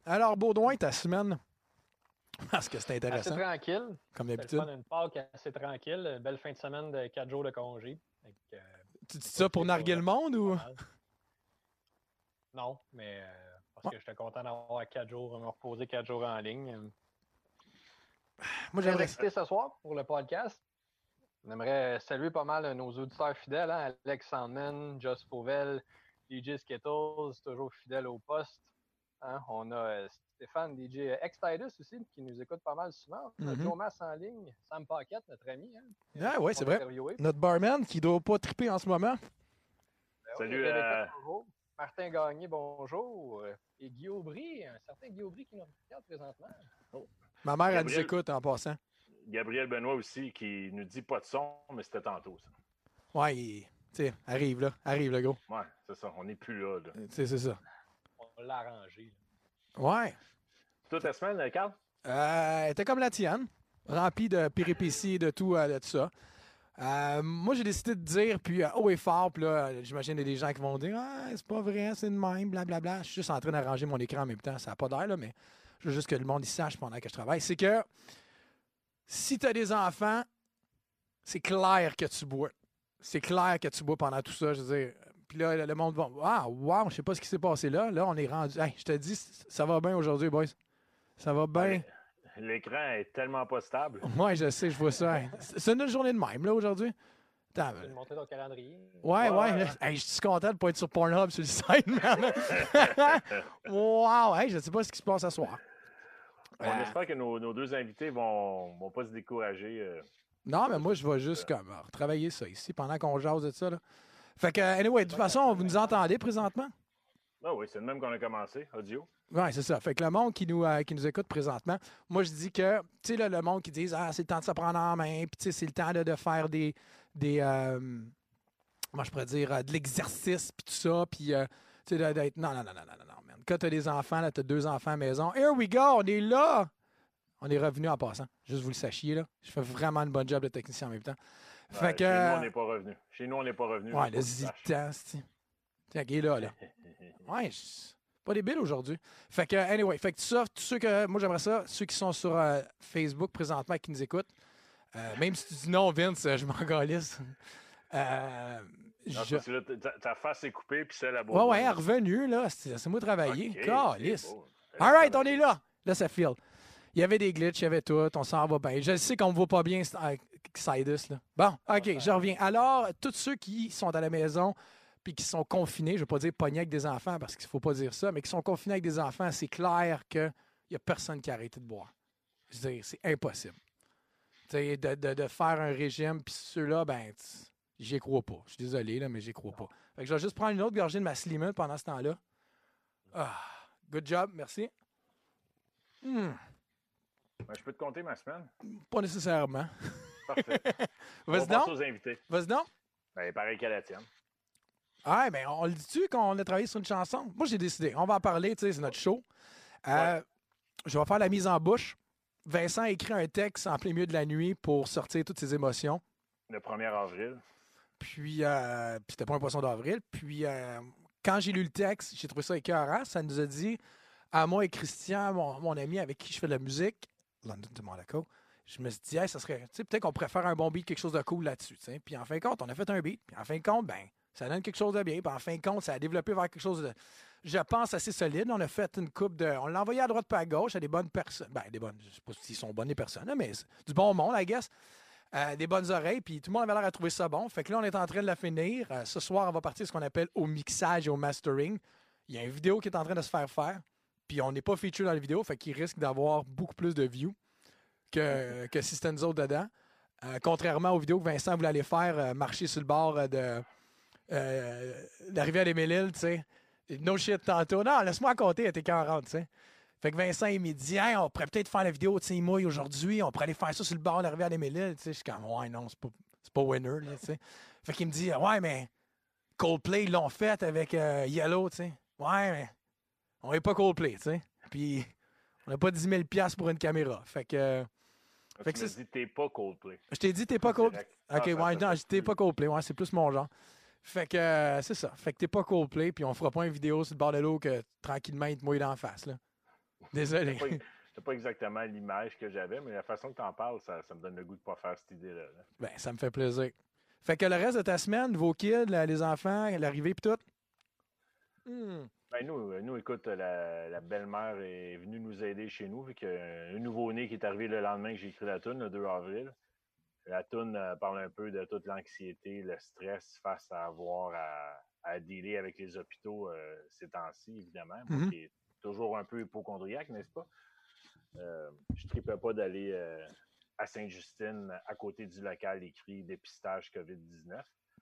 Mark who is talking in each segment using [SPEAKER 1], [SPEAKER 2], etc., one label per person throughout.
[SPEAKER 1] Alors, Baudouin, ta semaine? Parce que c'est
[SPEAKER 2] Assez
[SPEAKER 1] intéressant,
[SPEAKER 2] tranquille.
[SPEAKER 1] comme
[SPEAKER 2] C'était le
[SPEAKER 1] d'habitude.
[SPEAKER 2] fun, une Pâques assez tranquille. Belle fin de semaine de 4 jours de congé. Fait que,
[SPEAKER 1] Tu dis
[SPEAKER 2] j'ai
[SPEAKER 1] ça pour
[SPEAKER 2] profité
[SPEAKER 1] narguer
[SPEAKER 2] pour
[SPEAKER 1] le monde
[SPEAKER 2] pas
[SPEAKER 1] ou?
[SPEAKER 2] mal. Non, mais parce
[SPEAKER 1] Ouais.
[SPEAKER 2] que j'étais content d'avoir 4 jours, me reposer 4 jours en ligne.
[SPEAKER 1] Moi,
[SPEAKER 2] Très
[SPEAKER 1] j'aimerais.
[SPEAKER 2] excité ce soir pour le podcast. On aimerait saluer pas mal nos auditeurs fidèles, hein? Alex Sandman, Joss Fauvel, DJ Skittles, toujours fidèle au poste. Hein? On a Stéphane, DJ X-Titus aussi, qui nous écoute pas mal souvent. On a
[SPEAKER 1] Mhm.
[SPEAKER 2] Joe Mass en ligne, Sam Paquette, notre ami, hein?
[SPEAKER 1] Ah, ouais, c'est
[SPEAKER 2] Qu'on a
[SPEAKER 1] vrai.
[SPEAKER 2] interviewé.
[SPEAKER 1] Notre barman qui doit pas triper en ce moment.
[SPEAKER 2] Ben oui,
[SPEAKER 3] Salut
[SPEAKER 2] Rebecca,
[SPEAKER 3] à
[SPEAKER 2] bonjour. Martin Gagné, bonjour. Et Guy Aubry, un certain Guy Aubry qui nous regarde présentement.
[SPEAKER 1] Ma mère, elle nous
[SPEAKER 3] Gabriel.
[SPEAKER 1] écoute en passant.
[SPEAKER 3] Gabriel Benoît aussi qui nous dit pas de son, mais c'était tantôt ça.
[SPEAKER 1] Ouais, tu sais, arrive le gros.
[SPEAKER 3] Ouais, c'est ça. On n'est plus là.
[SPEAKER 1] C'est ça.
[SPEAKER 2] On l'a arrangé.
[SPEAKER 1] Ouais.
[SPEAKER 3] Toute la semaine, Carl?
[SPEAKER 1] Elle était comme la tienne, remplie de péripéties, de tout ça. Moi, j'ai décidé de dire, puis haut et fort, puis là, j'imagine qu'il y a des gens qui vont dire « Ah, c'est pas vrai, c'est de même, blablabla. » Je suis juste en train d'arranger mon écran en même temps. Ça n'a pas d'air, là, mais je veux juste que le monde y sache pendant que je travaille. C'est que si tu as des enfants, c'est clair que tu bois. C'est clair que tu bois pendant tout ça. Je veux dire, puis là, le monde va « Ah, wow, je sais pas ce qui s'est passé là. » Là, on est rendu... Hey, je te dis, ça va bien aujourd'hui, boys. Ça va bien.
[SPEAKER 3] L'écran est tellement pas stable.
[SPEAKER 1] Ouais, je sais, je vois ça. Hey. C'est une journée de même, là, aujourd'hui.
[SPEAKER 2] Tu peux montrer ton calendrier.
[SPEAKER 1] Ouais.
[SPEAKER 3] Ouais.
[SPEAKER 1] Là, hey, je suis content de ne pas être sur Pornhub sur le site, man. Wow, hey, je ne sais pas ce qui se passe ce soir.
[SPEAKER 3] On espère que nos deux invités vont pas se décourager.
[SPEAKER 1] Non, mais moi, je vais juste comme retravailler ça ici pendant qu'on jase de ça. Là. Fait que, anyway, de toute façon, vous nous entendez présentement?
[SPEAKER 3] Ah oui, c'est le même qu'on a commencé, audio.
[SPEAKER 1] Oui, c'est ça. Fait que le monde qui nous écoute présentement, moi, je dis que, tu sais, le monde qui dit « Ah, c'est le temps de se prendre en main, puis tu sais, c'est le temps de faire des comment je pourrais dire, de l'exercice, puis tout ça, puis, tu sais, d'être... Non, man. Quand tu as des enfants, là, tu as 2 enfants à la maison, here we go, on est là! On est revenu en passant. Juste vous le sachiez, là. Je fais vraiment une bonne job de technicien en même temps. Fait que...
[SPEAKER 3] Chez nous, on n'est pas revenu. Chez nous, on n'est pas revenu.
[SPEAKER 1] Ouais, le zitan, tiens, qui est là. Ouais, pas débile aujourd'hui. Fait que, anyway, fait que tout ça, tous ceux que... Moi, j'aimerais ça, ceux qui sont sur Facebook présentement et qui nous écoutent, même si tu dis non, Vince, je m'en calisse.
[SPEAKER 3] Non, parce que là, ta face est coupée, puis celle à
[SPEAKER 1] Ouais, elle est revenue, là. C'est moi travailler.
[SPEAKER 3] Okay,
[SPEAKER 1] Calisse.
[SPEAKER 3] beau.
[SPEAKER 1] All right, on est là. Là, ça file. Il y avait des glitches, il y avait tout. On s'en va bien. Je sais qu'on ne voit pas bien, Xidus, là. Bon, OK, je reviens. Alors, tous ceux qui sont à la maison puis qui sont confinés, je ne veux pas dire pognés avec des enfants parce qu'il ne faut pas dire ça, mais qui sont confinés avec des enfants, c'est clair qu'il n'y a personne qui a arrêté de boire. Je veux dire, c'est impossible. Tu sais, de faire un régime, puis ceux-là, ben, j'y crois pas. Je suis désolé, là, mais j'y crois pas. Fait que je vais juste prendre une autre gorgée de ma Slimane pendant ce temps-là. Ah, good job, merci.
[SPEAKER 3] Ben, je peux te compter ma semaine?
[SPEAKER 1] Pas nécessairement.
[SPEAKER 3] Parfait.
[SPEAKER 1] Vas-y
[SPEAKER 3] On passe
[SPEAKER 1] donc.
[SPEAKER 3] aux invités.
[SPEAKER 1] Vas-y donc.
[SPEAKER 3] Ben, pareil qu'à la tienne.
[SPEAKER 1] Ah, ben, on le dit-tu qu'on a travaillé sur une chanson? Moi, j'ai décidé. On va en parler, tu sais, c'est notre show. Je vais faire la mise en bouche. Vincent a écrit un texte en plein milieu de la nuit pour sortir toutes ses émotions.
[SPEAKER 3] Le 1er avril.
[SPEAKER 1] Puis c'était pas un poisson d'avril. Puis quand j'ai lu le texte, j'ai trouvé ça écœurant. Ça nous a dit, à moi et Christian, mon ami avec qui je fais de la musique, London de Monaco, je me suis dit, hey, ça serait, tu sais, peut-être qu'on pourrait faire un bon beat, quelque chose de cool là-dessus. T'sais. Puis en fin de compte, on a fait un beat. Puis en fin de compte, ben, ça donne quelque chose de bien. Puis en fin de compte, ça a développé vers quelque chose de, je pense, assez solide. On a fait une coupe de. On l'a envoyé à droite pas à gauche à des bonnes personnes. Ben, des bonnes. Je sais pas s'ils sont bonnes les personnes, mais du bon monde, I guess. Des bonnes oreilles, puis tout le monde avait l'air à trouver ça bon. Fait que là, on est en train de la finir. Ce soir, on va partir ce qu'on appelle au mixage et au mastering. Il y a une vidéo qui est en train de se faire, puis on n'est pas feature dans la vidéo, fait qu'il risque d'avoir beaucoup plus de views que si c'était nous autres dedans. Contrairement aux vidéos que Vincent voulait aller faire, marcher sur le bord de la rivière des Mille-Îles, tu sais. No shit tantôt. Non, laisse-moi compter, elle était 40, tu sais. Fait que Vincent, il m'a dit, hey, on pourrait peut-être faire la vidéo, tu sais, il mouille aujourd'hui, on pourrait aller faire ça sur le bord de la rivière des Mille-Îles, tu sais. Je suis comme, ouais, non, c'est pas winner, là, tu sais. Fait qu'il me dit, ouais, mais Coldplay, ils l'ont fait avec Yellow, tu sais. Ouais, mais on n'est pas Coldplay, tu sais. Puis, on n'a pas 10 000 $ pour une caméra. Fait que.
[SPEAKER 3] Tu me dis, t'es pas Coldplay.
[SPEAKER 1] Je t'ai dit, t'es pas Coldplay. Ok,
[SPEAKER 3] Ah,
[SPEAKER 1] ouais, non, t'es pas Coldplay, ouais, c'est plus mon genre. Fait que, c'est ça. Fait que t'es pas Coldplay, puis on fera pas une vidéo sur le bord de l'eau que tranquillement, il te mouille d'en face, là. Désolé.
[SPEAKER 3] C'est pas exactement l'image que j'avais, mais la façon que tu en parles, ça me donne le goût de pas faire cette idée-là. Là.
[SPEAKER 1] Ben, ça me fait plaisir. Fait que le reste de ta semaine, vos kids, les enfants, l'arrivée pis tout?
[SPEAKER 3] Ben nous, écoute, la belle-mère est venue nous aider chez nous, vu qu'il y a un nouveau-né qui est arrivé le lendemain que j'ai écrit la toune, le 2 avril. La toune parle un peu de toute l'anxiété, le stress face à avoir à dealer avec les hôpitaux ces temps-ci, évidemment. Moi qui est toujours un peu hypochondriaque, n'est-ce pas? Je ne tripais pas d'aller à Sainte-Justine, à côté du local écrit dépistage COVID-19.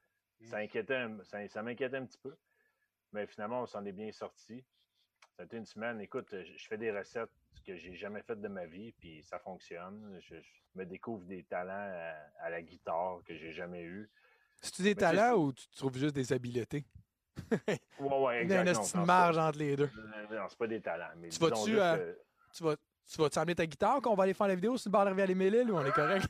[SPEAKER 3] Ça m'inquiétait un petit peu. Mais finalement, on s'en est bien sorti. Ça a été une semaine. Écoute, je fais des recettes que j'ai jamais faites de ma vie, puis ça fonctionne. Je me découvre des talents à la guitare que j'ai jamais eu.
[SPEAKER 1] C'est-tu des talents ou tu trouves juste des habiletés?
[SPEAKER 3] Ouais,
[SPEAKER 1] Il y a une
[SPEAKER 3] exactement.
[SPEAKER 1] petite marge entre les deux.
[SPEAKER 3] Non, c'est pas des talents. Mais
[SPEAKER 1] Tu vas-tu amener ta guitare qu'on va aller faire la vidéo sur le bord de la rivière Les Mille-Îles ou on est correct?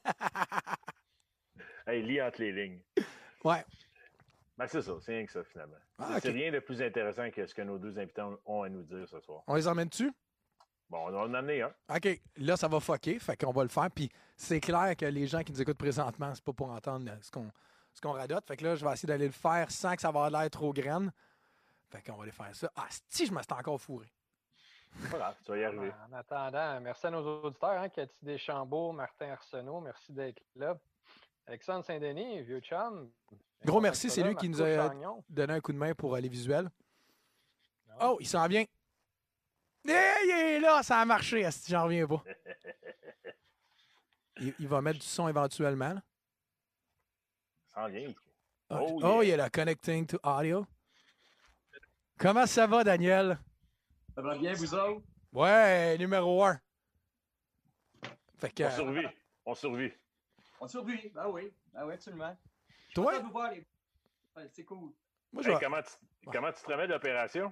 [SPEAKER 3] Hey, lis entre les lignes.
[SPEAKER 1] Ouais.
[SPEAKER 3] Ben, c'est ça, c'est rien que ça, finalement.
[SPEAKER 1] Ah,
[SPEAKER 3] c'est
[SPEAKER 1] ok.
[SPEAKER 3] rien de plus intéressant que ce que nos deux invités ont à nous dire ce soir.
[SPEAKER 1] On les emmène dessus?
[SPEAKER 3] Bon, on va en amener un.
[SPEAKER 1] OK. Là, ça va fucker. Fait qu'on va le faire. Puis c'est clair que les gens qui nous écoutent présentement, c'est pas pour entendre ce qu'on radote. Fait que là, je vais essayer d'aller le faire sans que ça va avoir l'air trop graine. Fait qu'on va aller faire ça. Ah, si, je me suis encore fourré.
[SPEAKER 3] C'est pas grave, tu vas y arriver.
[SPEAKER 2] En attendant, merci à nos auditeurs, Cathy Deschambault, Martin Arsenault, merci d'être là. Alexandre Saint-Denis, vieux chum.
[SPEAKER 1] Gros merci, c'est lui qui nous a
[SPEAKER 2] Chagnon.
[SPEAKER 1] donné un coup de main pour les visuels. Oh, il s'en vient. Il est là, ça a marché, si j'en reviens pas. Il va mettre du son éventuellement. Là.
[SPEAKER 3] Ça en vient.
[SPEAKER 1] Oh, il y a la connecting to audio. Comment ça va, Daniel?
[SPEAKER 4] Ça va bien, vous autres?
[SPEAKER 1] Ouais, numéro 1. Fait que,
[SPEAKER 3] On survit.
[SPEAKER 4] On survit. Ben oui, absolument.
[SPEAKER 1] Toi?
[SPEAKER 4] Je suis content de vous voir, c'est cool.
[SPEAKER 1] Moi,
[SPEAKER 3] Hey, comment tu te remets de l'opération?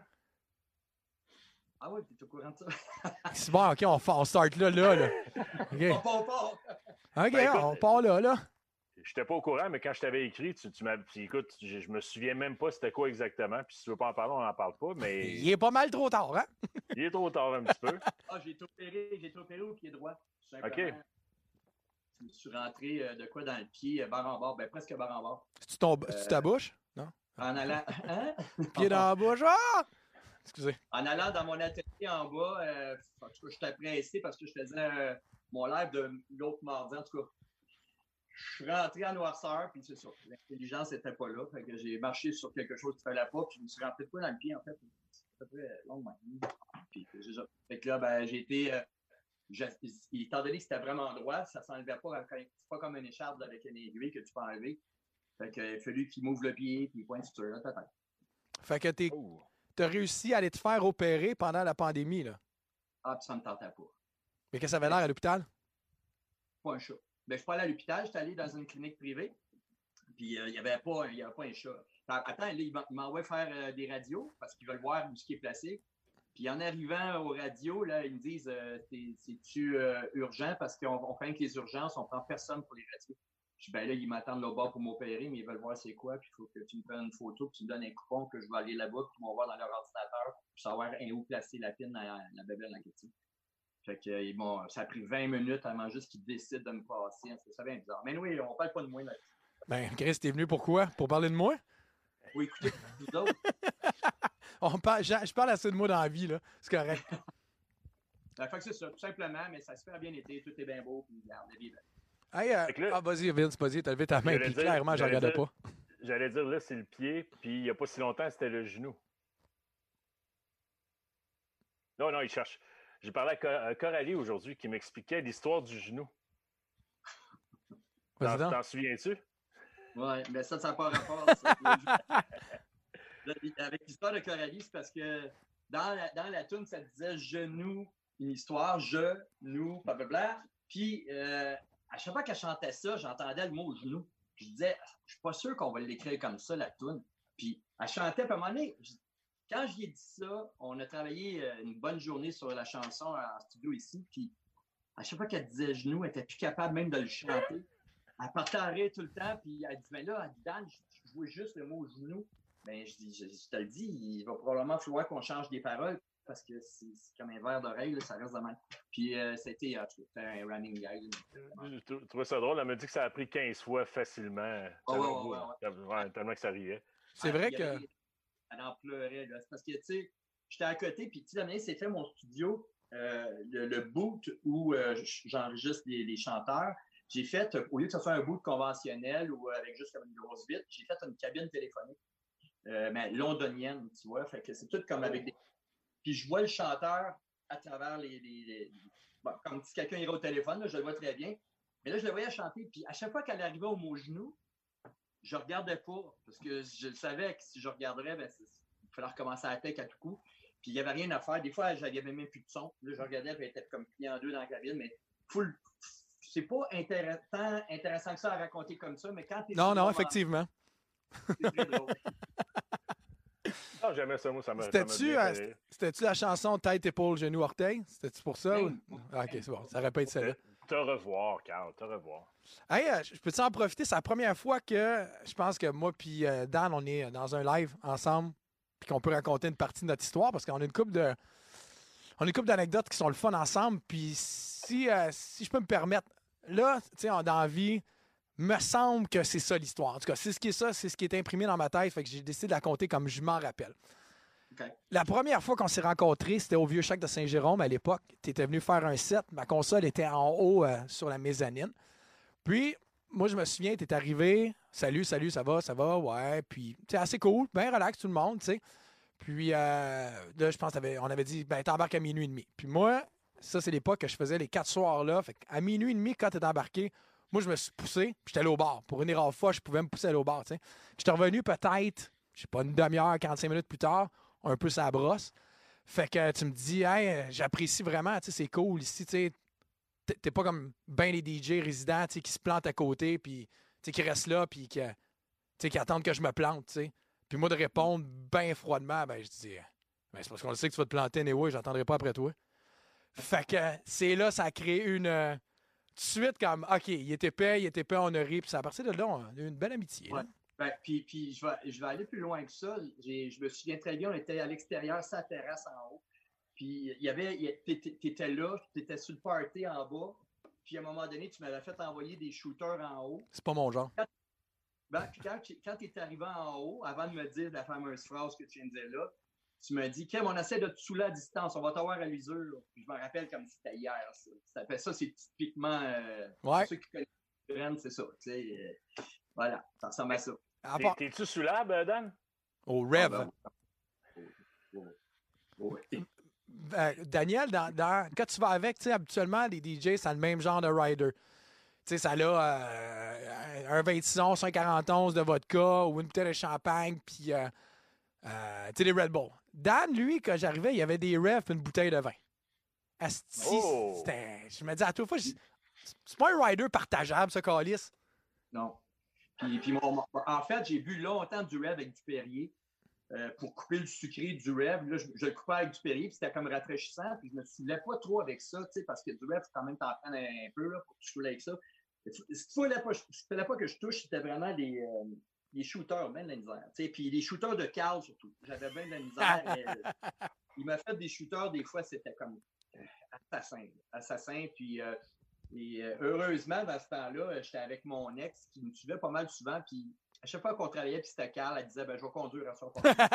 [SPEAKER 4] Ah oui, t'es au courant de ça?
[SPEAKER 1] C'est bon, OK, on start là. OK,
[SPEAKER 4] On part.
[SPEAKER 1] OK,
[SPEAKER 3] Ben, écoute,
[SPEAKER 1] on part là.
[SPEAKER 3] Je n'étais pas au courant, mais quand je t'avais écrit, tu m'as. Puis écoute, je me souviens même pas c'était quoi exactement. Puis si tu veux pas en parler, on n'en parle pas. Mais
[SPEAKER 1] Il est pas mal trop tard, hein?
[SPEAKER 3] il est trop tard un petit peu.
[SPEAKER 4] Ah, j'ai été opéré au pied droit. Tout
[SPEAKER 3] OK.
[SPEAKER 4] simplement. Je me suis rentré de quoi dans le pied, barre en barre, presque barre en barre.
[SPEAKER 1] C'est ta bouche? Non?
[SPEAKER 4] En allant. Hein?
[SPEAKER 1] Pied dans la bouche. Ah! Excusez.
[SPEAKER 4] En allant dans mon atelier en bas, en tout cas, j'étais pressé parce que je faisais mon live de l'autre mardi. En tout cas, je suis rentré en noirceur, puis c'est ça. L'intelligence n'était pas là. Fait que j'ai marché sur quelque chose qui ne fallait pas, puis je me suis rentré de quoi dans le pied, en fait. C'est à peu près long de même. Puis c'est ça. Fait que là, ben, j'ai été. Étant donné que c'était vraiment droit, ça ne s'enlevait pas. C'est pas comme une écharpe avec une aiguille que tu peux enlever. Fait que, il a fallu qu'il m'ouvre le pied, puis il pointe sur la tête.
[SPEAKER 1] Fait que t'as réussi à aller te faire opérer pendant la pandémie, là.
[SPEAKER 4] Ah, puis ça ne me tentait pas.
[SPEAKER 1] Mais qu'est-ce que ça avait l'air à l'hôpital?
[SPEAKER 4] Pas un chat. Ben, je suis pas allé à l'hôpital, j'étais allé dans une clinique privée. Puis il n'y avait pas un chat. Attends, là, ils m'envoient faire des radios parce qu'ils veulent voir où ce qui est placé. Puis en arrivant aux radios, là, ils me disent c'est-tu urgent parce qu'on fait que les urgences, on prend personne pour les radios. Je dis ben là, ils m'attendent là-bas pour m'opérer, mais ils veulent voir c'est quoi. Puis il faut que tu me prennes une photo, puis tu me donnes un coupon que je vais aller là-bas, puis ils vont voir dans leur ordinateur pour savoir où placer la pine dans la bébelle en question. Fait que ça a pris 20 minutes avant juste qu'ils décident de me passer. Ça bien bizarre. Mais oui, on parle pas de moi là.
[SPEAKER 1] Ben, Chris, t'es venu pourquoi? Pour parler de moi?
[SPEAKER 4] Oui, écoutez, vous autres.
[SPEAKER 1] Je parle assez de moi dans la vie, là. C'est correct.
[SPEAKER 4] Fait que c'est ça, tout simplement, mais ça se fait bien été, tout est bien beau, puis regarde, la vie est belle.
[SPEAKER 1] Hey, vas-y, Vince, vas-y, t'as levé ta main, puis clairement, je regardais pas.
[SPEAKER 3] J'allais dire, là, c'est le pied, puis il n'y a pas si longtemps, c'était le genou. Non, il cherche. J'ai parlé à Coralie aujourd'hui qui m'expliquait l'histoire du genou. T'en souviens-tu?
[SPEAKER 4] Oui, mais ça n'a pas rapport. Ça. Avec l'histoire de Coralie, c'est parce que dans la toune, ça disait genou, une histoire, nous, blablabla. Puis, à chaque fois qu'elle chantait ça, j'entendais le mot genou. Je disais, je suis pas sûr qu'on va l'écrire comme ça, la toune. Puis, elle chantait, puis à un moment donné, quand j'y ai dit ça, on a travaillé une bonne journée sur la chanson en studio ici. Puis, à chaque fois qu'elle disait genou, elle n'était plus capable même de le chanter. Elle partait en rire tout le temps, puis elle dit, ben là, Dan, je jouais juste le mot genou. Ben, je te le dis, il va probablement falloir qu'on change des paroles. parce que c'est comme un verre d'oreille, là, ça reste de même. Puis c'était un running gag.
[SPEAKER 3] Je trouvais ça drôle. Elle m'a dit que ça a pris 15 fois facilement. Tellement que ça riait.
[SPEAKER 1] C'est vrai que...
[SPEAKER 4] Elle en pleurait. Là. C'est parce que, tu sais, j'étais à côté, puis tu sais, c'est fait mon studio, le boot où j'enregistre les chanteurs. J'ai fait, au lieu que ce soit un boot conventionnel ou avec juste comme une grosse vitre, j'ai fait une cabine téléphonique, mais londonienne, tu vois. Fait que c'est tout comme avec des... Puis je vois le chanteur à travers bon, comme si quelqu'un irait au téléphone, là, je le vois très bien. Mais là, je le voyais chanter, puis à chaque fois qu'elle arrivait au mot genou, je regardais pas, parce que je savais que si je regarderais, ben, il fallait recommencer à la tech à tout coup. Puis il n'y avait rien à faire. Des fois, il n'y avait même plus de son. Là, je regardais, puis elle était comme pliée en deux dans la cabine, mais c'est pas intéressant que ça à raconter comme ça, mais quand tu es...
[SPEAKER 1] Non, effectivement.
[SPEAKER 4] C'est très drôle.
[SPEAKER 3] Ah, j'aimais ça, moi, ça m'a
[SPEAKER 1] C'était-tu la chanson Tête, épaule, genou, orteil? C'était-tu pour ça? Ou... Ah, OK, c'est bon. Ça répète celle-là.
[SPEAKER 3] Te revoir, Carl, te revoir.
[SPEAKER 1] Hey, je peux-tu en profiter? C'est la première fois que je pense que moi puis Dan, on est dans un live ensemble puis qu'on peut raconter une partie de notre histoire parce qu'on a une couple d'anecdotes qui sont le fun ensemble. Puis si je peux me permettre, là, tu sais, dans la vie, me semble que c'est ça l'histoire. En tout cas, c'est ce qui est imprimé dans ma tête. Fait que j'ai décidé de la compter comme je m'en rappelle.
[SPEAKER 4] Okay.
[SPEAKER 1] La première fois qu'on s'est rencontrés, c'était au Vieux Chac de Saint-Jérôme à l'époque. Tu étais venu faire un set. Ma console était en haut sur la mezzanine. Puis, moi, je me souviens, tu es arrivé. Salut, ça va, ouais. Puis, c'est assez cool, bien relax tout le monde, tu sais. Puis, là, je pense on avait dit, ben, t'embarques à minuit et demi. Puis moi, ça, c'est l'époque que je faisais les 4 soirs-là. Fait qu'à minuit et demi, quand t'es embarqué, moi, je me suis poussé, puis j'étais allé au bar. Pour une rare fois, je pouvais me pousser à aller au bar, tu sais. J'étais revenu peut-être, je sais pas, une demi-heure, 45 minutes plus tard, un peu sa brosse. Fait que tu me dis, hey, j'apprécie vraiment, tu sais, c'est cool ici, tu sais. T'es pas comme ben les DJ résidents, tu sais, qui se plantent à côté, puis, tu sais, qui restent là, puis qui attendent que je me plante, tu sais. Puis moi, de répondre bien froidement, ben, je dis, ben, c'est parce qu'on le sait que tu vas te planter, anyway, j'attendrai pas après toi. Fait que c'est là, ça a créé une... tout de suite, comme, OK, il était épais, on a ri, puis à partir de là, on a eu une belle amitié.
[SPEAKER 4] Ouais. Ben, puis je vais aller plus loin que ça. Je me souviens très bien, on était à l'extérieur, sur la terrasse en haut. Puis t'étais là, t'étais sur le party en bas. Puis à un moment donné, tu m'avais fait envoyer des shooters en haut.
[SPEAKER 1] C'est pas mon genre.
[SPEAKER 4] Puis quand t'es arrivé en haut, avant de me dire la fameuse phrase que tu viens de dire là, tu m'as dit, Kim, on essaie de te saouler à distance, on va t'avoir à l'usure. Puis je me rappelle comme si c'était hier. Ça, c'est typiquement. Ceux qui connaissent, c'est ça. Voilà, ça ressemble à ça.
[SPEAKER 3] T'es-tu soulable, Dan?
[SPEAKER 1] Au Rev.
[SPEAKER 4] Oui.
[SPEAKER 1] Daniel, quand tu vas avec, habituellement, les DJ, c'est le même genre de rider. Tu sais, ça a un 26 onces, un 40 onces de vodka ou une bouteille de champagne, puis tu sais, des Red Bull. Dan, lui, quand j'arrivais, il y avait des refs et une bouteille de vin. Je me dis à toute fois, c'est pas un rider partageable, ce calice.
[SPEAKER 4] Non. Puis en fait, j'ai bu longtemps du Rev avec du Perrier pour couper le sucré du Rev. Là, je le coupais avec du Perrier, puis c'était comme rafraîchissant. Puis je me saoulais pas trop avec ça, tu sais, parce que du Rev, quand même, t'en prends un peu là, pour que tu saoules avec ça. Ce qu'il fallait pas que je touche, c'était vraiment des shooters, bien de la misère. Tu sais, puis les shooters de Carl, surtout. J'avais bien de la misère. Il m'a fait des shooters, des fois, c'était comme assassin. Puis... Et heureusement, dans ce temps-là, j'étais avec mon ex qui me suivait pas mal souvent. Puis à chaque fois qu'on travaillait, puis c'était Carl, elle disait ben, je vais conduire à son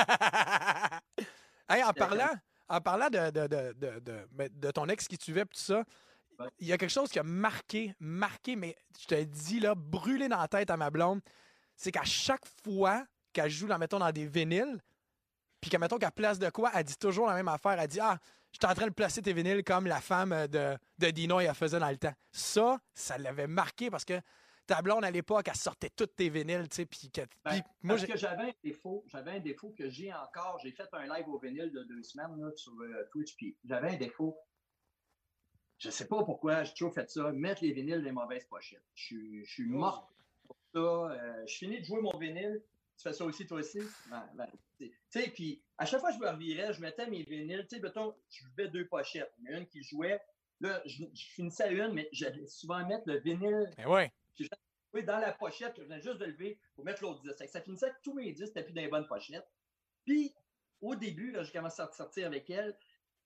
[SPEAKER 1] Hey, en parlant de ton ex qui te suivait, tout ça, il y a quelque chose qui a marqué, mais je te dis, là, brûlé dans la tête à ma blonde, c'est qu'à chaque fois qu'elle joue, mettons, dans des vinyles, puis qu'elle, mettons, qu'elle place de quoi, elle dit toujours la même affaire. Elle dit, je suis en train de placer tes vinyles comme la femme de Dino, elle faisait dans le temps. Ça l'avait marqué parce que ta blonde, à l'époque, elle sortait toutes tes vinyles, tu sais,
[SPEAKER 4] parce que j'avais un défaut que j'ai encore. J'ai fait un live au vinyle de 2 semaines là, sur Twitch, puis j'avais un défaut. Je sais pas pourquoi j'ai toujours fait ça, mettre les vinyles dans les mauvaises pochettes. Je suis mort pour ça. Je finis de jouer mon vinyle. Tu fais ça aussi, toi aussi? Tu sais, puis à chaque fois que je me revirais, je mettais mes vinyles. Tu sais, mettons, je jouais 2 pochettes. Il y en a une qui jouait. Là, je finissais à une, mais j'allais souvent mettre le vinyle qui jouait dans la pochette. Je venais juste de lever pour mettre l'autre disque. Ça finissait que tous mes disques n'étaient plus dans les bonnes pochettes. Puis, au début, là, j'ai commencé à sortir avec elle.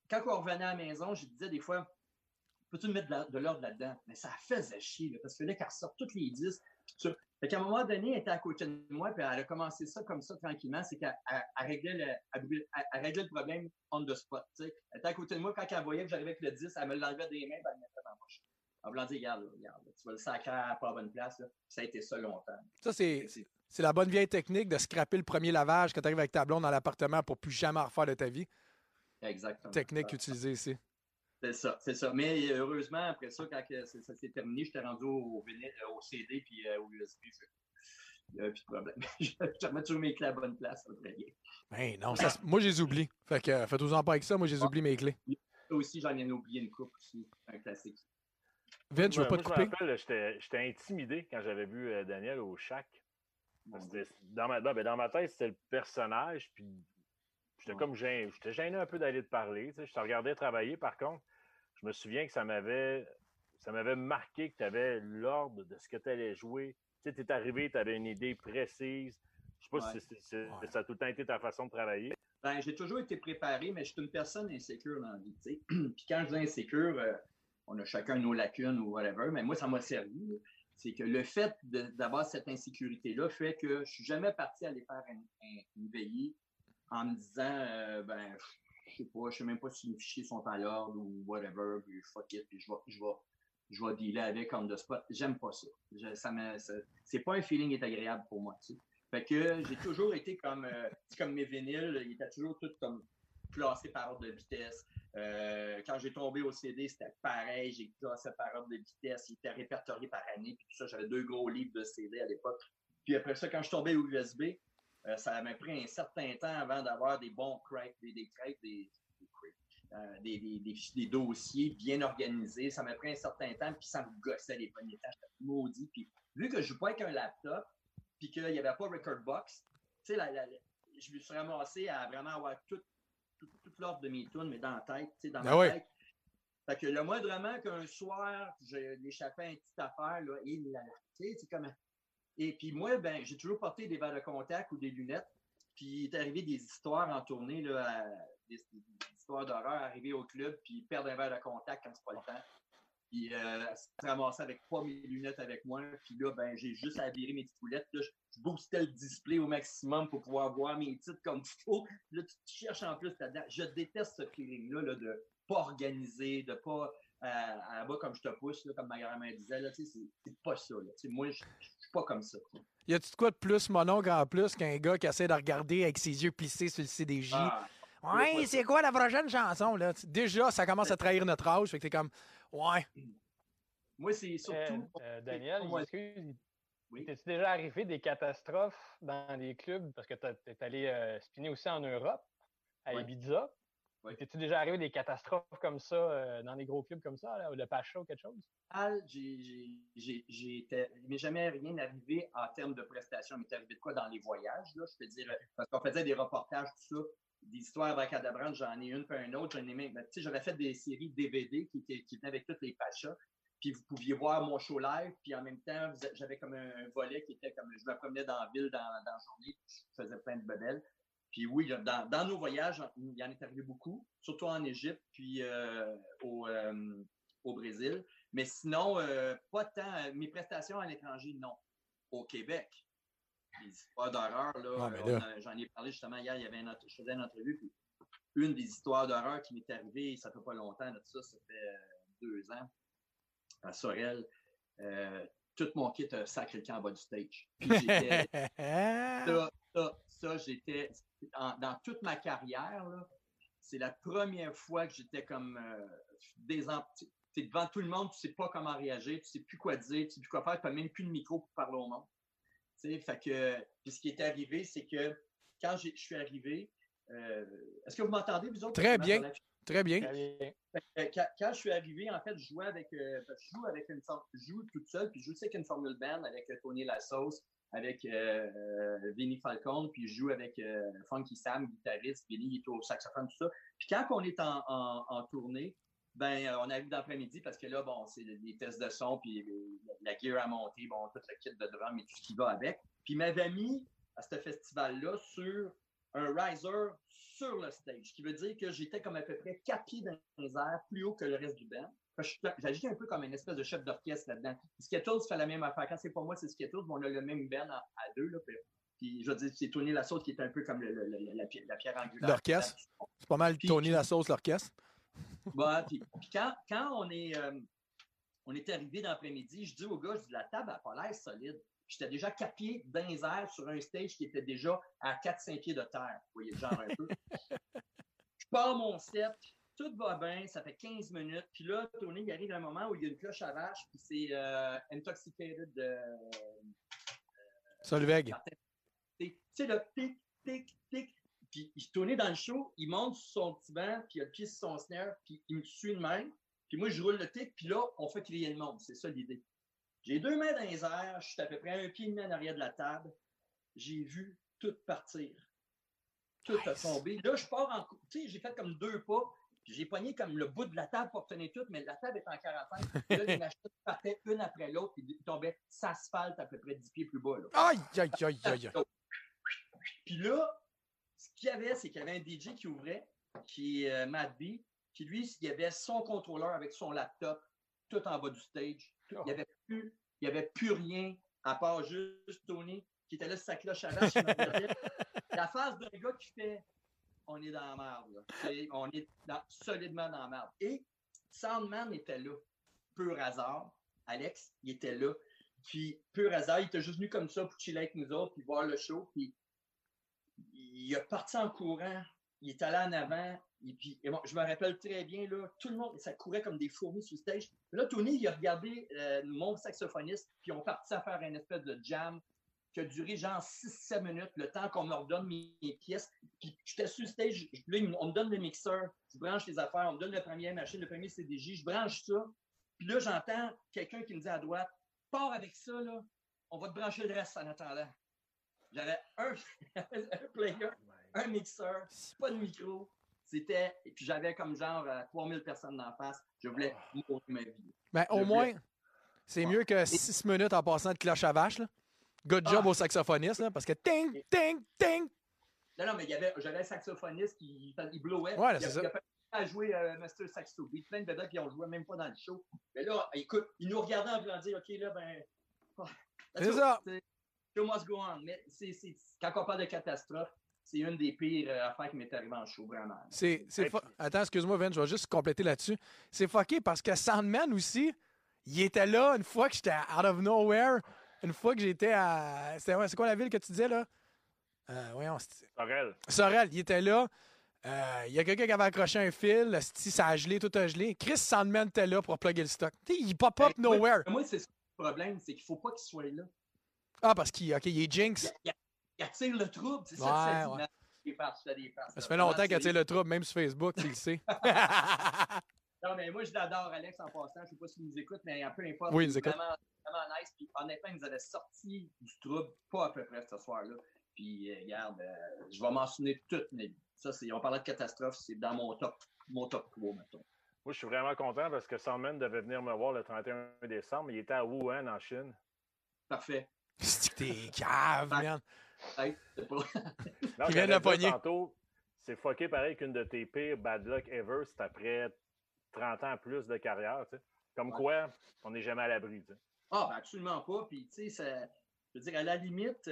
[SPEAKER 4] quand on revenait à la maison, je disais des fois, peux-tu mettre de l'ordre là-dedans? Mais ça faisait chier, là, parce qu'il fallait qu'elle ressorte tous les disques. Fait qu'à un moment donné, elle était à côté de moi, puis elle a commencé ça comme ça, tranquillement. C'est qu'elle réglait le problème on the spot. T'sais. Elle était à côté de moi, quand elle voyait que j'arrivais avec le disque, elle me l'enlevait des mains, puis elle me mettait dans la poche. En voulant dire, regarde, tu vas le sacrer à pas bonne place. Là. Ça a été ça longtemps.
[SPEAKER 1] Ça, c'est la bonne vieille technique de scraper le premier lavage quand tu arrives avec ta blonde dans l'appartement pour plus jamais en refaire de ta vie.
[SPEAKER 4] Exactement.
[SPEAKER 1] Technique utilisée ici.
[SPEAKER 4] C'est ça. Mais heureusement, après ça, quand ça s'est terminé, j'étais rendu au CD puis au USB. Il n'y avait plus de problème. Je remets toujours mes clés à la bonne place. Ça va très bien.
[SPEAKER 1] Ben non, moi, je les oublie. Fait que faites-vous-en pas avec ça. Moi, je les oublie, mes clés.
[SPEAKER 4] Moi aussi, j'en ai oublié une coupe aussi. Un classique.
[SPEAKER 1] Vince, je veux pas te couper.
[SPEAKER 3] Je me rappelle, j'étais intimidé quand j'avais vu Daniel au Shack. Dans ma tête, c'était le personnage. Puis j'étais comme gêné. J'étais gêné un peu d'aller te parler. Je te regardais travailler, par contre. Je me souviens que ça m'avait marqué que tu avais l'ordre de ce que tu allais jouer. Tu es arrivé, tu avais une idée précise. Je ne sais pas si ça a tout le temps été ta façon de travailler.
[SPEAKER 4] Ben, j'ai toujours été préparé, mais je suis une personne insécure dans la vie. T'sais. Puis quand je dis insécure, on a chacun nos lacunes ou whatever, mais moi, ça m'a servi. Là. C'est que le fait d'avoir cette insécurité-là fait que je ne suis jamais parti aller faire une veillée en me disant, je sais même pas si mes fichiers sont à l'ordre ou whatever, puis fuck it, puis je vais dealer avec on the spot. J'aime pas ça. C'est pas un feeling qui est agréable pour moi, tu sais. Fait que j'ai toujours été comme mes vinyles, ils étaient toujours tous comme classés par ordre de vitesse. Quand j'ai tombé au CD, c'était pareil, j'ai classé par ordre de vitesse, ils étaient répertoriés par année, puis tout ça, j'avais 2 gros livres de CD à l'époque. Puis après ça, quand je tombais au USB, ça m'a pris un certain temps avant d'avoir des bons crates, des dossiers bien organisés. Ça m'a pris un certain temps, puis ça me gossait les premiers temps. J'étais maudit. Puis vu que je jouais pas avec un laptop, puis qu'il n'y avait pas Record Box, tu sais, je me suis ramassé à vraiment avoir toute l'ordre de mes tunes, mais dans la tête, tu sais, dans ma tête. Fait que le moindrement qu'un soir, j'ai échappé à une petite affaire, là, tu sais, c'est comme... Et puis moi, ben, j'ai toujours porté des verres de contact ou des lunettes. Puis il est arrivé des histoires en tournée, là, des histoires d'horreur, arriver au club, puis perdre un verre de contact quand c'est pas le temps. Puis se ramasser avec pas mes lunettes avec moi. Puis là, ben, j'ai juste à virer mes petites boulettes. Là, je boostais le display au maximum pour pouvoir voir mes titres comme il faut. Là, tu cherches en plus là-dedans. Je déteste ce feeling-là là, de pas organiser, de pas à bas comme je te pousse, là, comme ma grand-mère disait. Là, c'est pas ça. Là. Moi, je suis pas comme ça.
[SPEAKER 1] Y a-tu de quoi de plus mononcle en plus qu'un gars qui essaie de regarder avec ses yeux plissés sur le CDJ? Ouais, c'est quoi la prochaine chanson? Là? Déjà, ça commence à trahir notre âge. Fait que t'es comme, ouais.
[SPEAKER 4] Moi, c'est surtout...
[SPEAKER 2] Daniel, excuse, oui? T'es-tu déjà arrivé des catastrophes dans les clubs? Parce que t'es allé spinner aussi en Europe, à Ibiza. Oui. T'es-tu déjà arrivé des catastrophes comme ça dans des gros clubs comme ça, là, ou le Pacha ou quelque chose?
[SPEAKER 4] Il m'est jamais rien arrivé en termes de prestations. Il m'est arrivé de quoi dans les voyages, là, je peux dire, parce qu'on faisait des reportages, tout ça, des histoires abracadabrantes, j'en ai une puis un autre, j'avais fait des séries DVD qui venaient avec toutes les Pachas, puis vous pouviez voir mon show live, puis en même temps, j'avais comme un volet qui était comme, je me promenais dans la ville dans la journée, puis je faisais plein de bebelles. Puis oui, dans nos voyages, il y en est arrivé beaucoup, surtout en Égypte, puis au Brésil. Mais sinon, pas tant. Mes prestations à l'étranger, non. Au Québec, les histoires d'horreur, là, j'en ai parlé justement hier, je faisais une entrevue, puis une des histoires d'horreur qui m'est arrivée, ça fait pas longtemps, là, ça fait 2 ans, à Sorel. Tout mon kit a sacré le camp en bas du stage. Puis j'étais... j'étais... Dans toute ma carrière, là, c'est la première fois que j'étais comme t'es devant tout le monde, tu sais pas comment réagir, tu sais plus quoi dire, tu sais plus quoi faire, tu n'as même plus de micro pour parler au monde. Fait que, puis ce qui est arrivé, c'est que quand je suis arrivé, est-ce que vous m'entendez, vous autres?
[SPEAKER 1] Très bien. Très bien.
[SPEAKER 4] Quand je suis arrivé, en fait, je joue toute seule, puis je joue aussi avec une Formule Band, avec Tony Lassos, avec Vinnie Falcone, puis je joue avec Funky Sam, guitariste, Billy est au saxophone, tout ça. Puis quand on est en tournée, ben on arrive d'après-midi parce que là, bon, c'est des tests de son, puis la gear à monter, bon, tout le kit de drum et tout ce qui va avec. Puis il m'avait mis à ce festival-là sur un riser sur le stage, ce qui veut dire que j'étais comme à peu près 4 pieds dans les airs, plus haut que le reste du band. J'agis un peu comme une espèce de chef d'orchestre là-dedans. Skittles fait la même affaire. Quand c'est pas moi, c'est Skittles, on a le même band à deux. Là, puis je veux dire, c'est Tony Lasauce qui est un peu comme la pierre angulaire.
[SPEAKER 1] L'orchestre. C'est pas mal Tony Lasauce, l'orchestre.
[SPEAKER 4] Puis quand on est arrivé dans l'après-midi, je dis au gars, la table n'a pas l'air solide. J'étais déjà 4 pieds dans les airs sur un stage qui était déjà à 4-5 pieds de terre. Vous voyez le genre un peu. Je pars mon set, tout va bien, ça fait 15 minutes. Puis là, Tony, il arrive à un moment où il y a une cloche à vache, puis c'est Intoxicated de...
[SPEAKER 1] Solveig.
[SPEAKER 4] Tu sais, le tic, tic, tic. Puis il se tournait dans le show, il monte sur son petit banc, puis il a le pied sur son snare, puis il me suit de même. Puis moi, je roule le tic, puis là, on fait crier le monde. C'est ça l'idée. J'ai 2 mains dans les airs, je suis à peu près 1 pied et demi en arrière de la table. J'ai vu tout partir. Tout a tombé. Là, je pars en... Tu sais, j'ai fait comme 2 pas, puis j'ai pogné comme le bout de la table pour tenir tout, mais la table est en 45. Puis là, les machines partaient une après l'autre, puis ils tombaient s'asphalte à peu près 10 pieds plus bas. Là.
[SPEAKER 1] Aïe, aïe, aïe, aïe.
[SPEAKER 4] Puis là, ce qu'il y avait, c'est qu'il y avait un DJ qui ouvrait, qui est Matt B, puis lui, il y avait son contrôleur avec son laptop tout en bas du stage. Il n'y avait plus rien à part juste Tony qui était là sur sa cloche à vache. La face d'un gars qui fait on est dans la merde. On est solidement dans la merde. Et Soundman était là. Pur hasard. Alex, il était là. Puis, pur hasard, il était juste venu comme ça pour chiller avec nous autres, puis voir le show. Puis, il est parti en courant. Il est allé en avant. Et puis, bon, je me rappelle très bien, là, tout le monde, ça courait comme des fourmis sur le stage. Là, Tony, il a regardé mon saxophoniste, puis on partit à faire une espèce de jam qui a duré genre 6-7 minutes, le temps qu'on me redonne mes pièces. Puis j'étais sur le stage, là, on me donne le mixeur, je branche les affaires, on me donne la première machine, le premier CDJ, je branche ça. Puis là, j'entends quelqu'un qui me dit à droite, pars avec ça, là, on va te brancher le reste en attendant. J'avais un player, un mixeur, pas de micro. C'était, et puis j'avais comme genre 3000 personnes en face. Je voulais mourir ma vie.
[SPEAKER 1] Ben, au moins, c'est mieux que 6 minutes en passant de cloche à vache, là. Good job au saxophoniste, là, parce que ting, ting, ting.
[SPEAKER 4] Non, mais j'avais un saxophoniste qui blowait.
[SPEAKER 1] Ouais, c'est ça.
[SPEAKER 4] Il a pas à jouer Master Saxo. Il y a plein de vedettes qui ont joué même pas dans le show. Mais là, écoute, il nous regardait en voulant dire, OK, là,
[SPEAKER 1] c'est ça.
[SPEAKER 4] Show must go on. Mais quand on parle de catastrophe, c'est une des pires affaires qui m'est arrivée en show, vraiment.
[SPEAKER 1] Attends, excuse-moi, Vince, je vais juste compléter là-dessus. C'est fucké parce que Soundman aussi, il était là une fois que j'étais out of nowhere. Une fois que j'étais à... C'est quoi la ville que tu disais, là? Sorel, il était là. Il y a quelqu'un qui avait accroché un fil. Ça a gelé, tout a gelé. Chris Sandman était là pour plugger le stock. T'sais, il pop-up nowhere.
[SPEAKER 4] Moi, c'est ça le problème, c'est qu'il ne faut pas qu'il soit là.
[SPEAKER 1] Ah, parce qu'il est jinx.
[SPEAKER 4] Il attire le trouble, c'est ça que ça dit.
[SPEAKER 1] Ça fait longtemps qu'il attire le trouble, même sur Facebook, tu le sais.
[SPEAKER 4] Non, mais moi, je l'adore, Alex, en passant. Je ne sais pas s'il nous écoute, mais peu importe.
[SPEAKER 1] Oui, il nous écoute.
[SPEAKER 4] Vraiment nice. Puis, honnêtement, il nous avait sorti du trouble, pas à peu près ce soir-là. Puis, regarde, je vais m'en souvenir toute ma vie. Ça, on parlait de catastrophe, c'est dans mon top 3, mettons.
[SPEAKER 3] Moi, je suis vraiment content parce que Soundman devait venir me voir le 31 décembre. Il était à Wuhan, en Chine.
[SPEAKER 4] Parfait.
[SPEAKER 1] C'est que t'es cave, man.
[SPEAKER 4] Hey, c'est pas...
[SPEAKER 3] Non,
[SPEAKER 1] il vient de la poignée.
[SPEAKER 3] Tantôt, c'est fucké pareil qu'une de tes pires bad luck ever, c'est après 30 ans plus de carrière, tu sais. Comme quoi, on n'est jamais à l'abri, tu sais.
[SPEAKER 4] Ah, ben absolument pas. Puis, tu sais, je veux dire, à la limite,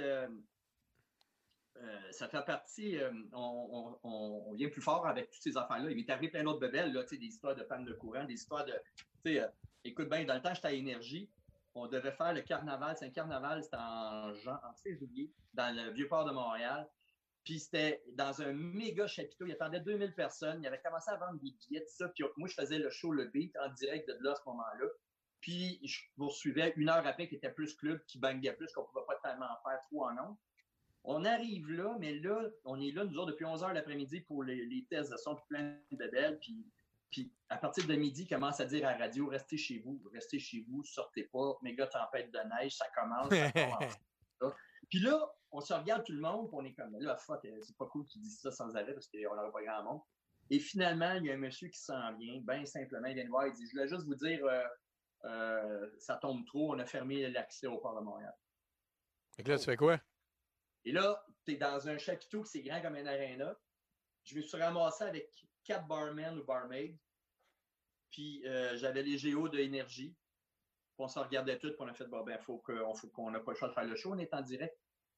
[SPEAKER 4] ça fait partie, on vient plus fort avec toutes ces affaires-là. Il m'est arrivé plein d'autres bebelles, là, tu sais, des histoires de panne de courant, des histoires de, tu sais, écoute bien, dans le temps, j'étais à Énergie. On devait faire le carnaval. C'est un carnaval, c'était en février, dans le Vieux-Port de Montréal. Puis c'était dans un méga chapiteau. Il attendait 2000 personnes. Il avait commencé à vendre des billets, tout ça. Puis moi, je faisais le show Le Beat en direct de là à ce moment-là. Puis je poursuivais 1 heure après, qui était plus club, qui bangait plus, qu'on ne pouvait pas tellement faire trop en nombre. On arrive là, mais là, on est là, nous autres, depuis 11 heures l'après-midi pour les tests de son, puis plein de belles. Puis à partir de midi, il commence à dire à la radio, restez chez vous, sortez pas, méga tempête de neige, ça commence. Puis là, on se regarde tout le monde, puis on est comme, là, fuck, c'est pas cool qu'ils disent ça sans arrêt, parce qu'on n'aurait pas grand monde. Et finalement, il y a un monsieur qui s'en vient, bien simplement, il vient de voir, il dit, je voulais juste vous dire, ça tombe trop, on a fermé l'accès au port de Montréal.
[SPEAKER 1] Et là, tu fais quoi?
[SPEAKER 4] Et là, tu es dans un chapiteau qui c'est grand comme un aréna. Je me suis ramassé avec 4 barmen ou barmaids. Puis j'avais les géos de énergie. On s'en regardait tout, puis on a fait, bon, ben, faut qu'on n'a pas le choix de faire le show, on est en direct.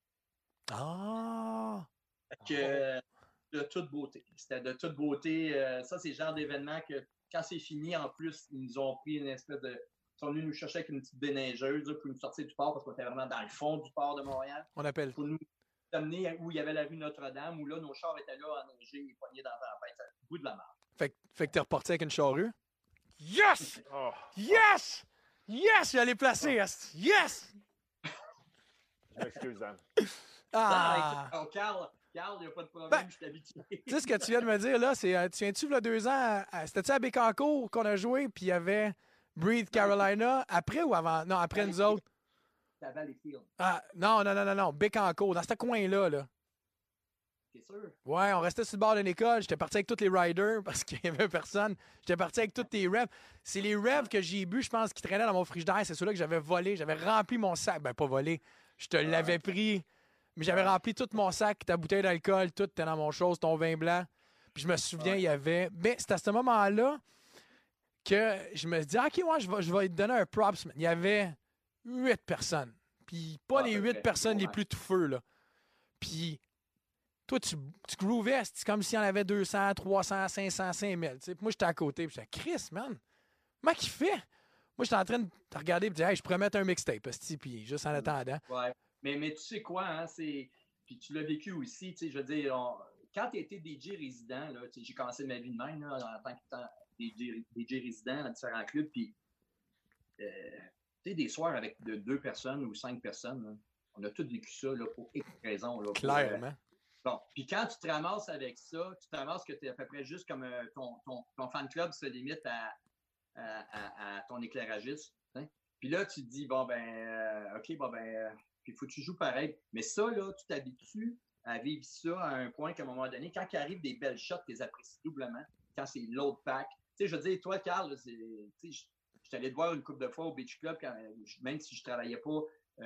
[SPEAKER 1] Ah!
[SPEAKER 4] Que, de toute beauté. C'était de toute beauté. Ça, c'est le genre d'événement que, quand c'est fini, en plus, ils nous ont pris une espèce de... Ils sont venus nous chercher avec une petite déneigeuse pour nous sortir du port, parce qu'on était vraiment dans le fond du port de Montréal.
[SPEAKER 1] On appelle.
[SPEAKER 4] Pour nous amener où il y avait la rue Notre-Dame, où là, nos chars étaient là, enneigés et poignés dans la tempête. C'est le bout de la marche.
[SPEAKER 1] Fait que t'es reparti avec une charrue? Yes!
[SPEAKER 3] Oh,
[SPEAKER 1] Yes! Yes! Je vais les placer, asti. Yes!
[SPEAKER 3] je m'excuse, Dan.
[SPEAKER 1] Ah!
[SPEAKER 4] Oh, Carl, il n'y a pas de problème,
[SPEAKER 1] Ben,
[SPEAKER 4] je suis habitué.
[SPEAKER 1] Tu sais ce que tu viens de me dire, là, c'est... Tu viens-tu, il y a 2 ans, c'était-tu à Bécancour qu'on a joué, puis il y avait Breathe Carolina, après ou avant? Non, après nous autres.
[SPEAKER 4] C'est à Valleyfield.
[SPEAKER 1] Ah, non. Bécancour, dans ce coin-là, là.
[SPEAKER 4] T'es sûr?
[SPEAKER 1] Ouais, on restait sur le bord d'une école. J'étais parti avec tous les riders parce qu'il y avait personne. J'étais parti avec tous les revs. C'est les revs que j'ai bu, je pense, qui traînaient dans mon frigidaire. C'est ceux-là que j'avais volé. J'avais rempli mon sac. Ben, pas volé. Je te l'avais pris. Mais j'avais rempli tout mon sac, ta bouteille d'alcool, tout était dans mon chose, ton vin blanc. Puis je me souviens, il y avait... Ben, c'est à ce moment-là que je me dis, OK, moi, je vais te donner un props. Il y avait 8 personnes. Puis pas les 8 personnes les plus touffeux, là. Puis... Toi, tu groovais, c'est comme s'il y en avait 200, 300, 500, 5000. Puis moi, j'étais à côté, puis j'étais, Chris, man, comment qu'il fait? Moi, j'étais en train de te regarder et de dire, hey, je pourrais mettre un mixtape, puis juste en attendant.
[SPEAKER 4] Ouais. Mais tu sais quoi, hein, puis tu l'as vécu aussi, tu sais, je veux dire, quand tu étais DJ résident, là, j'ai commencé ma vie de même, là, en tant que DJ résident dans différents clubs, puis tu sais, des soirs avec 2 personnes ou 5 personnes, là, on a tous vécu ça, là, pour X raisons. Là,
[SPEAKER 1] Clairement.
[SPEAKER 4] Bon, puis quand tu te ramasses avec ça, tu te ramasses que tu es à peu près juste comme ton fan club se limite à ton éclairagiste. Hein? Puis là, tu te dis, bon, ben, OK, bon, ben, puis il faut que tu joues pareil. Mais ça, là, tu t'habitues à vivre ça à un point qu'à un moment donné, quand il arrive des belles shots, tu les apprécies doublement. Quand c'est l'autre pack. Tu sais, je veux dire, toi, Carl, je suis allé te voir une couple de fois au Beach Club, même si je travaillais pas.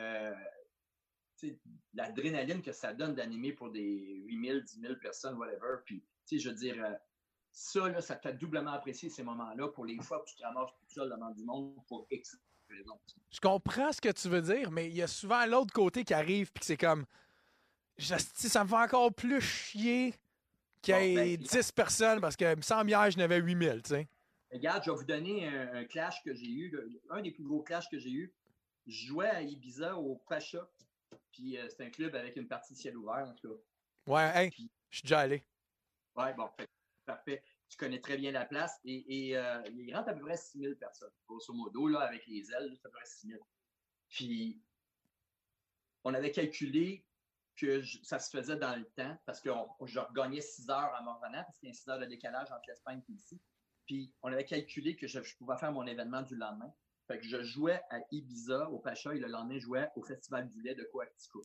[SPEAKER 4] L'adrénaline que ça donne d'animer pour des 8000, 10 000 personnes, whatever. Puis, tu sais, je veux dire, ça, là, ça t'a doublement apprécié ces moments-là pour les fois où tu te ramasses tout seul devant du monde pour X raisons.
[SPEAKER 1] Je comprends ce que tu veux dire, mais il y a souvent l'autre côté qui arrive, puis que c'est comme, ça me fait encore plus chier qu'il y ait 10 personnes, parce que, sans hier, je n'avais 8000, tu sais.
[SPEAKER 4] Regarde, je vais vous donner un clash que j'ai eu, un des plus gros clashs que j'ai eu. Je jouais à Ibiza au Pacha. Puis c'est un club avec une partie de ciel ouvert, en tout cas.
[SPEAKER 1] Ouais, hey, je suis déjà allé.
[SPEAKER 4] Ouais, bon, parfait. Tu connais très bien la place. Et il rentre à peu près 6000 personnes. Grosso modo, là, avec les ailes, c'est à peu près 6000. Puis, on avait calculé que ça se faisait dans le temps, parce que je regagnais 6 heures en m'en revenant, parce qu'il y a 6 heures de décalage entre l'Espagne et ici. Puis, on avait calculé que je pouvais faire mon événement du lendemain. Fait que je jouais à Ibiza, au Pacha, et le lendemain, je jouais au Festival du lait de Coactico.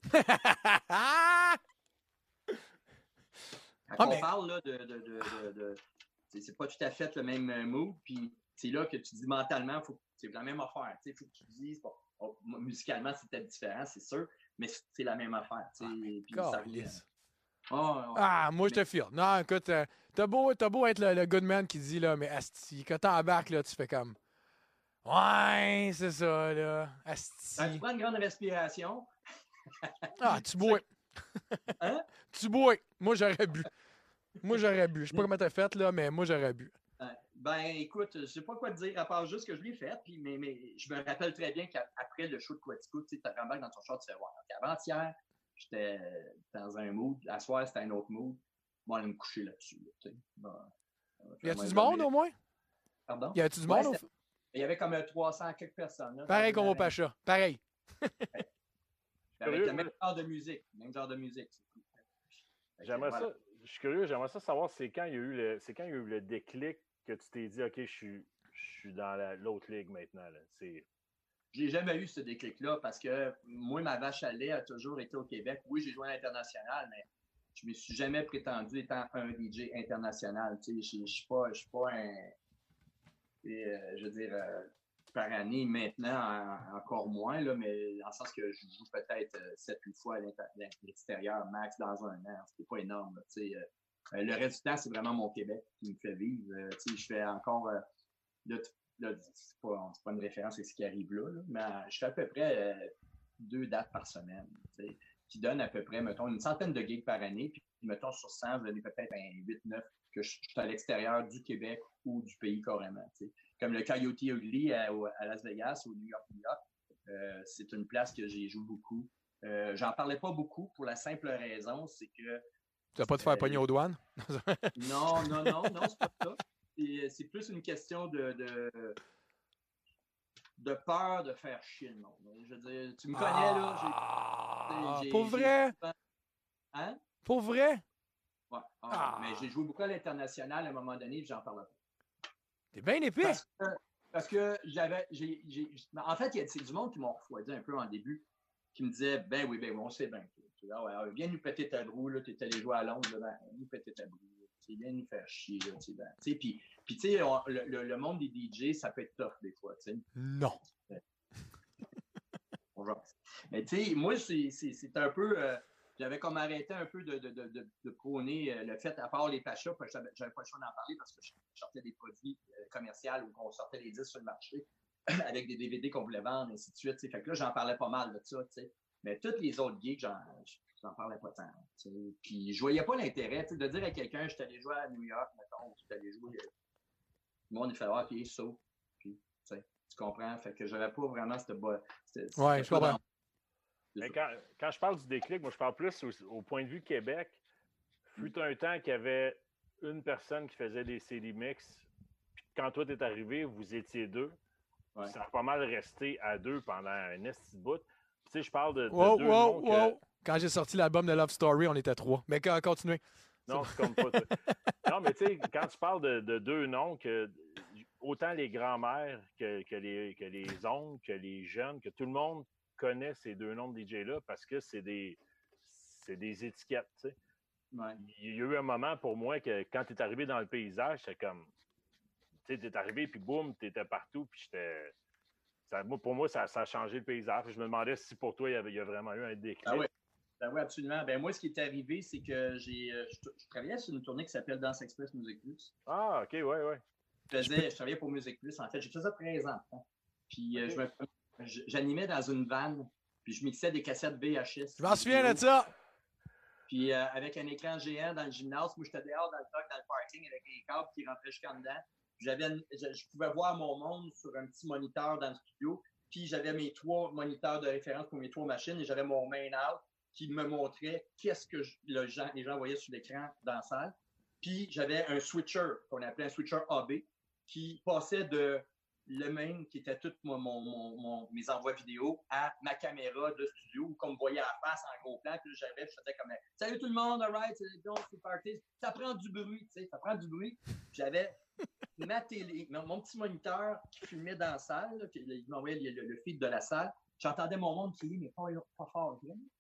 [SPEAKER 4] On parle là, c'est pas tout à fait le même mood, puis c'est là que tu dis mentalement, c'est la même affaire. Il faut que tu dises, musicalement, c'est peut-être différent, c'est sûr, mais c'est la même affaire. Puis ça revient.
[SPEAKER 1] Moi, je te file. Non, écoute, t'as beau être le good man qui dit, là, mais asti, quand t'embarques, là, tu fais comme... Ouais, c'est ça, là. Asti.
[SPEAKER 4] Tu prends une grande respiration.
[SPEAKER 1] Tu bois.
[SPEAKER 4] Hein?
[SPEAKER 1] Tu bois. Moi, j'aurais bu. Je sais pas comment t'as fait, là, mais moi, j'aurais bu.
[SPEAKER 4] Ben, écoute, je sais pas quoi te dire, à part juste que je l'ai fait, puis, mais je me rappelle très bien qu'après le show de Quatico, tu sais, tu rembarques dans ton char, tu fais voir. Avant-hier, j'étais dans un mood. À soir, c'était un autre mood. Bon, aller me coucher là-dessus. Là,
[SPEAKER 1] y a-tu du monde, au moins?
[SPEAKER 4] Pardon?
[SPEAKER 1] Y a-tu du monde?
[SPEAKER 4] Il y avait comme 300 quelques personnes. Là,
[SPEAKER 1] pareil comme au Pacha. Pareil.
[SPEAKER 4] Avec le même genre de musique.
[SPEAKER 3] J'aimerais ça. Je suis curieux, j'aimerais ça savoir c'est quand il y a eu le déclic que tu t'es dit OK, je suis dans l'autre ligue maintenant.
[SPEAKER 4] J'ai jamais eu ce déclic-là parce que moi, ma vache à lait a toujours été au Québec. Oui, j'ai joué à l'international, mais je ne me suis jamais prétendu étant un DJ international. Tu sais, je suis pas un. Je veux dire, par année. Maintenant, encore moins, là, mais dans le sens que je joue peut-être 7-8 fois à l'extérieur, max, dans un an. C'est pas énorme. Le reste du temps, c'est vraiment mon Québec qui me fait vivre. Je fais encore... Là, c'est pas une référence à ce qui arrive là, mais je fais à peu près 2 dates par semaine, qui donnent à peu près, mettons, une centaine de gigs par année. Puis, mettons, sur 100, je donne peut-être un 8-9 que je suis à l'extérieur du Québec ou du pays carrément. Comme le Coyote Ugly à Las Vegas ou New York. C'est une place que j'y joue beaucoup. J'en parlais pas beaucoup pour la simple raison, c'est que...
[SPEAKER 1] Tu vas pas te faire pogner aux douanes?
[SPEAKER 4] Non, c'est pas ça. C'est plus une question de peur de faire chier le monde. Je veux dire, tu me connais, là.
[SPEAKER 1] Pour vrai?
[SPEAKER 4] Hein?
[SPEAKER 1] Pour vrai?
[SPEAKER 4] Ouais. Mais j'ai joué beaucoup à l'international à un moment donné, et j'en parle pas.
[SPEAKER 1] T'es bien épais.
[SPEAKER 4] Parce que en fait, c'est du monde qui m'ont refroidi un peu en début, qui me disait, ben oui, on sait bien. Viens nous péter ta broue, là, t'es allé jouer à Londres, là, nous péter ta broue. Viens nous faire chier. Puis tu sais, le monde des DJ, ça peut être tough des fois. T'sais.
[SPEAKER 1] Non.
[SPEAKER 4] Mais tu sais, moi, c'est un peu... j'avais comme arrêté un peu de prôner le fait, à part les pachas, parce que j'avais pas le choix d'en parler parce que je sortais des produits commerciaux ou qu'on sortait des disques sur le marché avec des DVD qu'on voulait vendre, et ainsi de suite. T'sais. Fait que là, j'en parlais pas mal de ça. T'sais. Mais toutes les autres gigs, j'en parlais pas tant. Puis je voyais pas l'intérêt de dire à quelqu'un, je suis allé jouer à New York, mettons, je suis allé jouer. Le monde, il fait OK, so. Puis, tu comprends? Fait que j'avais pas vraiment cette
[SPEAKER 1] ouais, je comprends.
[SPEAKER 3] Mais quand je parle du déclic, moi, je parle plus au point de vue Québec. Fut un temps qu'il y avait une personne qui faisait des CD mix. Puis quand toi, t'es arrivé, vous étiez 2. Ouais. Ça a pas mal resté à 2 pendant un esti de bout. Tu sais, je parle de 2 noms que...
[SPEAKER 1] Quand j'ai sorti l'album de Love Story, on était 3. Mais continuez.
[SPEAKER 3] Non, c'est comme pas... Non, mais tu sais, quand tu parles de 2 noms, que autant les grands-mères que les oncles, que les jeunes, que tout le monde connaît ces 2 noms de DJ-là parce que c'est des étiquettes, tu sais.
[SPEAKER 4] Ouais.
[SPEAKER 3] Il y a eu un moment pour moi que quand tu es arrivé dans le paysage, c'est comme... Tu sais, tu es arrivé, puis boum, tu étais partout, puis j'étais... Pour moi, ça a changé le paysage. Je me demandais si pour toi, il y a vraiment eu un déclic.
[SPEAKER 4] Ah oui. Ben oui, absolument. Ben moi, ce qui est arrivé, c'est que je travaillais sur une tournée qui s'appelle Danse Express Music Plus.
[SPEAKER 3] Ah, OK, ouais.
[SPEAKER 4] Je travaillais pour Music Plus. En fait, j'ai fait ça 13 ans. Hein. Puis okay. J'animais dans une vanne, puis je mixais des cassettes VHS.
[SPEAKER 1] Je m'en souviens de ça!
[SPEAKER 4] Puis avec un écran géant dans le gymnase, moi, j'étais dehors dans le parking avec les câbles qui rentraient jusqu'en dedans. Je pouvais voir mon monde sur un petit moniteur dans le studio. Puis j'avais mes 3 moniteurs de référence pour mes 3 machines et j'avais mon main out qui me montrait qu'est-ce que les gens voyaient sur l'écran dans la salle. Puis j'avais un switcher qu'on appelait un switcher AB qui passait de le même qui était tous mes envois vidéo à ma caméra de studio où on me voyait à la face en gros plan. Puis j'arrivais, je faisais comme « Salut tout le monde, alright, c'est party. » Ça prend du bruit, tu sais, ça prend du bruit. Puis j'avais ma télé, mon petit moniteur qui filmait dans la salle, là, puis il m'envoyait le feed de la salle. J'entendais mon monde crier, mais pas fort.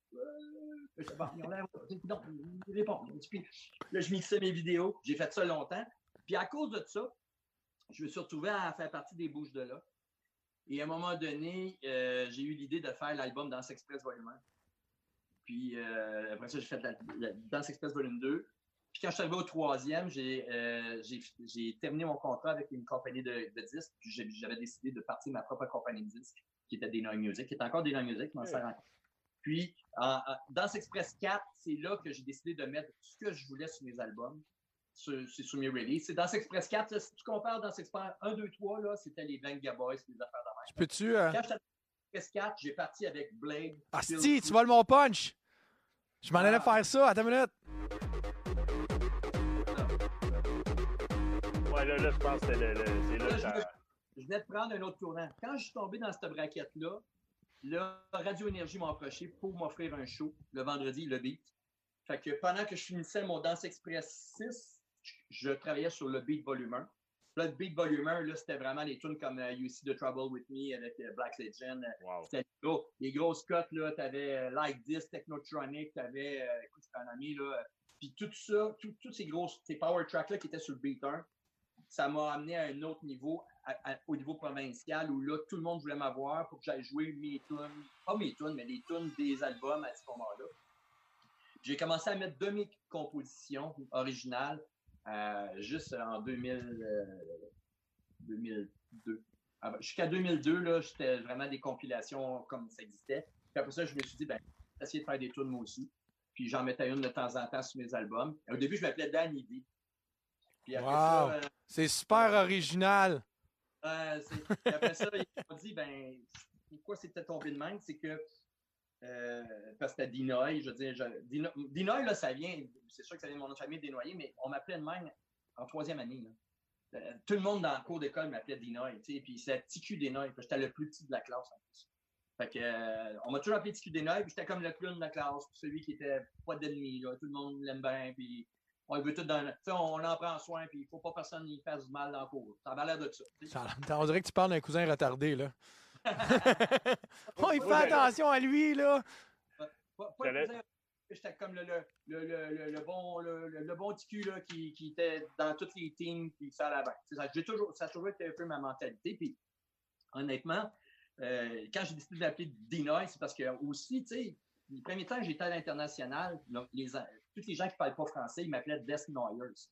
[SPEAKER 4] Non, il répond. Puis là, je mixais mes vidéos. J'ai fait ça longtemps. Puis à cause de ça, je me suis retrouvé à faire partie des Bouches de là. Et à un moment donné, j'ai eu l'idée de faire l'album Danse Express Volume 1. Puis après ça, j'ai fait la Danse Express Volume 2. Puis quand je suis arrivé au 3e, j'ai terminé mon contrat avec une compagnie de disques. Puis j'avais décidé de partir ma propre compagnie de disques, qui était Denoy Music, qui est encore Denoy Music, mais on s'en rend compte. Puis, Danse Express 4, c'est là que j'ai décidé de mettre ce que je voulais sur mes albums, sur mes releases. C'est Danse Express 4, là, si tu compares Danse Express 1, 2, 3, là, c'était les Venga Boys, les affaires de même.
[SPEAKER 1] Peux-tu...
[SPEAKER 4] Quand j'étais à Danse Express 4, j'ai parti avec Blade.
[SPEAKER 1] Asti, tu voles mon punch! Je m'en allais faire ça, attends une minute.
[SPEAKER 3] Ouais, là, je pense que c'est là
[SPEAKER 4] je venais de prendre un autre tournant. Quand je suis tombé dans cette braquette-là, Radio Énergie m'a approché pour m'offrir un show le vendredi, le Beat. Fait que pendant que je finissais mon Danse Express 6, je travaillais sur le Beat Volume 1. Là, le Beat Volume 1, là, c'était vraiment des tunes comme You See the Trouble With Me avec Black Legend.
[SPEAKER 3] Wow.
[SPEAKER 4] C'était les grosses cotes, là, t'avais Like This, Technotronic, t'avais, écoute, c'est un ami, là. Puis tout ça, tous ces power tracks-là qui étaient sur le Beat 1, ça m'a amené à un autre niveau, au niveau provincial où là, tout le monde voulait m'avoir pour que j'aille jouer mes tunes, pas mes tunes, mais les tunes des albums à ce moment-là. J'ai commencé à mettre de mes compositions originales juste en 2002. Jusqu'à 2002, là, j'étais vraiment des compilations comme ça existait. Puis après ça, je me suis dit, essayer de faire des tunes moi aussi. Puis j'en mettais une de temps en temps sur mes albums. Au début, je m'appelais Danny D. Puis après ça,
[SPEAKER 1] c'est super original.
[SPEAKER 4] Puis après ça, ils m'ont dit, pourquoi c'était tombé de même? C'est que, parce que c'était Dinoy, je veux dire, Dinoy, là, ça vient, c'est sûr que ça vient de mon nom de famille, Desnoyers, mais on m'appelait de même en 3e année. Là. Tout le monde dans le cours d'école m'appelait Dinoy, tu sais, puis c'était TQ Dinoy, j'étais le plus petit de la classe en plus. Fait que, on m'a toujours appelé TQ Dinoy, puis j'étais comme le clown de la classe, celui qui était pas d'ennemi, là, tout le monde l'aime bien, puis on veut tout dans, tu sais, on en prend soin, puis il faut pas personne y fasse du mal dans le cours. Ça a l'air de ça.
[SPEAKER 1] On dirait que tu parles d'un cousin retardé, là. Il fait attention à lui, là.
[SPEAKER 4] J'étais comme le bon TQ là, qui était dans toutes les teams, puis ça allait bien. Ça a toujours été un peu ma mentalité. Puis, honnêtement, quand j'ai décidé de l'appeler Dinoy, c'est parce que aussi, tu sais, les premiers temps que j'étais à l'international, tous les gens qui ne parlent pas français, ils m'appelaient Desnoyers.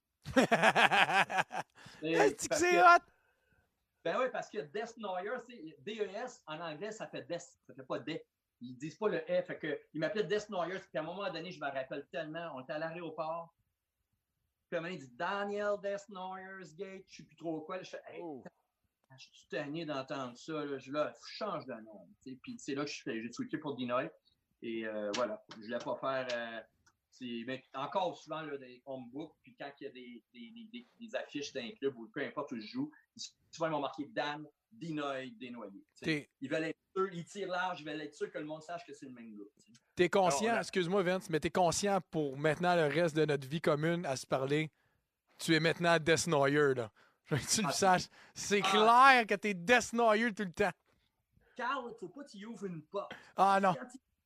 [SPEAKER 1] Est-ce que c'est hot?
[SPEAKER 4] Ben oui, parce que Desnoyers, D-E-S, en anglais, ça fait Des, ça fait pas Des. Ils disent pas le F, fait que ils m'appelaient Desnoyers, puis à un moment donné, je me rappelle tellement, on était à l'aéroport, puis à un moment donné, il dit Daniel Desnoyers Gate, je sais plus trop quoi, là, je fais, hey, je suis tanné d'entendre ça, là, je change de nom, puis c'est là que j'ai switché pour Dinoy, et voilà, je voulais pas faire, mais encore souvent, là, des home book, puis quand il y a des affiches d'un club ou peu importe où je joue, souvent ils m'ont marqué Dan, Dinoy, Desnoyers. Ils veulent être sûrs, ils tirent large, ils veulent être sûrs que le monde sache que c'est le même gars.
[SPEAKER 1] T'es conscient, excuse-moi Vince, mais t'es conscient pour maintenant le reste de notre vie commune à se parler, tu es maintenant Desnoyer, là. Je veux que tu le saches. C'est clair que t'es Desnoyer tout le temps.
[SPEAKER 4] Carl, faut pas que tu ouvres une porte.
[SPEAKER 1] Ah non.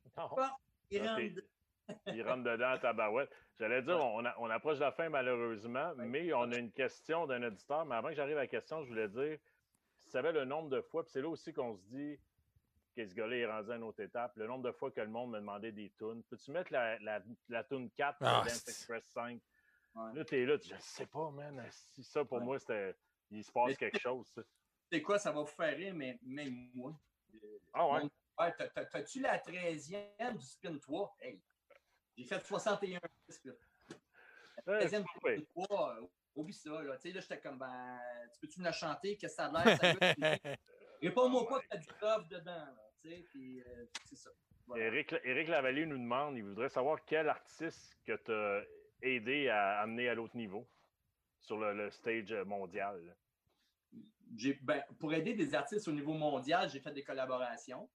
[SPEAKER 3] Il rentre dedans à ta barouette. J'allais dire, on approche de la fin malheureusement, mais on a une question d'un auditeur. Mais avant que j'arrive à la question, je voulais dire, si tu savais le nombre de fois, puis c'est là aussi qu'on se dit que ce gars-là est rendu à une autre étape, le nombre de fois que le monde me demandait des tunes. Peux-tu mettre la tune 4 pour Dance Express 5? Ouais. Là, t'es là, je sais pas, man. Si ça, pour moi, c'était. Il se passe quelque chose. Ça.
[SPEAKER 4] C'est quoi, ça va vous faire rire, mais même moi. T'as-tu la 13e du Spin 3? Hey! J'ai fait 61 disques. La 13e du Spin 3, oublie ça. Là, là j'étais comme, tu peux-tu me la chanter? Qu'est-ce que ça a l'air? Réponds-moi pas que t'as du love dedans. Puis, c'est ça. Voilà.
[SPEAKER 3] Éric Lavallée nous demande, il voudrait savoir quel artiste que tu as aidé à amener à l'autre niveau sur le stage mondial.
[SPEAKER 4] Pour aider des artistes au niveau mondial, j'ai fait des collaborations.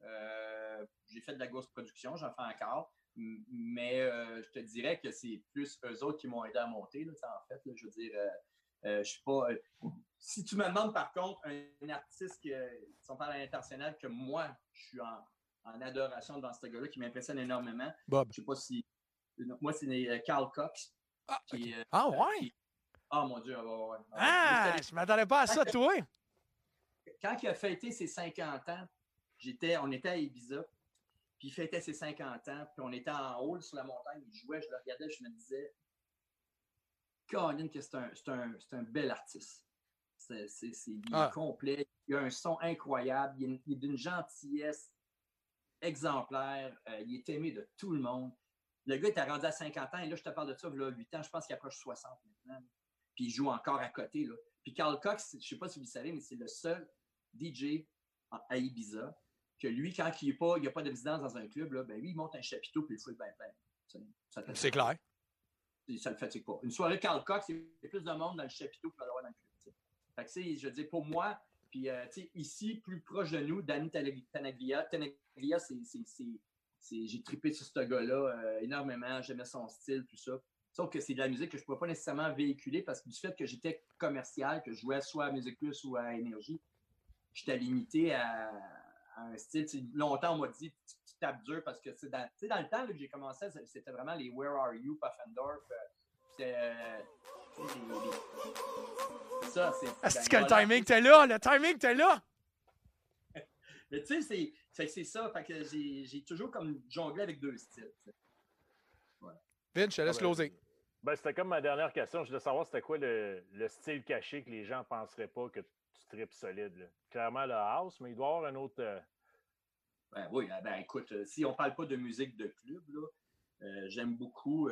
[SPEAKER 4] J'ai fait de la grosse production, j'en fais encore. Mais je te dirais que c'est plus eux autres qui m'ont aidé à monter, là, en fait. Là, je veux dire, je suis pas. Si tu me demandes par contre un artiste qui sont pas à l'international que moi, je suis en adoration devant ce gars-là qui m'impressionne énormément.
[SPEAKER 1] Bob.
[SPEAKER 4] Je sais pas si. Moi, c'est Carl Cox.
[SPEAKER 1] Okay. Ouais!
[SPEAKER 4] Mon Dieu, ouais.
[SPEAKER 1] Je m'attendais pas à ça, toi!
[SPEAKER 4] Quand il a fêté ses 50 ans, on était à Ibiza. Puis il fêtait ses 50 ans, puis on était en haut sur la montagne, il jouait, je le regardais, je me disais, Colin, que c'est un bel artiste. Il est complet, il a un son incroyable, il est d'une gentillesse exemplaire, il est aimé de tout le monde. Le gars était rendu à 50 ans, et là, je te parle de ça, il y a 8 ans, je pense qu'il approche 60 maintenant. Puis il joue encore à côté. Là. Puis Carl Cox, je ne sais pas si vous le savez, mais c'est le seul DJ à Ibiza que lui, quand il n'y a pas de résidence dans un club, là, lui, il monte un chapiteau puis il fout bien plein.
[SPEAKER 1] C'est clair.
[SPEAKER 4] Ça ne le fatigue pas. Une soirée Carl Cox, il y a plus de monde dans le chapiteau qu'il va y avoir dans le club. T'sais. Fait que, je veux dire, pour moi, puis ici, plus proche de nous, Danny Tenaglia, j'ai trippé sur ce gars-là énormément. J'aimais son style, tout ça. Sauf que c'est de la musique que je ne pouvais pas nécessairement véhiculer parce que du fait que j'étais commercial, que je jouais soit à Musique Plus ou à Énergie, j'étais limité à un style. Longtemps, on m'a dit tu tapes dur parce que dans le temps là, que j'ai commencé, c'était vraiment les Where Are You, Puffendorf. Ça, c'est.
[SPEAKER 1] Est-ce que le timing t'es là? Le timing t'es là!
[SPEAKER 4] Mais tu sais, c'est ça. Fait que j'ai toujours comme jonglé avec deux styles.
[SPEAKER 1] Vince, je te laisse closer.
[SPEAKER 3] Ben, c'était comme ma dernière question. Je voulais savoir c'était quoi le style caché que les gens ne penseraient pas que tu tripes solide. Là. Clairement, le house, mais il doit y avoir un autre.
[SPEAKER 4] Ben oui, ben écoute, si on parle pas de musique de club, là, j'aime beaucoup.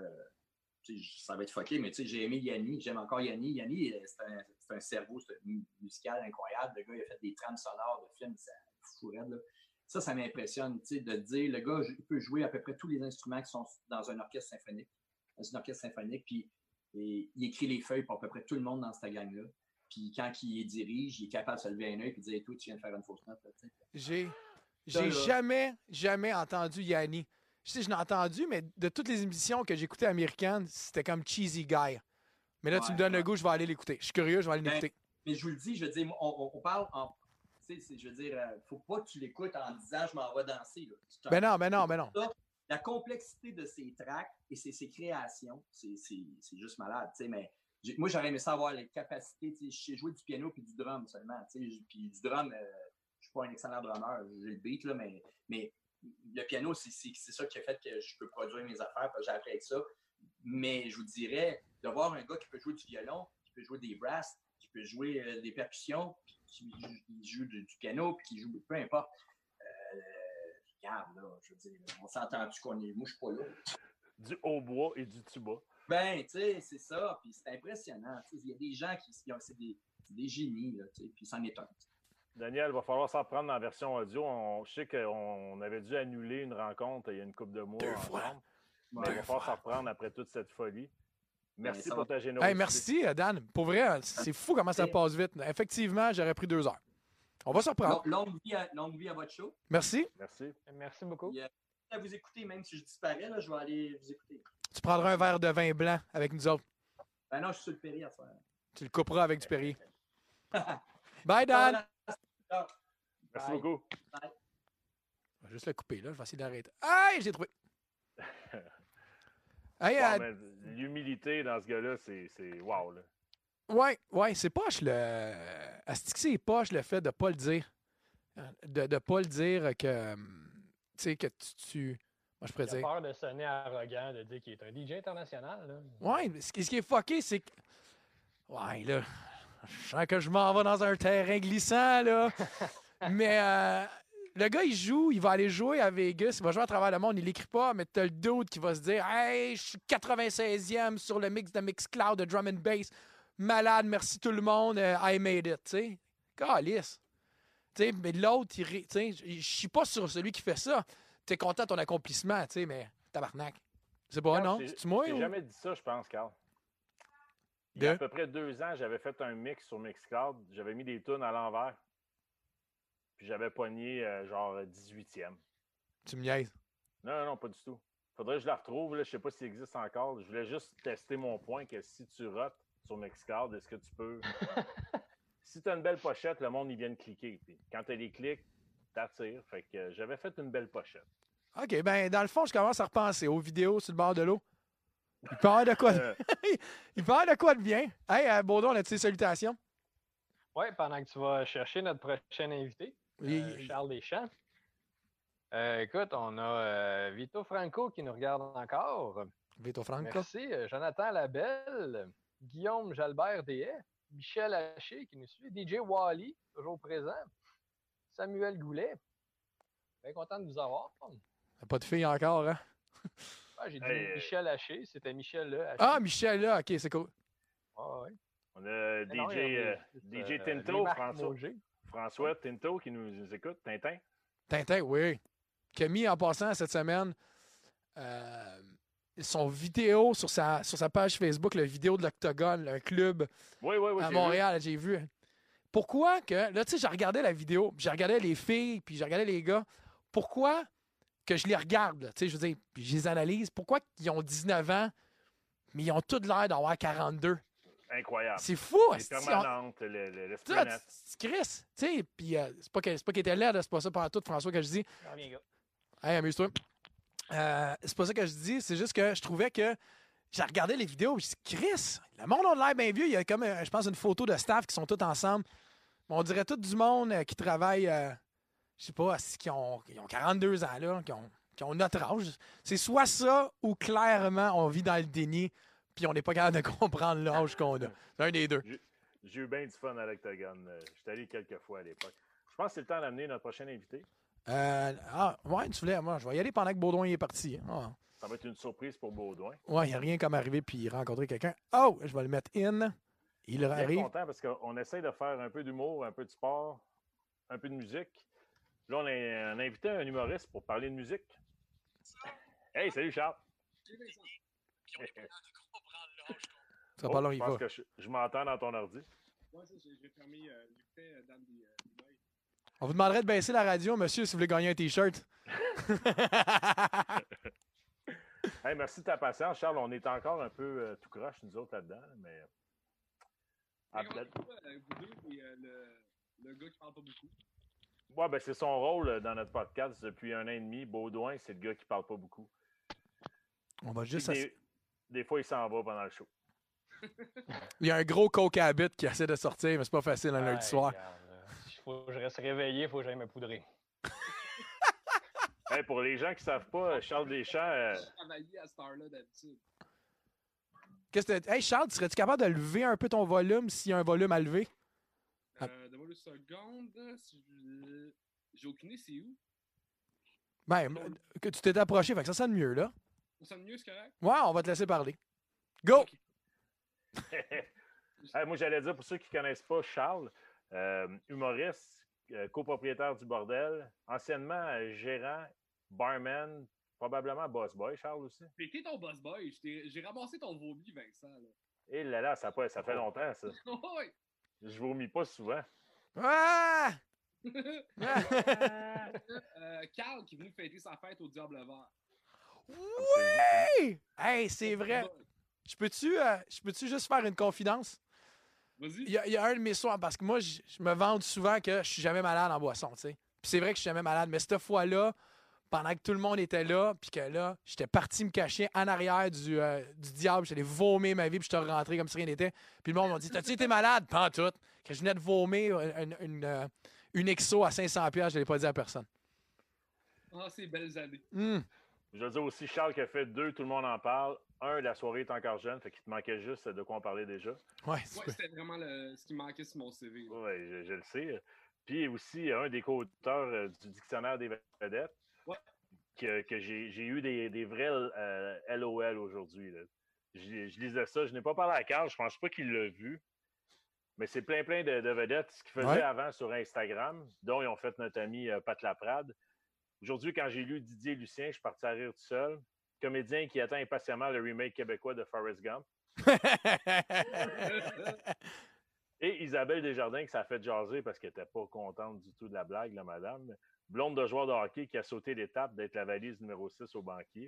[SPEAKER 4] Ça va être fucké, mais j'ai aimé Yanni. J'aime encore Yanni. Yanni, c'est un cerveau musical incroyable. Le gars, il a fait des trames sonores de films, c'est fou raide, là. Ça m'impressionne, de dire, le gars, il peut jouer à peu près tous les instruments qui sont dans un orchestre symphonique. Puis il écrit les feuilles pour à peu près tout le monde dans cette gang-là. Puis quand il les dirige, il est capable de se lever un œil et de dire, toi, tu viens de faire une fausse note. Là,
[SPEAKER 1] J'ai jamais entendu Yanni. Je sais, je l'ai entendu, mais de toutes les émissions que j'écoutais américaines, c'était comme Cheesy Guy. Mais là, tu me donnes le goût, je vais aller l'écouter. Je suis curieux, je vais aller l'écouter.
[SPEAKER 4] Mais je vous le dis, je veux dire, on parle en. Je veux dire, faut pas que tu l'écoutes en disant je m'en vais danser. Là.
[SPEAKER 1] Ben non.
[SPEAKER 4] La complexité de ses tracks et ses créations, c'est juste malade. Mais moi, j'aurais aimé ça avoir les capacités. Je sais jouer du piano puis du drum seulement. Puis du drum, je suis pas un excellent drummer. J'ai le beat, là, mais le piano, c'est ça qui a fait que je peux produire mes affaires. J'ai appris avec ça. Mais je vous dirais, de voir un gars qui peut jouer du violon, qui peut jouer des brasses, qui peut jouer des percussions, qui joue du piano, puis qui joue peu importe. Regarde, là, je veux dire, on s'entend-tu qu'on est. Moi, je suis pas là.
[SPEAKER 3] Du hautbois et du tuba.
[SPEAKER 4] Ben, tu sais, c'est ça, puis c'est impressionnant. Il y a des gens qui c'est des génies, là, puis c'en est un.
[SPEAKER 3] Daniel, il va falloir s'en prendre en version audio. Je sais qu'on avait dû annuler une rencontre il y a une couple de mois ensemble. Mais il va falloir s'en reprendre après toute cette folie. Merci pour ta générosité.
[SPEAKER 1] Hey, merci, Dan. Pour vrai, c'est fou comment ça passe vite. Effectivement, j'aurais pris 2 heures. On va se reprendre.
[SPEAKER 4] Longue vie à votre show.
[SPEAKER 1] Merci.
[SPEAKER 2] Merci beaucoup.
[SPEAKER 4] Puis, à vous écouter, même si je disparais, là, je vais aller vous écouter.
[SPEAKER 1] Tu prendras un verre de vin blanc avec nous autres.
[SPEAKER 4] Ben non, je suis sur le Perrier à soir.
[SPEAKER 1] Tu le couperas avec du Perrier. Bye, Dan.
[SPEAKER 3] Merci beaucoup.
[SPEAKER 4] Bye.
[SPEAKER 1] Je vais juste le couper, là. Je vais essayer d'arrêter. Aïe, j'ai trouvé. Hey,
[SPEAKER 3] l'humilité dans ce gars-là, c'est wow, là.
[SPEAKER 1] Ouais, c'est poche Asti que c'est poche le fait de pas le dire. De pas le dire que. Tu sais, que tu. Moi, je pourrais dire.
[SPEAKER 2] Il a peur de sonner arrogant, de dire qu'il est un DJ international, là.
[SPEAKER 1] Ouais, ce qui est fucké, c'est que. Ouais, là. Je sens que je m'en vais dans un terrain glissant, là. Mais. Le gars, il joue, il va aller jouer à Vegas, il va jouer à travers le monde, il l'écrit pas, mais t'as le dude qui va se dire « Hey, je suis 96e sur le mix de Mixcloud de drum and bass. Malade, merci tout le monde, I made it. » Tu sais, calisse. Tu sais, mais l'autre, tu sais, je suis pas sur celui qui fait ça. T'es content de ton accomplissement, tu sais, mais tabarnak. C'est pas, non? C'est-tu moi?
[SPEAKER 3] J'ai jamais dit ça, je pense, Carl. Il y a à peu près 2 ans, j'avais fait un mix sur Mixcloud. J'avais mis des tunes à l'envers. Puis j'avais pogné genre 18e.
[SPEAKER 1] Tu me niaises?
[SPEAKER 3] Non, pas du tout. Faudrait que je la retrouve. Là. Je sais pas s'il existe encore. Je voulais juste tester mon point que si tu rotes sur Mixcloud, est-ce que tu peux... Si tu as une belle pochette, le monde, ils viennent cliquer. Puis quand tu as les clics, t'attires. Fait que j'avais fait une belle pochette.
[SPEAKER 1] OK, ben dans le fond, je commence à repenser aux vidéos sur le bord de l'eau. Il parle de quoi Il parle de quoi de bien? Hey, Baudon, on a tes salutations?
[SPEAKER 2] Oui, pendant que tu vas chercher notre prochain invité. Charles Deschamps. Écoute, on a Vito Franco qui nous regarde encore.
[SPEAKER 1] Vito Franco.
[SPEAKER 2] Merci. Jonathan Labelle, Guillaume Jalbert-Deshaies, Michel Haché qui nous suit, DJ Wally, toujours présent, Samuel Goulet. Bien content de vous avoir.
[SPEAKER 1] Pas de fille encore, hein?
[SPEAKER 2] Ah, j'ai dit Michel Haché, c'était Michel là.
[SPEAKER 1] Ah, Michel là, OK, c'est cool.
[SPEAKER 2] Ouais.
[SPEAKER 3] On a DJ Tinto, François Tinto qui nous écoute. Tintin,
[SPEAKER 1] oui. Qui a mis en passant cette semaine son vidéo sur sa page Facebook, la vidéo de l'Octogone, un club à Montréal, j'ai vu. Pourquoi que, là, tu sais, j'ai regardé la vidéo, j'ai regardé les filles, puis j'ai regardé les gars. Pourquoi que je les regarde, tu sais, je veux dire, puis je les analyse. Pourquoi qu'ils ont 19 ans, mais ils ont tous l'air d'avoir 42?
[SPEAKER 3] Incroyable.
[SPEAKER 1] C'est fou!
[SPEAKER 3] C'est permanente, l'esprit net.
[SPEAKER 1] C'est Chris, tu sais, puis c'est pas qu'il était laid, c'est pas ça par tout, François, que je dis.
[SPEAKER 2] Bien, gars.
[SPEAKER 1] Hey, amuse-toi. C'est pas ça que je dis, c'est juste que je trouvais que J'ai regardé les vidéos, je dis, Chris, le monde a l'air bien vieux. Il y a comme, je pense, une photo de staff qui sont tous ensemble. On dirait tout du monde qui travaille, je sais pas, qui ont 42 ans, là, qui ont notre âge. C'est soit ça ou clairement on vit dans le déni puis on n'est pas capable de comprendre l'âge qu'on a. C'est un des deux.
[SPEAKER 3] J'ai eu bien du fun à l'Octogone. J'étais allé quelques fois à l'époque. Je pense que c'est le temps d'amener notre prochain invité.
[SPEAKER 1] Ouais, tu voulais, moi, je vais y aller pendant que Baudouin est parti. Ah.
[SPEAKER 3] Ça va être une surprise pour Baudouin.
[SPEAKER 1] Ouais, il n'y a rien comme arriver puis rencontrer quelqu'un. Oh, je vais le mettre in. Il
[SPEAKER 3] Je suis
[SPEAKER 1] arrive.
[SPEAKER 3] content parce qu'on essaie de faire un peu d'humour, un peu de sport, un peu de musique. Là, on a invité un humoriste pour parler de musique. Hey, salut Charles!
[SPEAKER 1] Ça va pas long, il
[SPEAKER 3] je pense
[SPEAKER 1] va.
[SPEAKER 3] que je m'entends dans ton ordi.
[SPEAKER 5] Ouais, ça, j'ai fermé l'écoutais dans des mails.
[SPEAKER 1] On vous demanderait de baisser la radio, monsieur, si vous voulez gagner un T-shirt.
[SPEAKER 3] Hey, merci de ta patience, Charles. On est encore un peu tout croche, nous autres, là-dedans. Mais...
[SPEAKER 5] Vous deux et le gars qui parle pas beaucoup.
[SPEAKER 3] Ouais, ben c'est son rôle dans notre podcast depuis 1 an et demi. Baudouin, c'est le gars qui parle pas beaucoup.
[SPEAKER 1] On va juste...
[SPEAKER 3] Des fois, il s'en va pendant le show.
[SPEAKER 1] Il y a un gros coke-habit qui essaie de sortir, mais c'est pas facile un lundi soir.
[SPEAKER 2] Il faut que je reste réveillé, il faut que j'aille me poudrer.
[SPEAKER 3] Hey, pour les gens qui ne savent pas, Charles Deschamps...
[SPEAKER 5] Je travaillais à cette heure-là d'habitude.
[SPEAKER 1] Hey Charles, serais-tu capable de lever un peu ton volume s'il y a un volume à lever?
[SPEAKER 5] Donne-moi une seconde. J'ai aucune idée, c'est où?
[SPEAKER 1] Ben, que tu t'es approché, fait que ça sonne mieux, là.
[SPEAKER 5] Ça sonne mieux, c'est correct?
[SPEAKER 1] Ouais, on va te laisser parler. Go!
[SPEAKER 5] Okay.
[SPEAKER 3] Hey, moi, j'allais dire, pour ceux qui ne connaissent pas Charles, humoriste, copropriétaire du bordel, anciennement gérant, barman, probablement boss boy, Charles aussi.
[SPEAKER 5] Mais t'es ton boss boy. J'ai ramassé ton vomi, Vincent. Là.
[SPEAKER 3] Et là, ça fait longtemps, ça.
[SPEAKER 5] Ouais.
[SPEAKER 3] Je vomis pas souvent.
[SPEAKER 1] Ah!
[SPEAKER 5] Carl qui est venu fêter sa fête au Diable Vert.
[SPEAKER 1] Oui! Hey, c'est vrai. Je peux-tu juste faire une confidence?
[SPEAKER 5] Vas-y.
[SPEAKER 1] Il y a un de mes soirs, parce que moi, je me vante souvent que je suis jamais malade en boisson, tu sais. Puis c'est vrai que je suis jamais malade, mais cette fois-là, pendant que tout le monde était là, puis que là, j'étais parti me cacher en arrière du diable, j'allais vomir ma vie, puis je suis rentré comme si rien n'était. Puis le monde m'a dit, t'as-tu été malade? Pas en tout. Que je venais de vomir une exo à 500$, je l'ai pas dit à personne.
[SPEAKER 5] Ah, ces belles années.
[SPEAKER 3] Je veux dire aussi, Charles qui a fait 2, tout le monde en parle. 1, la soirée est encore jeune, fait qu'il te manquait juste de quoi en parler déjà.
[SPEAKER 1] Ouais,
[SPEAKER 5] c'était vraiment ce qui manquait sur mon CV.
[SPEAKER 3] Oui, je le sais. Puis aussi, un des co-auteurs du Dictionnaire des vedettes, que j'ai eu des vrais LOL aujourd'hui. Je lisais ça, je n'ai pas parlé à Carl, je pense pas qu'il l'a vu. Mais c'est plein de vedettes, ce qu'ils faisaient avant sur Instagram, dont ils ont fait notre ami Pat Laprade. Aujourd'hui, quand j'ai lu Didier Lucien, je suis parti à rire tout seul. Comédien qui attend impatiemment le remake québécois de Forrest Gump. Et Isabelle Desjardins qui s'est fait jaser parce qu'elle n'était pas contente du tout de la blague, la madame. Blonde de joueur de hockey qui a sauté l'étape d'être la valise numéro 6 au banquier.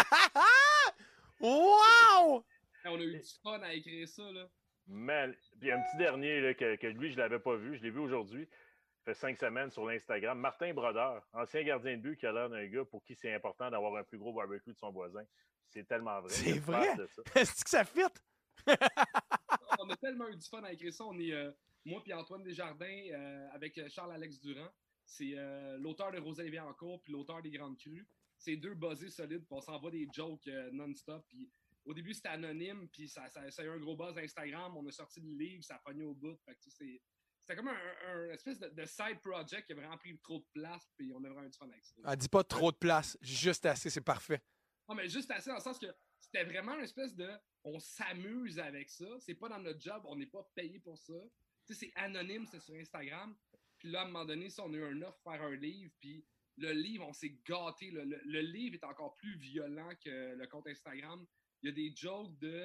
[SPEAKER 1] Wow!
[SPEAKER 5] On a eu du fun à écrire ça, là.
[SPEAKER 3] Mais, puis un petit dernier là, que lui, je ne l'avais pas vu. Je l'ai vu aujourd'hui. Ça fait 5 semaines sur l'Instagram. Martin Brodeur, ancien gardien de but qui a l'air d'un gars pour qui c'est important d'avoir un plus gros barbecue de son voisin. C'est tellement vrai.
[SPEAKER 1] C'est vrai? Est-ce que ça fit?
[SPEAKER 5] On a tellement eu du fun à écrire ça. On est, moi et Antoine Desjardins, avec Charles-Alex Durand. C'est l'auteur de Rosalie Viancourt puis l'auteur des Grandes Crues. C'est 2 buzzés solides, puis on s'envoie des jokes non-stop. Puis au début, c'était anonyme, puis ça a eu un gros buzz Instagram. On a sorti le livre, ça a pogné au bout. Fait que c'était comme un espèce de side project qui a vraiment pris trop de place, puis on a vraiment eu du fun avec ça.
[SPEAKER 1] Elle dit pas trop de place, juste assez, c'est parfait.
[SPEAKER 5] Non, mais juste assez dans le sens que c'était vraiment une espèce de... On s'amuse avec ça. C'est pas dans notre job, on n'est pas payé pour ça. Tu sais, c'est anonyme, c'est sur Instagram. Puis là, à un moment donné, on a eu un offre pour faire un livre, puis le livre, on s'est gâté. Le livre est encore plus violent que le compte Instagram. Il y a des jokes de...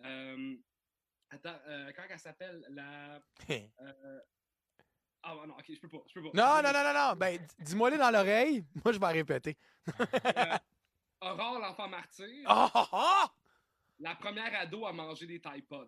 [SPEAKER 5] comment elle s'appelle? Ah non, ok, je peux pas.
[SPEAKER 1] Non. Ben, dis-moi-les dans l'oreille. Moi, je vais répéter.
[SPEAKER 5] Aurore, l'enfant martyr.
[SPEAKER 1] Oh!
[SPEAKER 5] La première ado à manger des Tide Pods.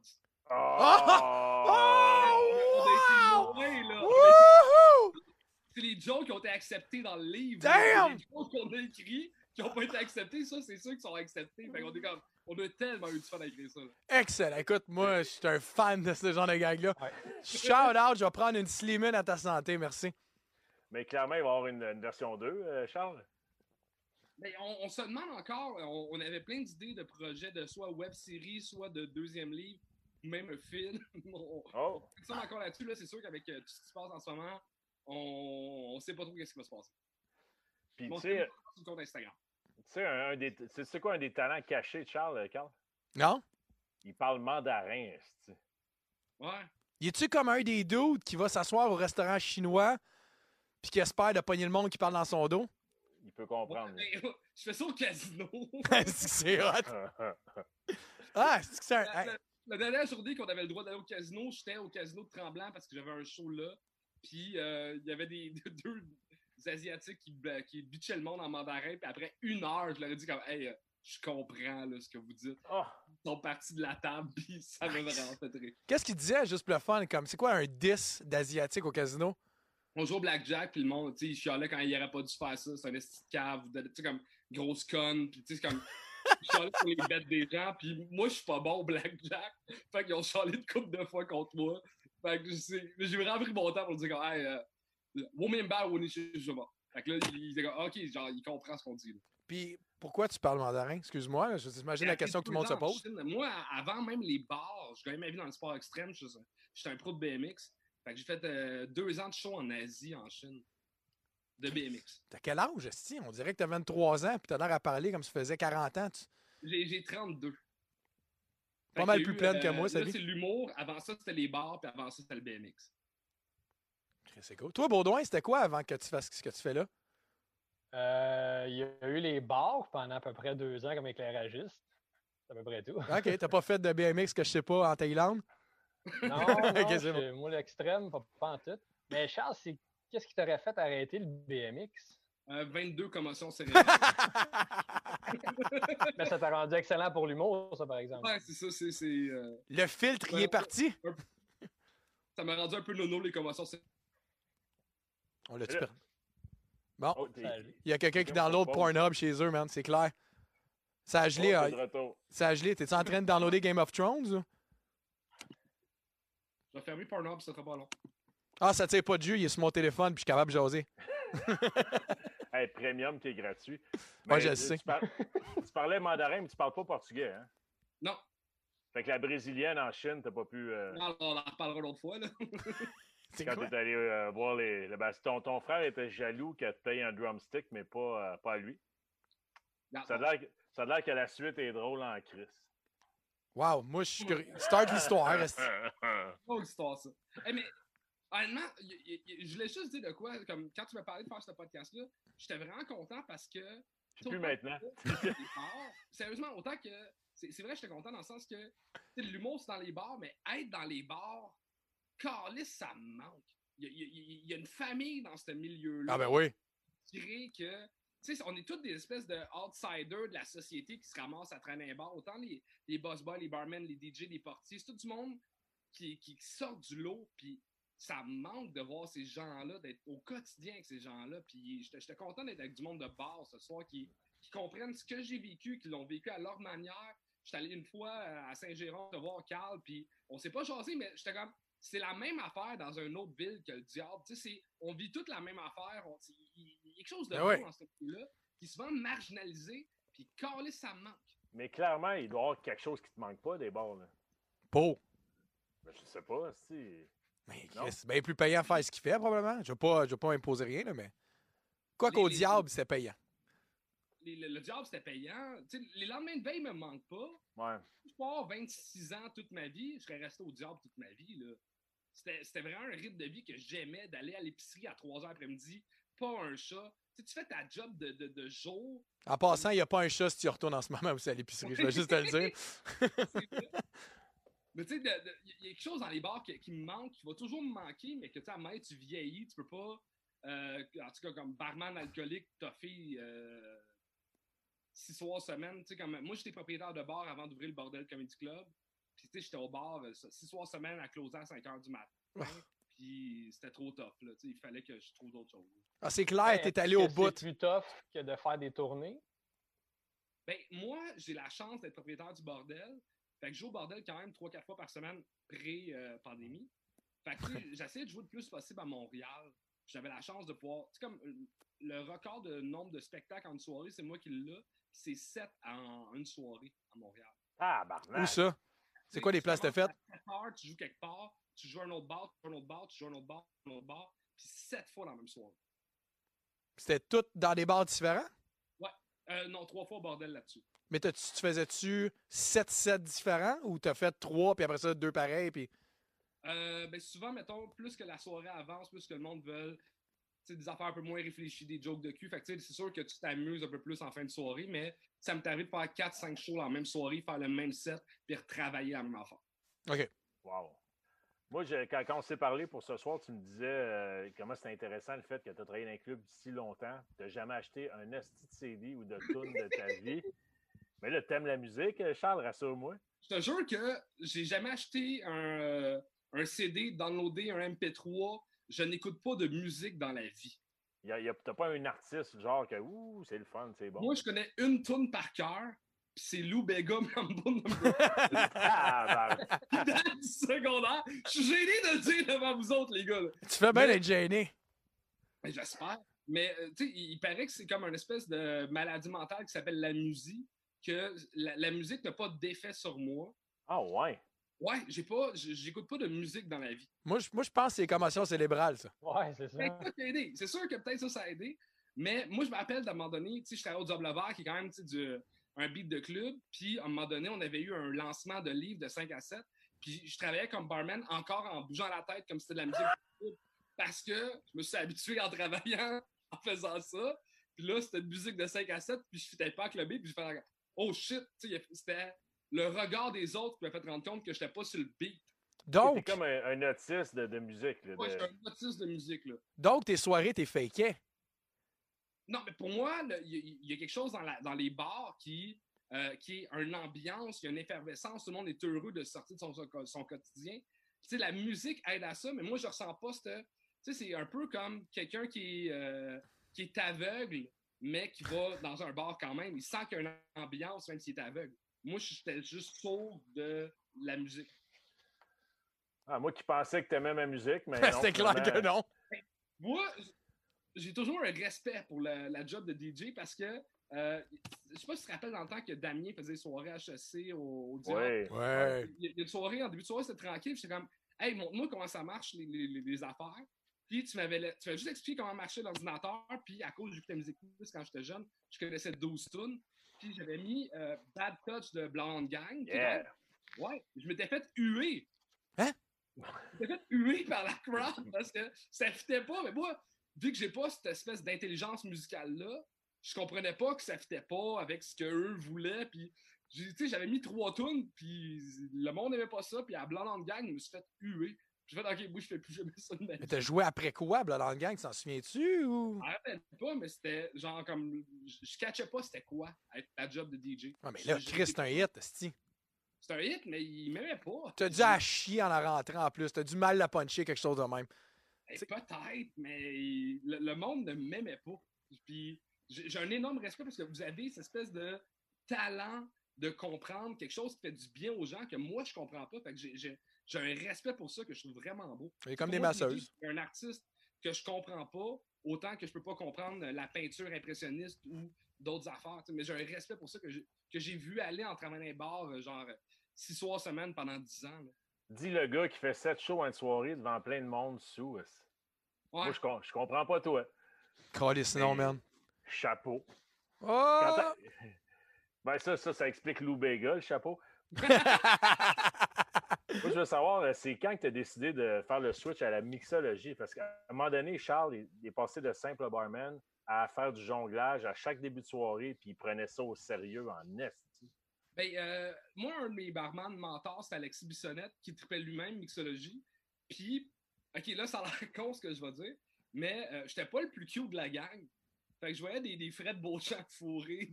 [SPEAKER 5] On a été loin, là. C'est les jokes qui ont été acceptés dans le livre.
[SPEAKER 1] Damn!
[SPEAKER 5] Les jokes qu'on a écrits qui n'ont pas été acceptés, ça, c'est ceux qui sont acceptés. Fait qu'on est comme... On a tellement eu du fun à écrire ça. Là.
[SPEAKER 1] Excellent. Écoute, moi, je suis un fan de ce genre de gag-là.
[SPEAKER 3] Ouais.
[SPEAKER 1] Shout out, je vais prendre une Slimane à ta santé, merci.
[SPEAKER 3] Mais clairement, il va y avoir une version 2, Charles.
[SPEAKER 5] Mais on se demande encore, on avait plein d'idées de projets de soit web-série, soit de deuxième livre, même un film. On sommes encore là-dessus. Là, c'est sûr qu'avec tout ce qui se passe en ce moment, on sait pas trop ce qui va se passer.
[SPEAKER 3] Puis,
[SPEAKER 5] Bon,
[SPEAKER 3] tu sais,
[SPEAKER 5] sur le compte Instagram.
[SPEAKER 3] c'est quoi un des talents cachés de Charles, Carl?
[SPEAKER 1] Non?
[SPEAKER 3] Il parle mandarin, esti.
[SPEAKER 5] Ouais.
[SPEAKER 1] Y es-tu comme un des dudes qui va s'asseoir au restaurant chinois puis qui espère de pogner le monde qui parle dans son dos?
[SPEAKER 3] Il peut comprendre.
[SPEAKER 5] Ouais, je fais ça au casino.
[SPEAKER 1] C'est hot. Ah, c'est un...
[SPEAKER 5] La dernière journée qu'on avait le droit d'aller au casino, j'étais au casino de Tremblant parce que j'avais un show là. Puis il y avait deux Asiatiques qui bitchaient le monde en mandarin. Puis après 1 heure, je leur ai dit comme « Hey, je comprends là, ce que vous dites. Ils sont partis de la table, puis ça m'a vraiment fait rire.
[SPEAKER 1] Qu'est-ce qu'il disait, juste pour le fun? Comme, c'est quoi un 10 d'Asiatique au casino?
[SPEAKER 5] On joue au blackjack, puis le monde, tu sais, il chialait quand il n'aurait pas dû faire ça. C'est un esti de cave, tu sais, comme grosse conne, puis tu sais, c'est comme... Ils chialaient pour les bêtes des gens, puis moi, je suis pas bon au blackjack. Fait qu'ils ont chialé une couple de fois contre moi. Fait que j'ai vraiment pris mon temps pour dire, hey, Womimba, Wonishijuma. Fait que là, il était comme, OK, genre, il comprend ce qu'on dit. Là.
[SPEAKER 1] Puis, pourquoi tu parles mandarin? Excuse-moi, j'imagine la question que tout le monde se pose.
[SPEAKER 5] Moi, avant même les bars, je gagnais ma vie dans le sport extrême. J'étais un pro de BMX. Fait que j'ai fait 2 ans de show en Asie, en Chine, de BMX.
[SPEAKER 1] T'as quel âge, esti? On dirait que t'as 23 ans puis t'as l'air à parler comme si tu faisais 40 ans.
[SPEAKER 5] J'ai 32.
[SPEAKER 1] Pas mal plus pleine que moi, ça
[SPEAKER 5] dit. C'est l'humour. Avant ça, c'était les bars, puis avant ça, c'était le BMX.
[SPEAKER 1] C'est cool. Toi, Baudouin, c'était quoi avant que tu fasses ce que tu fais là?
[SPEAKER 2] Il y a eu les bars pendant à peu près 2 ans comme éclairagiste. C'est à peu près tout.
[SPEAKER 1] OK, t'as pas fait de BMX que je sais pas en Thaïlande?
[SPEAKER 2] Non,
[SPEAKER 1] Okay, bon.
[SPEAKER 2] moi, l'extrême, pas en tout. Mais Charles, qu'est-ce qui t'aurait fait arrêter le BMX?
[SPEAKER 5] 22 commotions cérébrales.
[SPEAKER 2] Mais ça t'a rendu excellent pour l'humour, ça, par exemple.
[SPEAKER 5] Ouais, c'est ça.
[SPEAKER 1] Le filtre, il est parti?
[SPEAKER 5] Ça m'a rendu un peu nono, les commotions cérébrales.
[SPEAKER 1] On l'a-tu perdu? Bon,
[SPEAKER 2] il
[SPEAKER 1] y a quelqu'un qui download Pornhub chez eux, man, c'est clair. Ça a gelé. Ça a gelé. T'es-tu en train de downloader Game of Thrones? Ou?
[SPEAKER 5] Je vais fermer Pornhub, ça sera pas long.
[SPEAKER 1] Ah, ça tire pas de jus, il est sur mon téléphone, puis je suis capable de jaser.
[SPEAKER 3] Hey, premium qui est gratuit.
[SPEAKER 1] Moi, je le sais.
[SPEAKER 3] Tu parlais mandarin, mais tu parles pas portugais, hein?
[SPEAKER 5] Non.
[SPEAKER 3] Fait que la brésilienne en Chine, t'as pas pu...
[SPEAKER 5] Non, on en reparlera l'autre fois, là.
[SPEAKER 3] Quand t'es allé voir ton frère était jaloux que tu payes un drumstick, mais pas à lui. Non, ça a l'air que la suite est drôle en crise.
[SPEAKER 1] Wow, moi, je suis curieux. Start l'histoire.
[SPEAKER 5] Drôle l'histoire, ça. Hey, mais, honnêtement, je voulais juste dire de quoi, comme quand tu m'as parlé de faire ce podcast-là, j'étais vraiment content parce que...
[SPEAKER 3] Je plus maintenant.
[SPEAKER 5] Sérieusement, autant que... C'est vrai, j'étais content dans le sens que l'humour, c'est dans les bars, mais être dans les bars, calisse, ça me manque. Il y a une famille dans ce milieu-là.
[SPEAKER 1] Ah ben oui.
[SPEAKER 5] Je dirais que... Tu sais, on est tous des espèces de outsiders de la société qui se ramassent à traîner un bar. Autant les boss boys, les barmen, les DJ, les portiers, c'est tout du monde qui sort du lot. Puis ça me manque de voir ces gens-là, d'être au quotidien avec ces gens-là. Puis j'étais content d'être avec du monde de bar ce soir qui comprennent ce que j'ai vécu, qui l'ont vécu à leur manière. J'étais allé une fois à Saint-Géron te voir Carl, puis on s'est pas jasé, mais j'étais comme... C'est la même affaire dans une autre ville que le diable. Tu sais, on vit toute la même affaire. Il y a quelque chose de bon dans ce pays-là qui est souvent marginalisé, puis calé, ça me manque.
[SPEAKER 3] Mais clairement, il doit y avoir quelque chose qui te manque pas des bars. Là.
[SPEAKER 1] Beau.
[SPEAKER 3] Ben, je sais pas, si...
[SPEAKER 1] Mais c'est bien plus payant à faire ce qu'il fait, probablement. Je vais pas imposer rien, là, mais... Quoi qu'au diable, c'est payant.
[SPEAKER 5] Le diable, c'était payant. Tu sais, les lendemains de veille me manquent pas.
[SPEAKER 3] Ouais.
[SPEAKER 5] Je peux avoir 26 ans toute ma vie, je serais resté au diable toute ma vie, là. C'était vraiment un rythme de vie que j'aimais, d'aller à l'épicerie à 3 h après-midi, pas un chat. Tu sais, tu fais ta job de jour.
[SPEAKER 1] En passant, il n'y a pas un chat si tu retournes en ce moment aussi à l'épicerie, je vais juste te le dire.
[SPEAKER 5] Mais tu sais, il y a quelque chose dans les bars qui me manque, qui va toujours me manquer, mais que tu sais, à un moment, tu vieillis, tu peux pas, en tout cas, comme barman alcoolique, toffer 6 soirs semaine. Tu sais, comme moi, j'étais propriétaire de bar avant d'ouvrir le Bordel Comedy Club. Puis, tu sais, j'étais au bar 6 soirs semaine à closer à 5 h du matin. Puis, c'était trop tough, là. Tu sais, il fallait que je trouve d'autres choses.
[SPEAKER 1] Ah, c'est clair, t'es allé au bout.
[SPEAKER 2] C'est plus tough que de faire des tournées?
[SPEAKER 5] Ben, moi, j'ai la chance d'être propriétaire du bordel. Fait que je joue au bordel quand même 3-4 fois par semaine pré-pandémie. Fait que j'essayais de jouer le plus possible à Montréal. J'avais la chance de pouvoir. Tu sais, comme le record de nombre de spectacles en une soirée, c'est moi qui l'ai. C'est 7 en une soirée à Montréal.
[SPEAKER 3] Ah,
[SPEAKER 1] Où
[SPEAKER 3] barnac!
[SPEAKER 1] ça? C'est quoi les places de fête?
[SPEAKER 5] À 7 heures, tu joues quelque part, tu joues un autre bar, tu joues un autre bar, tu joues un autre bar, un autre bar, puis 7 fois dans la même soirée.
[SPEAKER 1] C'était tout dans des bars différents?
[SPEAKER 5] Ouais. Non, 3 fois au bordel là-dessus.
[SPEAKER 1] Mais tu faisais-tu 7 sets différents ou t'as fait 3 puis après ça 2 pareils? Puis...
[SPEAKER 5] Ben souvent, mettons, plus que la soirée avance, plus que le monde veut des affaires un peu moins réfléchies, des jokes de cul. Fait que c'est sûr que tu t'amuses un peu plus en fin de soirée, mais ça me t'arrive de faire 4-5 shows en même soirée, faire le même set, puis retravailler la même affaire.
[SPEAKER 1] OK.
[SPEAKER 3] Wow. Moi, quand on s'est parlé pour ce soir, tu me disais comment c'était intéressant le fait que tu as travaillé dans un club si longtemps. Tu n'as jamais acheté un esti de CD ou de tune de ta vie. Mais là, tu aimes la musique, Charles, rassure-moi.
[SPEAKER 5] Je te jure que j'ai jamais acheté un CD, downloadé un MP3. Je n'écoute pas de musique dans la vie.
[SPEAKER 3] T'as pas un artiste genre que ouh, c'est le fun, c'est bon.
[SPEAKER 5] Moi, je connais une tune par cœur, puis c'est Lou Bega Mambo No.
[SPEAKER 3] Ah, ben.
[SPEAKER 5] Dans du secondaire. Je suis gêné de le dire devant vous autres, les gars. Là.
[SPEAKER 1] Tu fais bien d'être gêné.
[SPEAKER 5] Ben, j'espère. Mais tu sais, il paraît que c'est comme une espèce de maladie mentale qui s'appelle l'amusie, que la musique n'a pas d'effet sur moi.
[SPEAKER 3] Ah ouais.
[SPEAKER 5] Ouais, j'écoute pas de musique dans la vie.
[SPEAKER 1] Moi, je pense que c'est les commotions cérébrales, ça.
[SPEAKER 2] Ouais, c'est ça.
[SPEAKER 5] Ça a aidé. C'est sûr que peut-être ça a aidé. Mais moi, je me rappelle d'à un moment donné, tu sais, j'étais au Double Vert, qui est quand même un beat de club. Puis, à un moment donné, on avait eu un lancement de livres de 5 à 7. Puis, je travaillais comme barman encore en bougeant la tête comme si c'était de la musique. Parce que je me suis habitué en travaillant, en faisant ça. Puis là, c'était une musique de 5 à 7. Puis, je fitais pas avec le beat. Puis, je faisais oh shit. Tu sais, c'était le regard des autres qui m'a fait rendre compte que j'étais pas sur le beat.
[SPEAKER 1] Donc,
[SPEAKER 3] t'es comme un autiste de musique. Là,
[SPEAKER 5] Ouais, je suis un autiste de musique, là.
[SPEAKER 1] donc tes soirées, t'es fakais.
[SPEAKER 5] Non, mais pour moi, il y a quelque chose dans les bars qui est une ambiance, il y a une effervescence, tout le monde est heureux de sortir de son quotidien. Tu sais, la musique aide à ça, mais moi, je ressens pas cette... Tu sais, c'est un peu comme quelqu'un qui est aveugle, mais qui va dans un bar quand même. Il sent qu'il y a une ambiance, même s'il est aveugle. Moi, j'étais juste sourd de la musique.
[SPEAKER 3] Ah, moi qui pensais que t'aimais ma musique, mais non,
[SPEAKER 1] C'était clair que non.
[SPEAKER 5] Moi, j'ai toujours un respect pour la job de DJ parce que je sais pas si tu te rappelles dans le temps que Damien faisait des soirées HEC au Diable.
[SPEAKER 3] Ouais.
[SPEAKER 1] Ouais.
[SPEAKER 5] Il y a une soirée, en début de soirée, c'était tranquille. J'étais comme, hey, montre-moi comment ça marche, les affaires. Puis tu m'avais juste expliqué comment marchait l'ordinateur. Puis à cause j'écoutais la musique plus quand j'étais jeune, je connaissais 12 tunes. Puis j'avais mis Bad Touch de Blonde Gang.
[SPEAKER 3] Yeah.
[SPEAKER 5] Ouais, je m'étais fait huer.
[SPEAKER 1] Hein?
[SPEAKER 5] Je m'étais fait huer par la crowd parce que ça fitait pas. Mais moi, vu que j'ai pas cette espèce d'intelligence musicale-là, je comprenais pas que ça fitait pas avec ce qu'eux voulaient. Puis, j'avais mis 3 tunes, puis le monde n'aimait pas ça. Puis à Blonde Gang, je me suis fait huer. J'ai fait, OK, moi, je fais plus jamais ça de ma vie.
[SPEAKER 1] Mais t'as joué après quoi, Blood on Gang? T'en souviens-tu? Ou...
[SPEAKER 5] Je me rappelle pas, mais c'était genre comme. Je catchais pas c'était quoi être la job de DJ.
[SPEAKER 1] Ah, mais là, Chris, c'est un hit, c'ti.
[SPEAKER 5] C'est un hit, mais il m'aimait pas.
[SPEAKER 1] T'as dû à chier en la rentrant en plus. T'as dû mal la puncher, quelque chose de même.
[SPEAKER 5] Peut-être, mais le monde ne m'aimait pas. Puis j'ai un énorme respect parce que vous avez cette espèce de talent de comprendre quelque chose qui fait du bien aux gens que moi, je comprends pas. Fait que j'ai un respect pour ça que je trouve vraiment beau.
[SPEAKER 1] Il est comme
[SPEAKER 5] Pour
[SPEAKER 1] des
[SPEAKER 5] moi,
[SPEAKER 1] masseuses.
[SPEAKER 5] un artiste que je comprends pas, autant que je peux pas comprendre la peinture impressionniste ou d'autres affaires. Mais j'ai un respect pour ça que j'ai vu aller en travaillant dans les bars, genre 6 soirs semaine pendant 10 ans. Là.
[SPEAKER 3] Dis le gars qui fait 7 shows en une soirée devant plein de monde sous.
[SPEAKER 5] Ouais.
[SPEAKER 3] Moi, je comprends pas toi.
[SPEAKER 1] Calisse, non, man.
[SPEAKER 3] Chapeau.
[SPEAKER 1] Oh!
[SPEAKER 3] Ben ça explique Lou Bega, le chapeau. Moi, je veux savoir, c'est quand que tu as décidé de faire le switch à la mixologie? Parce qu'à un moment donné, Charles, il est passé de simple barman à faire du jonglage à chaque début de soirée, puis il prenait ça au sérieux en esti.
[SPEAKER 5] Ben, moi, un de mes barman mentors, c'est Alexis Bissonnette, qui tripait lui-même mixologie. Puis, OK, là, ça a l'air con ce que je vais dire, mais j'étais pas le plus cute de la gang. Fait que je voyais des Fred Beauchamp fourrés,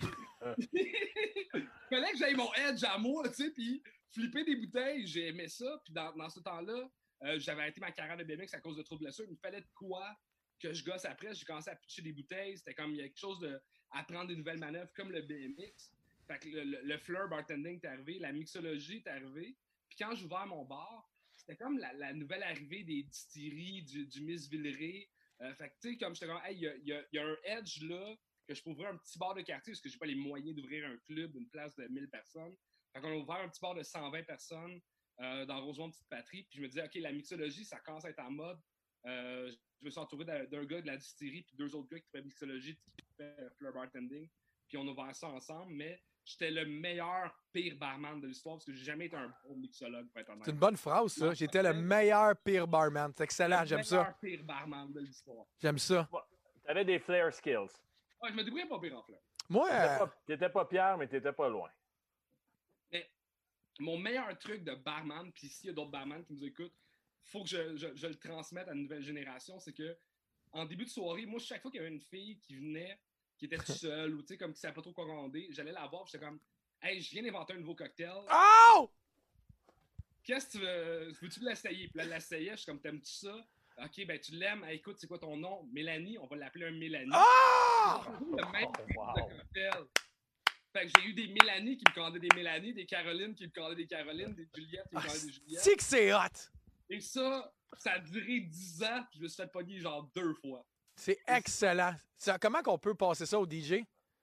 [SPEAKER 5] Il fallait que j'aille mon edge à moi, tu sais, puis flipper des bouteilles, j'ai aimé ça. Puis dans ce temps-là, j'avais arrêté ma carrière de BMX à cause de trop de blessures. Il me fallait de quoi que je gosse après. J'ai commencé à pitcher des bouteilles. C'était comme il y a quelque chose de apprendre des nouvelles manœuvres comme le BMX. Fait que le Fleur Bartending est arrivé, la mixologie est arrivée. Puis quand j'ai ouvert mon bar, c'était comme la nouvelle arrivée des distilleries, du Miss Villeray. Fait que tu sais, comme j'étais comme, hey, il y a un edge là, que je peux ouvrir un petit bar de quartier parce que j'ai pas les moyens d'ouvrir un club d'une place de 1000 personnes. Fait qu'on a ouvert un petit bar de 120 personnes dans Rosemont Petite Patrie. Puis je me disais, OK, la mixologie, ça commence à être en mode. Je me suis entouré d'un gars de la distillerie puis 2 autres gars qui faisaient mixologie, qui faisaient Fleur Bartending. Puis on a ouvert ça ensemble, mais j'étais le meilleur pire barman de l'histoire parce que j'ai jamais été un bon mixologue, pour être honnête.
[SPEAKER 1] C'est une bonne phrase, ça. J'étais le meilleur pire barman. C'est excellent, j'aime ça.
[SPEAKER 5] Le meilleur pire barman de l'histoire.
[SPEAKER 1] J'aime ça.
[SPEAKER 3] T'avais des flair skills.
[SPEAKER 5] Ouais, je me débrouillais pas pire en fleur.
[SPEAKER 1] Moi,
[SPEAKER 3] T'étais pas Pierre, mais t'étais pas loin.
[SPEAKER 5] Mais mon meilleur truc de barman, puis s'il y a d'autres barman qui nous écoutent, faut que je le transmette à une nouvelle génération, c'est que en début de soirée, moi, chaque fois qu'il y avait une fille qui venait, qui était toute seule, ou tu sais, comme qui savait pas trop quoi commander, j'allais la voir, puis j'étais comme, hey, je viens d'inventer un nouveau cocktail.
[SPEAKER 1] Oh!
[SPEAKER 5] Qu'est-ce que tu veux? Veux-tu l'essayer? Puis là, elle l'essayait, je suis comme, t'aimes-tu ça? Ok, ben tu l'aimes. Hey, écoute, c'est quoi ton nom? Mélanie, on va l'appeler un Mélanie.
[SPEAKER 1] Ah!
[SPEAKER 5] Le même type de cocktail. Fait que j'ai eu des Mélanie qui me commandaient des Mélanie, des Caroline qui me commandaient des Caroline, des Juliette qui me commandaient des Juliette.
[SPEAKER 1] C'est que c'est hot!
[SPEAKER 5] Et ça a duré 10 ans, puis je me suis fait pogner genre 2 fois.
[SPEAKER 1] C'est excellent. Comment qu'on peut passer ça au DJ?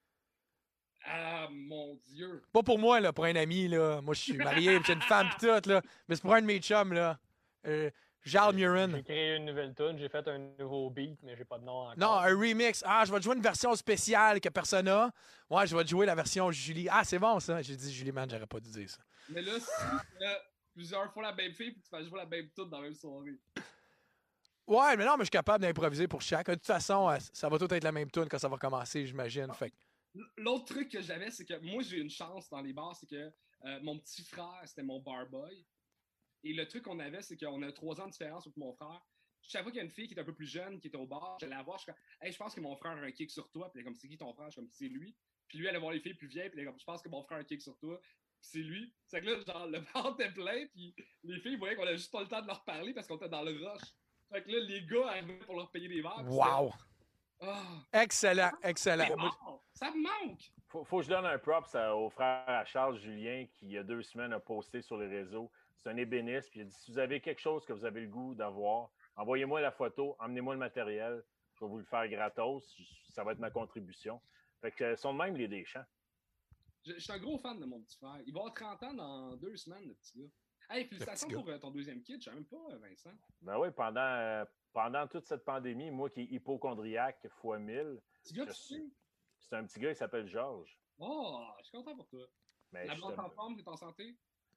[SPEAKER 5] Ah, mon Dieu.
[SPEAKER 1] Pas pour moi, là, pour un ami, là. Moi, je suis marié, j'ai une femme pis tout, là. Mais c'est pour un de mes chums, là. Jarl Murin.
[SPEAKER 2] J'ai créé une nouvelle tune, j'ai fait un nouveau beat, mais j'ai pas de nom encore.
[SPEAKER 1] Non, un remix. Ah, je vais te jouer une version spéciale que personne n'a. Ouais, je vais te jouer la version Julie. Ah, c'est bon, ça. J'ai dit Julie, man, j'aurais pas dû dire ça.
[SPEAKER 5] Mais là, si tu fais plusieurs fois la même fille, puis tu fais jouer la même tune dans la même soirée.
[SPEAKER 1] Ouais, mais non, mais je suis capable d'improviser pour chaque. De toute façon, ça va tout être la même tune quand ça va commencer, j'imagine. Fait que...
[SPEAKER 5] L'autre truc que j'avais, c'est que moi, j'ai une chance dans les bars, c'est que mon petit frère, c'était mon barboy. Et le truc qu'on avait, c'est qu'on a 3 ans de différence avec mon frère. Chaque fois qu'il y a une fille qui est un peu plus jeune, qui est au bar, j'allais la voir, je suis comme, hey, je pense que mon frère a un kick sur toi. Puis elle est comme, c'est qui ton frère? Je suis comme, c'est lui. Puis lui, elle allait voir les filles plus vieilles, puis elle est comme, je pense que mon frère a un kick sur toi. Puis c'est lui. C'est que là, genre, le bar était plein, puis les filles voyaient qu'on avait juste pas le temps de leur parler parce qu'on était dans le rush. Fait que là, les gars arrivaient pour leur payer des verres.
[SPEAKER 1] Wow! Excellent, excellent.
[SPEAKER 5] Ça me manque!
[SPEAKER 3] Faut que je donne un props au frère à Charles Julien qui, il y a 2 semaines, a posté sur les réseaux. C'est un ébéniste. Puis il a dit, si vous avez quelque chose que vous avez le goût d'avoir, envoyez-moi la photo, emmenez-moi le matériel. Je vais vous le faire gratos. Ça va être ma contribution. Fait que son de même, il est des champs.
[SPEAKER 5] Je suis un gros fan de mon petit frère. Il va avoir 30 ans dans 2 semaines, le petit gars. Hey, félicitations pour ton deuxième kit. Je savais même pas, Vincent.
[SPEAKER 3] Ben oui, pendant toute cette pandémie, moi qui est hypochondriaque fois 1000,
[SPEAKER 5] Petit gars, tu sais?
[SPEAKER 3] C'est un petit gars qui s'appelle Georges.
[SPEAKER 5] Oh, je suis content pour toi.
[SPEAKER 3] Mais
[SPEAKER 5] la blonde en forme, t'es en santé?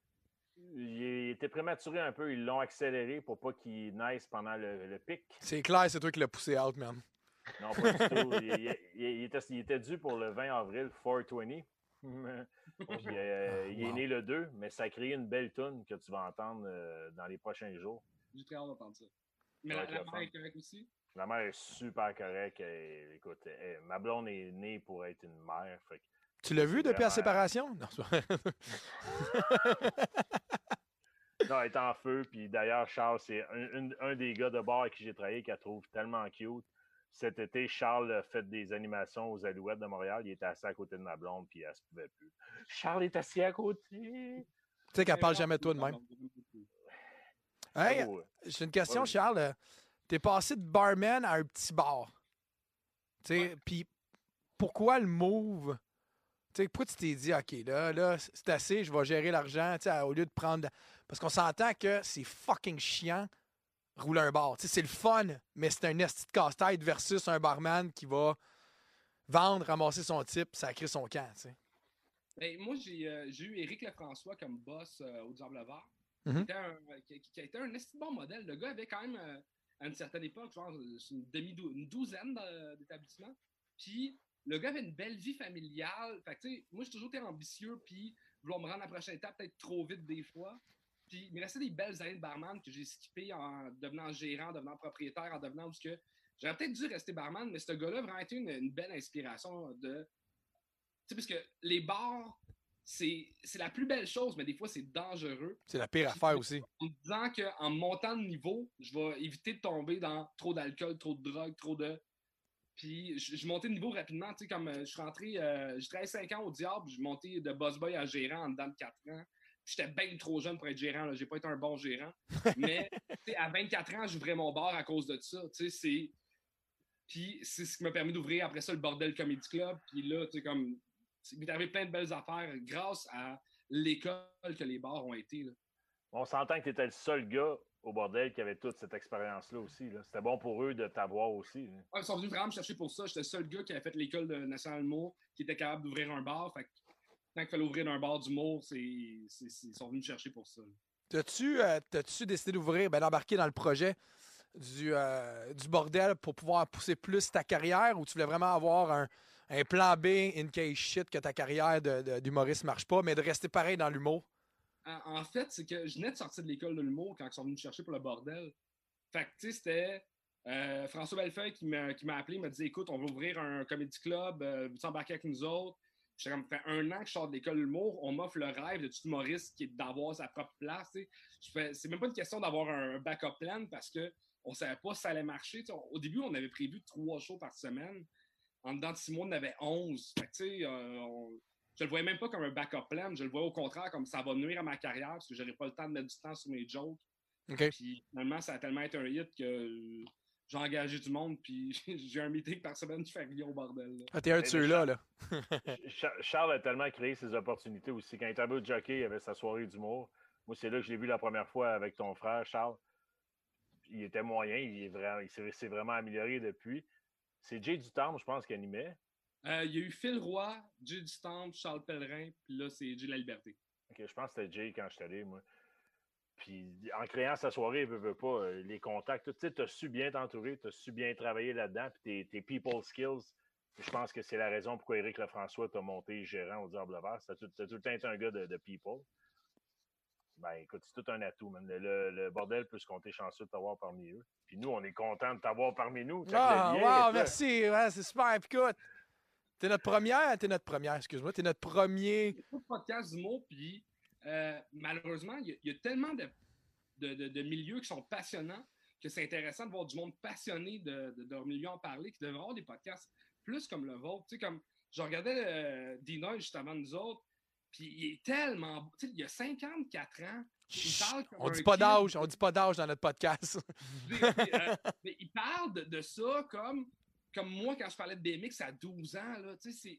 [SPEAKER 3] Il était prématuré un peu. Ils l'ont accéléré pour pas qu'il naisse pendant le pic.
[SPEAKER 1] C'est clair, c'est toi qui l'as poussé out, man.
[SPEAKER 3] Non, pas du tout. Il était dû pour le 20 avril, 420. Il est né le 2, mais ça a créé une belle toune que tu vas entendre dans les prochains jours.
[SPEAKER 5] J'ai très hâte d'entendre ça. Mais la mère est correcte aussi?
[SPEAKER 3] La mère est super correcte. Écoute, ma blonde est née pour être une mère. Fait que
[SPEAKER 1] tu l'as vu depuis la séparation? Non,
[SPEAKER 3] non, elle est en feu. Puis d'ailleurs, Charles, c'est un des gars de bar avec qui j'ai travaillé qu'elle trouve tellement cute. Cet été, Charles a fait des animations aux Alouettes de Montréal. Il était assis à côté de ma blonde, puis elle se pouvait plus. Charles est assis à côté.
[SPEAKER 1] Tu sais qu'elle parle jamais de toi de même. Hey, j'ai une question, Charles. T'es passé de barman à un petit bar. Puis pourquoi le move? T'sais, pourquoi tu t'es dit, OK, là, c'est assez, je vais gérer l'argent, au lieu de prendre... Parce qu'on s'entend que c'est fucking chiant rouler un bar. C'est le fun, mais c'est un esti de casse-tête versus un barman qui va vendre, ramasser son type, sacrer son camp.
[SPEAKER 5] Ben, moi, j'ai eu Éric Lefrançois comme boss au Diable Vert, qui a été un esti de bon modèle. Le gars avait quand même, à une certaine époque, genre une douzaine d'établissements. Puis le gars avait une belle vie familiale. Fait que, tu sais, moi, j'ai toujours été ambitieux, puis vouloir me rendre à la prochaine étape peut-être trop vite des fois. Puis il me restait des belles années de barman que j'ai skippées en devenant gérant, en devenant propriétaire, en devenant parce que j'aurais peut-être dû rester barman, mais ce gars-là a vraiment été une belle inspiration de... Tu sais, parce que les bars, c'est la plus belle chose, mais des fois, c'est dangereux.
[SPEAKER 1] C'est la pire affaire aussi.
[SPEAKER 5] En me disant qu'en montant de niveau, je vais éviter de tomber dans trop d'alcool, trop de drogue, trop de... Puis je montais de niveau rapidement, tu sais, comme je suis rentré, j'ai travaillé 5 ans au Diable, je montais de boss boy à gérant en dedans de 4 ans. J'étais bien trop jeune pour être gérant, là. J'ai pas été un bon gérant. Mais à 24 ans, j'ouvrais mon bar à cause de ça. Puis c'est ce qui m'a permis d'ouvrir après ça le Bordel Comedy Club. Puis là, tu sais, comme, il m'est arrivé plein de belles affaires grâce à l'école que les bars ont été. Là.
[SPEAKER 3] On s'entend que tu étais le seul gars au bordel qui avait toute cette expérience-là aussi. Là. C'était bon pour eux de t'avoir aussi.
[SPEAKER 5] Ouais, ils sont venus vraiment me chercher pour ça. J'étais le seul gars qui avait fait l'école de National Humour qui était capable d'ouvrir un bar. Fait que, tant qu'il fallait ouvrir un bar d'humour, ils sont venus me chercher pour ça.
[SPEAKER 1] T'as-tu décidé d'ouvrir, d'embarquer dans le projet du bordel pour pouvoir pousser plus ta carrière, ou tu voulais vraiment avoir un plan B in case shit que ta carrière d'humoriste ne marche pas, mais de rester pareil dans l'humour?
[SPEAKER 5] En fait, c'est que je venais de sortir de l'école de l'humour quand ils sont venus me chercher pour le bordel. Fait que, tu sais, c'était François Bellefeuille qui m'a appelé, il m'a dit « Écoute, on va ouvrir un comedy club, veux-tu embarquer avec nous autres? » J'ai comme fait 1 an que je sors de l'école de l'humour, on m'offre le rêve de tout humoriste qui est d'avoir sa propre place. C'est même pas une question d'avoir un backup plan parce qu'on savait pas si ça allait marcher. T'sais, au début, on avait prévu 3 shows par semaine. En dedans de 6 mois, on en avait 11. Fait que, je le voyais même pas comme un backup plan. Je le voyais au contraire comme ça va nuire à ma carrière parce que j'aurais pas le temps de mettre du temps sur mes jokes.
[SPEAKER 1] Okay.
[SPEAKER 5] Puis finalement, ça a tellement été un hit que j'ai engagé du monde, puis j'ai un meeting par semaine, je fais rien au bordel. Là.
[SPEAKER 1] Ah, t'es un de ceux-là, là.
[SPEAKER 3] Charles a tellement créé ses opportunités aussi. Quand il était au jockey, il avait sa soirée d'humour. Moi, c'est là que je l'ai vu la première fois avec ton frère, Charles. Il était moyen, il s'est vraiment amélioré depuis. C'est Jay Dutemps, je pense, qui animait.
[SPEAKER 5] Il y a eu Phil Roy, Jay Dutemps, Charles Pellerin, puis là, c'est Jay La Liberté.
[SPEAKER 3] OK, je pense que c'était Jay quand je suis allé, moi. Puis en créant sa soirée, il veut pas, les contacts, tu sais, tu as su bien t'entourer, tu as su bien travailler là-dedans, puis tes people skills, je pense que c'est la raison pourquoi Éric Lefrançois t'a monté gérant au Diable Vert. Tu as tout le temps été un gars de people. Ben écoute, c'est tout un atout, man. Le bordel peut se compter chanceux de t'avoir parmi eux. Puis nous, on est contents de t'avoir parmi nous.
[SPEAKER 1] Wow, merci, ouais, c'est super. Puis écoute, t'es notre premier. T'es notre premier.
[SPEAKER 5] Il y a pas de podcast d'humour, puis malheureusement, il y a tellement de milieux qui sont passionnants que c'est intéressant de voir du monde passionné de leur milieu en parler, qui devrait avoir des podcasts plus comme le vôtre. Tu sais, comme je regardais Dinoy juste avant nous autres, puis il est tellement... Tu sais, il a 54 ans. Il parle comme
[SPEAKER 1] on dit pas d'âge, on dit pas d'âge dans notre podcast.
[SPEAKER 5] Mais il parle de ça comme moi quand je parlais de BMX à 12 ans. Là, tu sais,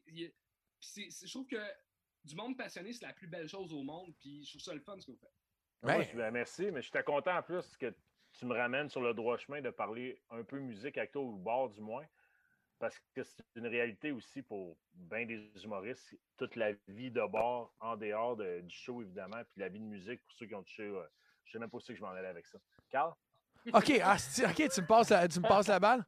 [SPEAKER 5] je trouve que du monde passionné, c'est la plus belle chose au monde, puis je trouve ça le fun ce que vous faites.
[SPEAKER 3] Merci, mais j'étais content en plus que tu me ramènes sur le droit chemin de parler un peu musique avec toi, au bord du moins, parce que c'est une réalité aussi pour bien des humoristes, toute la vie de bar, en dehors du show évidemment, puis la vie de musique pour ceux qui ont touché, je sais même pas si je m'en allais avec ça. Carl?
[SPEAKER 1] OK, tu me passes la balle?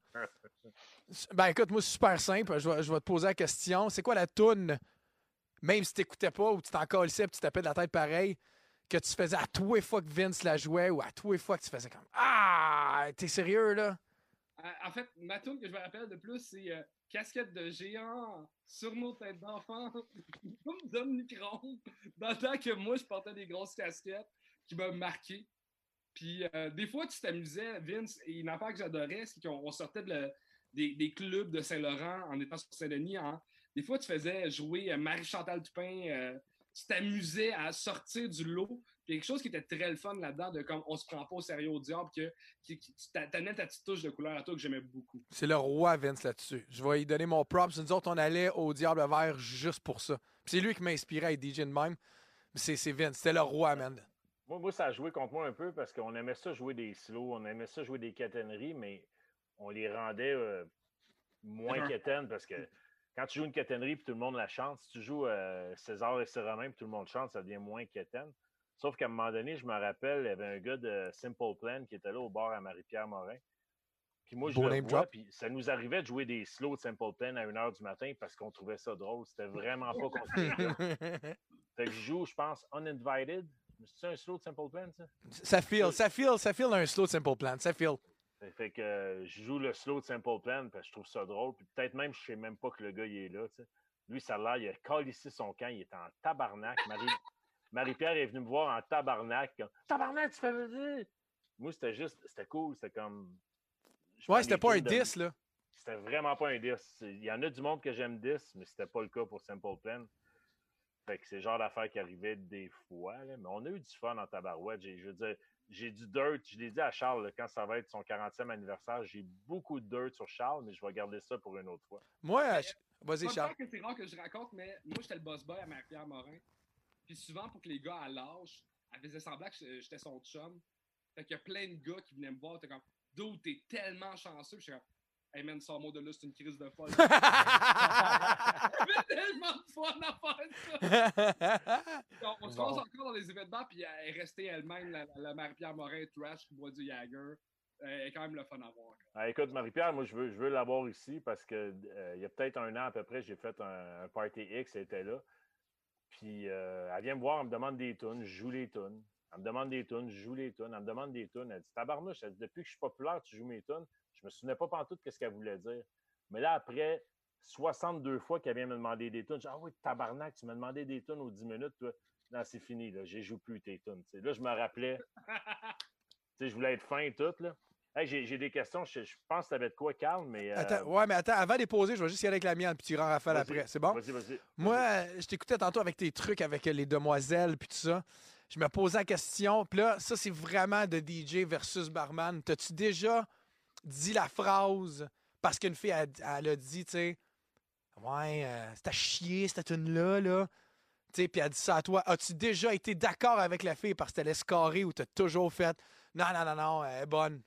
[SPEAKER 1] Ben écoute, moi c'est super simple, je vais te poser la question. C'est quoi la toune, même si t'écoutais pas ou tu t'en calissais et tu tapais de la tête pareil, que tu faisais à tous les fois que Vince la jouait ou à tous les fois que tu faisais comme « Ah, t'es sérieux là? »
[SPEAKER 5] En fait, ma tune que je me rappelle de plus, c'est Casquette de géant sur nos têtes d'enfants, comme d'Omnicron, dans le temps que moi, je portais des grosses casquettes qui m'ont marqué. Puis des fois, tu t'amusais, Vince, et une affaire que j'adorais, c'est qu'on sortait des clubs de Saint-Laurent en étant sur Saint-Denis. Hein. Des fois, tu faisais jouer Marie-Chantal Dupin, tu t'amusais à sortir du lot. Puis quelque chose qui était très le fun là-dedans, de comme on se prend pas au sérieux au diable, que tu t'amenais ta petite touche de couleur à toi que j'aimais beaucoup.
[SPEAKER 1] C'est le roi, Vince, là-dessus. Je vais lui donner mon props. Nous autres, on allait au Diable Vert juste pour ça. Puis c'est lui qui m'a inspiré à être DJ de même. C'est Vince. C'était le roi, man.
[SPEAKER 3] Moi, ça a joué contre moi un peu parce qu'on aimait ça jouer des slows, on aimait ça jouer des caténeries, mais on les rendait moins quétaines parce que quand tu joues une caténerie et tout le monde la chante, si tu joues César et Séramin et tout le monde chante, ça devient moins quétaine. Sauf qu'à un moment donné, je me rappelle, il y avait un gars de Simple Plan qui était là au bar à Marie-Pierre Morin. Puis moi, je le vois, puis ça nous arrivait de jouer des slows de Simple Plan à 1h du matin parce qu'on trouvait ça drôle. C'était vraiment pas considéré. Fait que je joue, je pense, Uninvited. C'est un slow de Simple Plan, ça?
[SPEAKER 1] Ça feel un slow de Simple Plan. Ça feel.
[SPEAKER 3] Fait que je joue le slow de Simple Plan parce que je trouve ça drôle. Puis peut-être même, je sais même pas que le gars il est là, tu sais. Lui, ça a l'air, il a calissé son camp, il était en tabarnak. Marie-Pierre est venue me voir en tabarnak. Tabarnak, tu fais venir! Moi, c'était cool, c'était comme...
[SPEAKER 1] Ouais, c'était pas un 10, là.
[SPEAKER 3] C'était vraiment pas un 10. Il y en a du monde que j'aime 10, mais c'était pas le cas pour Simple Plan. Fait que c'est le genre d'affaires qui arrivait des fois, là. Mais on a eu du fun en tabarouette. Je veux dire, j'ai du dirt. Je l'ai dit à Charles, là, quand ça va être son 40e anniversaire, j'ai beaucoup de dirt sur Charles, mais je vais garder ça pour une autre fois.
[SPEAKER 1] Moi, vas-y,
[SPEAKER 5] Je
[SPEAKER 1] Charles.
[SPEAKER 5] que c'est rare que je raconte, mais moi, j'étais le boss boy à Marie-Pierre Morin. Puis souvent, pour que les gars à l'âge, elle faisait semblant que j'étais son chum. Fait qu'il y a plein de gars qui venaient me voir. T'es comme, dude, t'es tellement chanceux. Puis j'étais comme, hey man, sors-moi de là, c'est une crise de folle. J'avais tellement de fun à faire ça. On se passe encore dans les événements, puis elle est restée elle-même, la Marie-Pierre Morin trash qui boit du Jagger. Elle est quand même le fun à voir.
[SPEAKER 3] Écoute, Marie-Pierre, moi, je veux l'avoir ici parce que il y a peut-être un an à peu près, j'ai fait un Party X, elle était là. Puis elle vient me voir, elle me demande des tunes, je joue les tunes. Elle me demande des tunes, je joue les tunes. Elle me demande des tunes. Elle dit, tabarnouche, elle dit, depuis que je suis populaire, tu joues mes tunes. Je me souvenais pas pantoute de ce qu'elle voulait dire. Mais là, après 62 fois qu'elle vient me demander des tunes, je dis, ah oui, tabarnak, tu m'as demandé des tunes aux 10 minutes, toi. Non, c'est fini, là, je joue plus tes tunes. T'sais. Là, je me rappelais. Je voulais être fin et tout, là. Hey, j'ai des questions. Je pense que tu avais de quoi, Carl, mais...
[SPEAKER 1] Attends, avant de les poser, je vais juste y aller avec la mienne, puis tu iras en rafale après. C'est bon?
[SPEAKER 3] Vas-y.
[SPEAKER 1] Moi, je t'écoutais tantôt avec tes trucs avec les demoiselles, puis tout ça. Je me posais la question, puis là, ça, c'est vraiment de DJ versus barman. T'as-tu déjà dit la phrase, parce qu'une fille, elle a dit, tu sais, ouais, c'est à chier, cette tune-là, là. Tu sais, puis elle dit ça à toi. As-tu déjà été d'accord avec la fille parce que t'as laissé carrer ou t'as toujours fait, non, elle est bonne?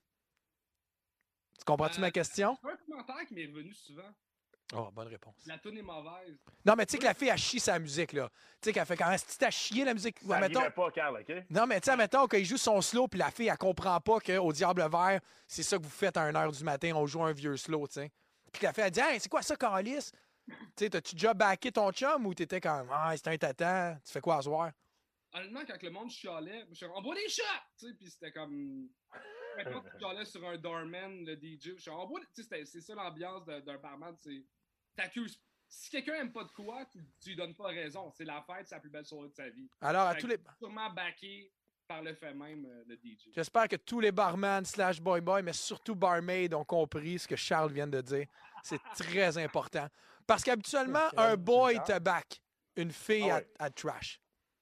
[SPEAKER 1] Tu comprends-tu ma question?
[SPEAKER 5] C'est un commentaire qui m'est revenu souvent.
[SPEAKER 1] Oh, bonne réponse.
[SPEAKER 5] La tune est mauvaise.
[SPEAKER 1] Non, mais tu sais que la fille, elle chie sa musique, là. Tu sais qu'elle fait quand même, si t'as chié la musique.
[SPEAKER 3] Ça
[SPEAKER 1] mettons...
[SPEAKER 3] pas, Carl, OK?
[SPEAKER 1] Non, mais tu sais, mettons qu'il joue son slow, puis la fille, elle comprend pas qu'au Diable Vert, c'est ça que vous faites à 1h du matin, on joue un vieux slow, tu sais. Puis la fille, elle dit, hey, c'est quoi ça, Carlis? Tu sais, t'as-tu déjà backé ton chum ou t'étais comme, ah, c'est un tatan, tu fais quoi à soir?
[SPEAKER 5] Honnêtement, quand le monde chialait, je suis on boit des shots! Tu sais, puis c'était comme. Quand tu chialais sur un doorman, le DJ, je suis on boit. Tu sais, c'est ça l'ambiance d'un barman, c'est. T'accuses. Si quelqu'un aime pas de quoi, tu lui donnes pas raison. C'est la fête, c'est la plus belle soirée de sa vie.
[SPEAKER 1] Alors, à tous les.
[SPEAKER 5] Sûrement backé par le fait même, le DJ.
[SPEAKER 1] J'espère que tous les barman / boy, mais surtout barmaids ont compris ce que Charles vient de dire. C'est très important. Parce qu'habituellement, un boy te back. Une fille à trash.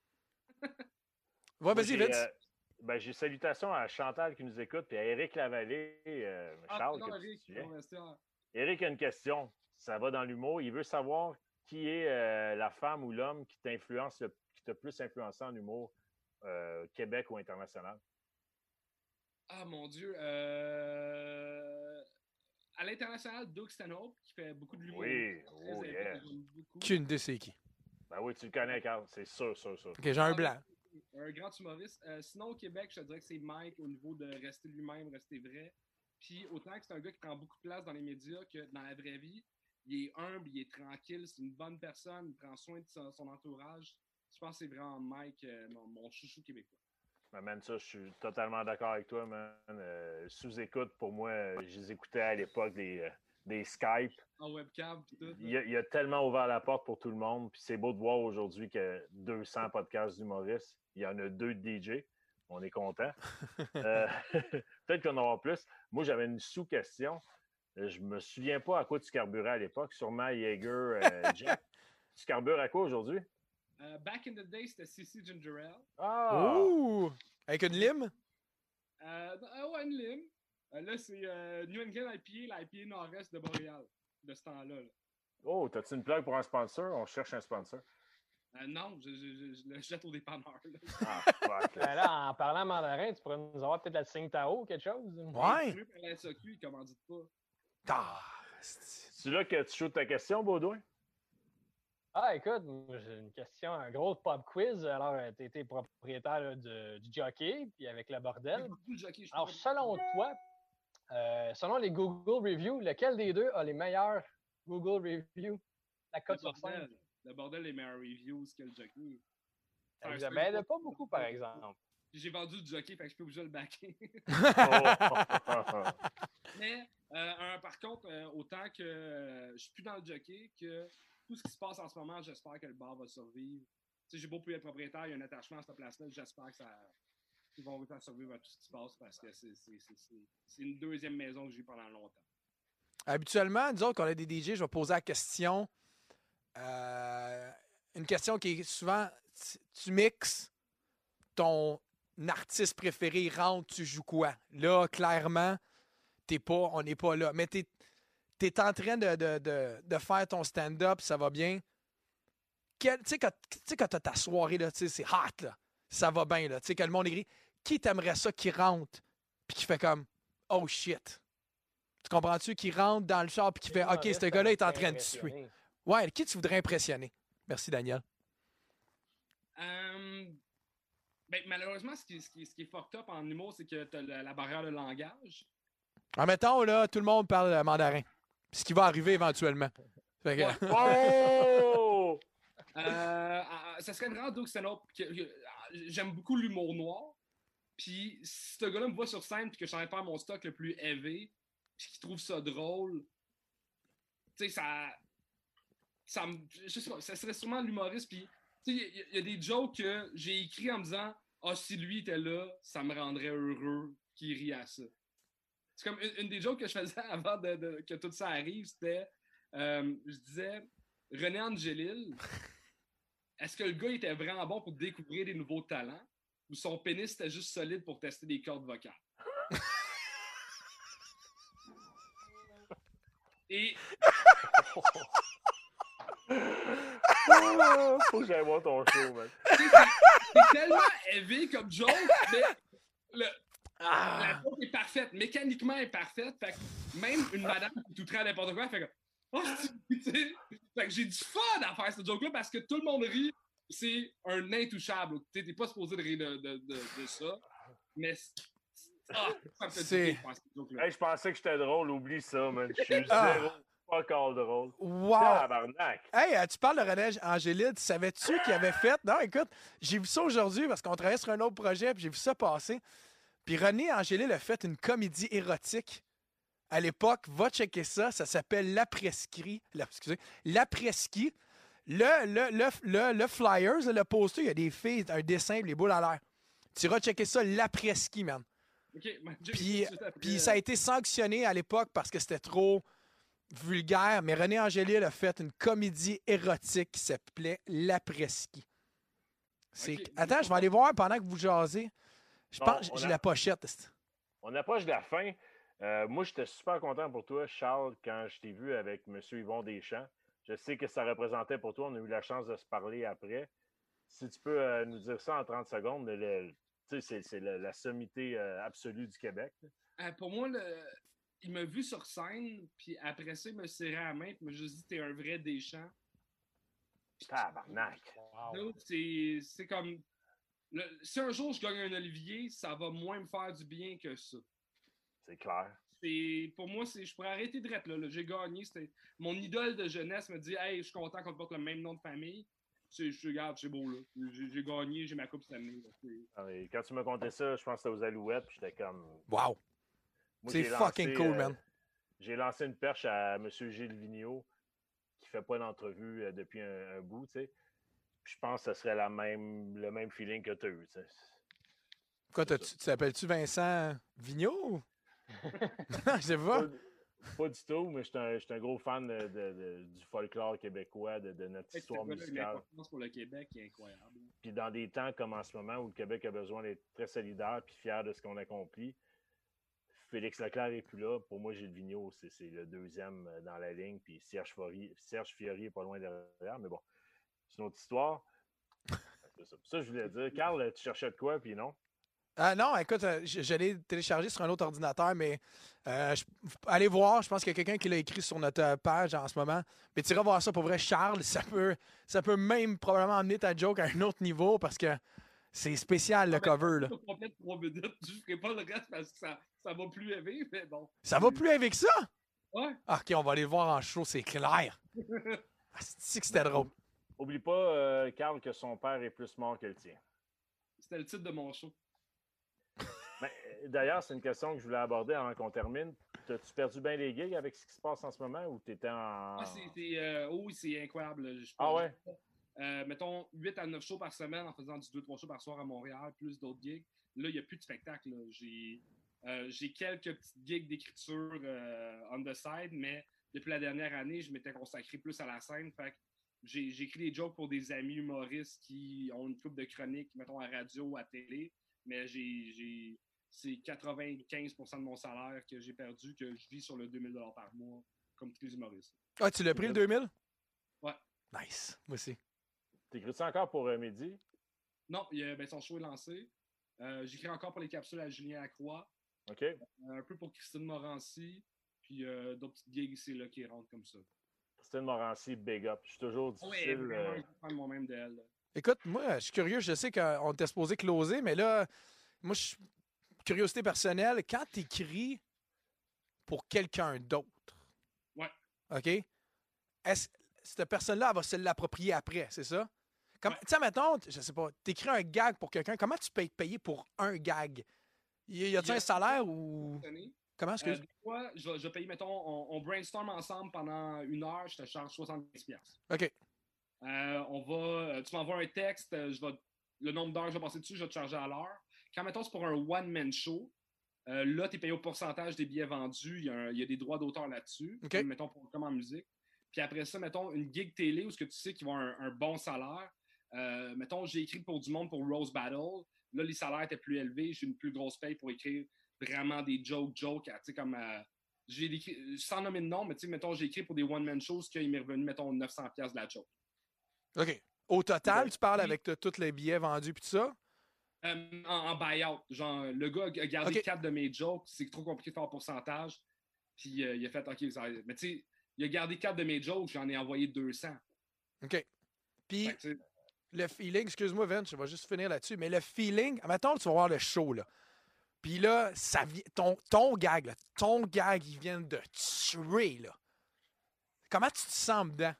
[SPEAKER 1] Ouais, vas-y, Vince.
[SPEAKER 3] J'ai salutations à Chantal qui nous écoute et à Éric Lavallée. Charles, Éric a une question. Ça va dans l'humour. Il veut savoir qui est la femme ou l'homme qui t'a plus influencé en humour, Québec ou international.
[SPEAKER 5] Ah, mon Dieu. À l'international, Doug Stanhope, qui fait beaucoup de l'humour.
[SPEAKER 3] Oui,
[SPEAKER 1] Qu'une de c'est qui?
[SPEAKER 3] Ben oui, tu le connais, Carl. C'est sûr.
[SPEAKER 1] OK, j'ai un blanc.
[SPEAKER 5] Un grand humoriste. Sinon, au Québec, je te dirais que c'est Mike au niveau de rester lui-même, rester vrai. Puis autant que c'est un gars qui prend beaucoup de place dans les médias que dans la vraie vie, il est humble, il est tranquille, c'est une bonne personne, il prend soin de son entourage. Je pense que c'est vraiment Mike, mon chouchou québécois.
[SPEAKER 3] Man, ça, je suis totalement d'accord avec toi, man. Sous-écoute, pour moi, je les écoutais à l'époque des Skype.
[SPEAKER 5] En webcam, puis tout.
[SPEAKER 3] Il a tellement ouvert la porte pour tout le monde. Puis c'est beau de voir aujourd'hui que 200 podcasts d'humoristes, il y en a 2 de DJ. On est content. Peut-être qu'on en aura plus. Moi, j'avais une sous-question. Je me souviens pas à quoi tu carburais à l'époque. Sûrement Jaeger, Jack. Tu carbures à quoi aujourd'hui?
[SPEAKER 5] Back in the day, c'était CC Ginger Ale.
[SPEAKER 3] Ah!
[SPEAKER 1] Ouh! Avec une lime?
[SPEAKER 5] Ouais, une lime. Là, c'est New England IPA, l'IPA nord-est de Montréal, de ce temps-là. Là.
[SPEAKER 3] Oh, t'as-tu une plug pour un sponsor? On cherche un sponsor.
[SPEAKER 5] Non, je le jette au dépanneur.
[SPEAKER 2] Là, en parlant mandarin, tu pourrais nous avoir peut-être la Tsingtao ou quelque chose?
[SPEAKER 1] Ouais!
[SPEAKER 5] La SAQ, il commandite pas.
[SPEAKER 1] Ah!
[SPEAKER 3] C'est là que tu shootes ta question, Baudouin?
[SPEAKER 2] Ah, écoute, j'ai une question, un gros pop quiz. Alors, tu étais propriétaire là, du jockey, puis avec le bordel. Alors, selon toi, selon les Google Reviews, lequel des deux a les meilleurs Google Reviews? La cote sur 5?
[SPEAKER 5] Le bordel, les meilleurs reviews que le jockey.
[SPEAKER 2] Ben, pas beaucoup, par exemple.
[SPEAKER 5] J'ai vendu du jockey, fait que je peux obligé le backer. Mais, par contre, autant que je suis plus dans le jockey, que tout ce qui se passe en ce moment, j'espère que le bar va survivre. Tu sais, j'ai beau plus être propriétaire, il y a un attachement à cette place-là, j'espère qu'ils vont réussir à survivre à tout ce qui se passe parce que c'est une deuxième maison que j'ai eu pendant longtemps.
[SPEAKER 1] Habituellement, nous autres, quand on a des DJ, je vais poser la question. Une question qui est souvent, tu mixes ton artiste préféré, rentre, tu joues quoi? Là, clairement, on n'est pas là. Mais tu es en train de faire ton stand-up, ça va bien. Tu sais, quand tu as ta soirée, là, c'est hot, là, ça va bien, là, tu sais, que le monde écrit, qui t'aimerait ça qui rentre puis qui fait comme, oh shit. Tu comprends-tu? Qui rentre dans le char puis qui fait, OK, ce gars-là est en train de tuer. Ouais, qui tu voudrais impressionner? Merci, Daniel.
[SPEAKER 5] Ben, malheureusement, ce qui est fucked up en humour, c'est que tu as la barrière de langage.
[SPEAKER 1] En mettant, là, tout le monde parle mandarin. Ce qui va arriver éventuellement. Fait que...
[SPEAKER 3] Oh!
[SPEAKER 5] Ça serait vraiment Doug Stanhope. J'aime beaucoup l'humour noir. Puis si ce gars-là me voit sur scène et que je suis en train de faire mon stock le plus élevé, puis qu'il trouve ça drôle, tu sais, je sais pas, ça serait sûrement l'humoriste. Puis il y a des jokes que j'ai écrits en me disant « Ah, si lui était là, ça me rendrait heureux qu'il rie à ça. » C'est comme une des jokes que je faisais avant que tout ça arrive, c'était, je disais, René Angélil, est-ce que le gars était vraiment bon pour découvrir des nouveaux talents ou son pénis était juste solide pour tester des cordes vocales? Et...
[SPEAKER 3] Faut que j'aille voir ton show, man.
[SPEAKER 5] C'est tellement élevé comme joke, mais la joke est parfaite. Mécaniquement, elle est parfaite. Fait que même une madame qui touterait à n'importe quoi, elle fait comme « Oh, tu sais! » Fait que j'ai du fun à faire ce joke-là parce que tout le monde rit. C'est un intouchable. Tu t'es pas supposé de rire de ça. Mais ça me fait du bien de faire ce joke-là.
[SPEAKER 3] Hey, je pensais que j'étais drôle. Oublie ça, man. Je suis zéro. Pas encore drôle.
[SPEAKER 1] Wow!
[SPEAKER 3] Tabarnak!
[SPEAKER 1] Hey, tu parles de René Angélil. Savais-tu qu'il avait fait... Non, écoute, j'ai vu ça aujourd'hui parce qu'on travaillait sur un autre projet puis j'ai vu ça passer. Puis René Angélil a fait une comédie érotique. À l'époque, va checker ça. Ça s'appelle L'après-ski. L'après-ski. Le Flyers, le poster, il y a des filles, un dessin, les boules à l'air. Tu iras checker ça, l'après-ski, man.
[SPEAKER 5] Okay,
[SPEAKER 1] puis ça a été sanctionné à l'époque parce que c'était trop vulgaire, mais René Angélil a fait une comédie érotique qui s'appelait L'après-ski. Attends, je vais aller voir pendant que vous jasez. Je pense que j'ai la pochette.
[SPEAKER 3] On approche de la fin. Moi, j'étais super content pour toi, Charles, quand je t'ai vu avec M. Yvon Deschamps. Je sais que ça représentait pour toi. On a eu la chance de se parler après. Si tu peux nous dire ça en 30 secondes, c'est la sommité absolue du Québec.
[SPEAKER 5] Pour moi, il m'a vu sur scène, puis après ça, il m'a serré la main, puis il m'a juste dit « T'es un vrai Deschamps. »
[SPEAKER 3] Tabarnak!
[SPEAKER 5] Wow. C'est comme... si un jour je gagne un Olivier, ça va moins me faire du bien que ça.
[SPEAKER 3] C'est clair.
[SPEAKER 5] Pour moi, je pourrais arrêter de rêtre là. J'ai gagné. Mon idole de jeunesse me dit « Hey, je suis content qu'on porte le même nom de famille. » Je regarde, c'est beau, là. J'ai gagné, j'ai ma coupe cette année.
[SPEAKER 3] Quand tu m'as conté ça, je pense que c'était aux Alouettes, puis j'étais comme...
[SPEAKER 1] Wow! Moi, c'est fucking cool, man.
[SPEAKER 3] J'ai lancé une perche à M. Gilles Vigneault, qui fait pas d'entrevue depuis un bout, tu sais. Je pense que ce serait le même feeling que tu as eu, tu sais.
[SPEAKER 1] Quoi, tu t'appelles-tu Vincent Vigneault? Je sais pas.
[SPEAKER 3] Pas du tout, mais je suis un gros fan du folklore québécois, de notre histoire musicale.
[SPEAKER 5] L'importance pour le Québec est incroyable.
[SPEAKER 3] Puis dans des temps comme en ce moment où le Québec a besoin d'être très solidaire et fier de ce qu'on accomplit, Félix Leclerc n'est plus là. Pour moi, Gilles Vigneault, c'est le deuxième dans la ligne. Puis Serge Fiori n'est pas loin derrière. Mais bon, c'est une autre histoire. Ça, je voulais dire. Carl, tu cherchais de quoi, puis non?
[SPEAKER 1] Non, écoute, je l'ai téléchargé sur un autre ordinateur, mais allez voir. Je pense qu'il y a quelqu'un qui l'a écrit sur notre page en ce moment. Mais tu iras voir ça pour vrai, Charles. Ça peut même probablement amener ta joke à un autre niveau parce que c'est spécial, le cover. Là.
[SPEAKER 5] Complète 3 minutes. Je ne ferai pas le reste parce que ça va plus élevé, mais bon.
[SPEAKER 1] Ça va plus avec ça?
[SPEAKER 5] Ouais.
[SPEAKER 1] OK, on va aller le voir en show, c'est clair. C'est que c'était drôle.
[SPEAKER 3] Oublie pas, Carl, que son père est plus mort que le tien.
[SPEAKER 5] C'était le titre de mon show.
[SPEAKER 3] D'ailleurs, c'est une question que je voulais aborder avant qu'on termine. t'as-tu perdu bien les gigs avec ce qui se passe en ce moment ou t'étais en.
[SPEAKER 5] Oui, c'est incroyable. Là.
[SPEAKER 3] Ah ouais?
[SPEAKER 5] Mettons 8 à 9 shows par semaine en faisant du 2-3 shows par soir à Montréal, plus d'autres gigs. Là, il n'y a plus de spectacle. Là. J'ai quelques petites gigs d'écriture on the side, mais depuis la dernière année, je m'étais consacré plus à la scène. Fait que j'ai écrit des jokes pour des amis humoristes qui ont une couple de chroniques, mettons, à radio, à télé, mais c'est 95% de mon salaire que j'ai perdu, que je vis sur le 2000 $ par mois, comme tous les humoristes.
[SPEAKER 1] Ah, tu l'as pris le 2000?
[SPEAKER 5] Ouais.
[SPEAKER 1] Nice. Moi aussi.
[SPEAKER 3] T'écris ça encore pour Mehdi?
[SPEAKER 5] Non, son show est lancé. J'écris encore pour les capsules à Julien Lacroix.
[SPEAKER 3] OK.
[SPEAKER 5] Un peu pour Christine Morancy. Puis d'autres petites gigs ici là, qui rentrent comme ça.
[SPEAKER 3] Christine Morancy, big up. Je suis toujours difficile.
[SPEAKER 5] Oui, vraiment, je prends moi-même d'elle.
[SPEAKER 1] Écoute, moi, je suis curieux. Je sais qu'on était supposé closer, mais là, moi, curiosité personnelle, quand tu écris pour quelqu'un d'autre,
[SPEAKER 5] ouais.
[SPEAKER 1] OK? Est-ce que cette personne-là, elle va se l'approprier après, c'est ça? Tu sais, mettons, je sais pas, tu écris un gag pour quelqu'un, comment tu peux être payé pour un gag? Y a-t-il un salaire ou. Comment est-ce que.
[SPEAKER 5] Des fois, je vais payer, mettons, on brainstorm ensemble pendant 1 heure, je te charge 70$.
[SPEAKER 1] OK.
[SPEAKER 5] Tu m'envoies un texte, le nombre d'heures que je vais passer dessus, je vais te charger à l'heure. Quand, mettons, c'est pour un one-man show, là, tu es payé au pourcentage des billets vendus. Il y a des droits d'auteur là-dessus,
[SPEAKER 1] OK.
[SPEAKER 5] comme, mettons, comme en musique. Puis après ça, mettons, une gig télé où ce que tu sais qu'ils vont avoir un bon salaire. Mettons, j'ai écrit pour du monde pour Rose Battle. Là, les salaires étaient plus élevés. J'ai une plus grosse paye pour écrire vraiment des jokes. Tu sais, comme... sans nommer de nom, mais tu sais, mettons, j'ai écrit pour des one-man shows qu'il m'est revenu, mettons, 900$ de la joke.
[SPEAKER 1] OK. Au total, tu parles avec tous les billets vendus et tout ça?
[SPEAKER 5] En buy-out. Genre, le gars a gardé 4 de mes jokes. C'est trop compliqué de faire un pourcentage. Puis il a fait, OK, ça... Mais tu sais, il a gardé 4 de mes jokes. J'en ai envoyé 200.
[SPEAKER 1] OK. Puis,
[SPEAKER 5] fait,
[SPEAKER 1] le feeling, excuse-moi, Vince, je vais juste finir là-dessus, mais le feeling, mettons, tu vas voir le show, là. Puis là, ça ton gag, là, il vient de tuer, là. Comment tu te sens dedans?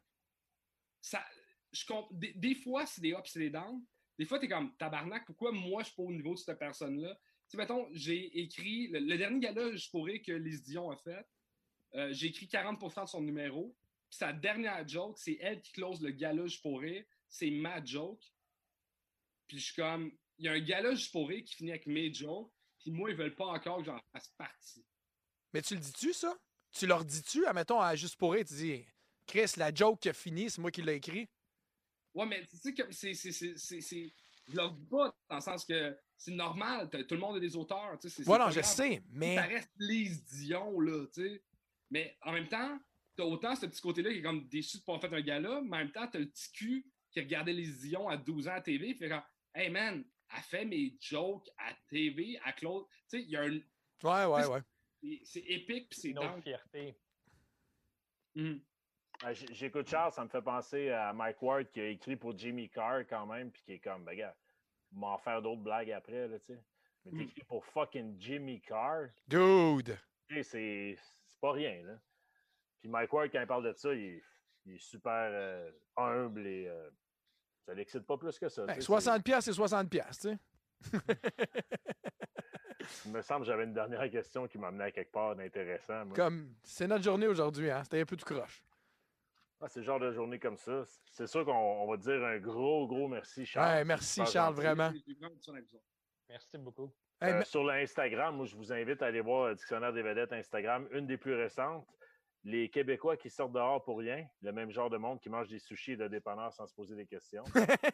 [SPEAKER 5] Des fois, c'est des ups et des downs. Des fois, t'es comme, tabarnak, pourquoi moi, je suis pas au niveau de cette personne-là? Tu sais, mettons, j'ai écrit, le dernier gala, je pourrais que Lise Dion a fait, j'ai écrit 40% de son numéro, puis sa dernière joke, c'est elle qui close le gala, je pourrais, c'est ma joke. Puis je suis comme, il y a un gala, je pourrais, qui finit avec mes jokes, puis moi, ils veulent pas encore que j'en fasse partie.
[SPEAKER 1] Mais tu le dis-tu, ça? Tu leur dis-tu, admettons, à Juste pour rire, tu dis, Chris, la joke qui a fini, c'est moi qui l'ai écrit?
[SPEAKER 5] Ouais, mais tu sais, comme je leur dis pas, dans le sens que c'est normal, tout le monde a des auteurs, tu sais.
[SPEAKER 1] Ouais, non, je sais, mais.
[SPEAKER 5] Ça reste Lise Dion, là, tu sais. Mais en même temps, t'as autant ce petit côté-là qui est comme déçu de pas avoir fait un gala, mais en même temps, t'as le petit cul qui regardait Lise Dion à 12 ans à TV, il fait comme, hey man, elle fait mes jokes à TV, à Claude. Tu sais, il y a un.
[SPEAKER 1] Ouais.
[SPEAKER 5] C'est épique, puis c'est
[SPEAKER 2] une autre fierté.
[SPEAKER 3] J'écoute Charles, ça me fait penser à Mike Ward qui a écrit pour Jimmy Carr quand même, puis qui est comme, ben gars, m'en faire d'autres blagues après, là, tu sais. Mais t'écris pour fucking Jimmy Carr.
[SPEAKER 1] Dude!
[SPEAKER 3] C'est pas rien, là. Puis Mike Ward, quand il parle de ça, il est super humble et ça l'excite pas plus que ça.
[SPEAKER 1] Ben, 60$, c'est 60$, tu sais.
[SPEAKER 3] Il me semble que j'avais une dernière question qui m'amenait à quelque part d'intéressant. Moi.
[SPEAKER 1] Comme, c'est notre journée aujourd'hui, hein. C'était un peu tout croche.
[SPEAKER 3] Ah, c'est le genre de journée comme ça. C'est sûr qu'on va te dire un gros merci, Charles.
[SPEAKER 1] Ouais, merci, Charles, vraiment.
[SPEAKER 2] Merci beaucoup.
[SPEAKER 3] Sur l'Instagram, moi, je vous invite à aller voir le Dictionnaire des vedettes Instagram, une des plus récentes. Les Québécois qui sortent dehors pour rien, le même genre de monde qui mange des sushis et de dépanneurs sans se poser des questions.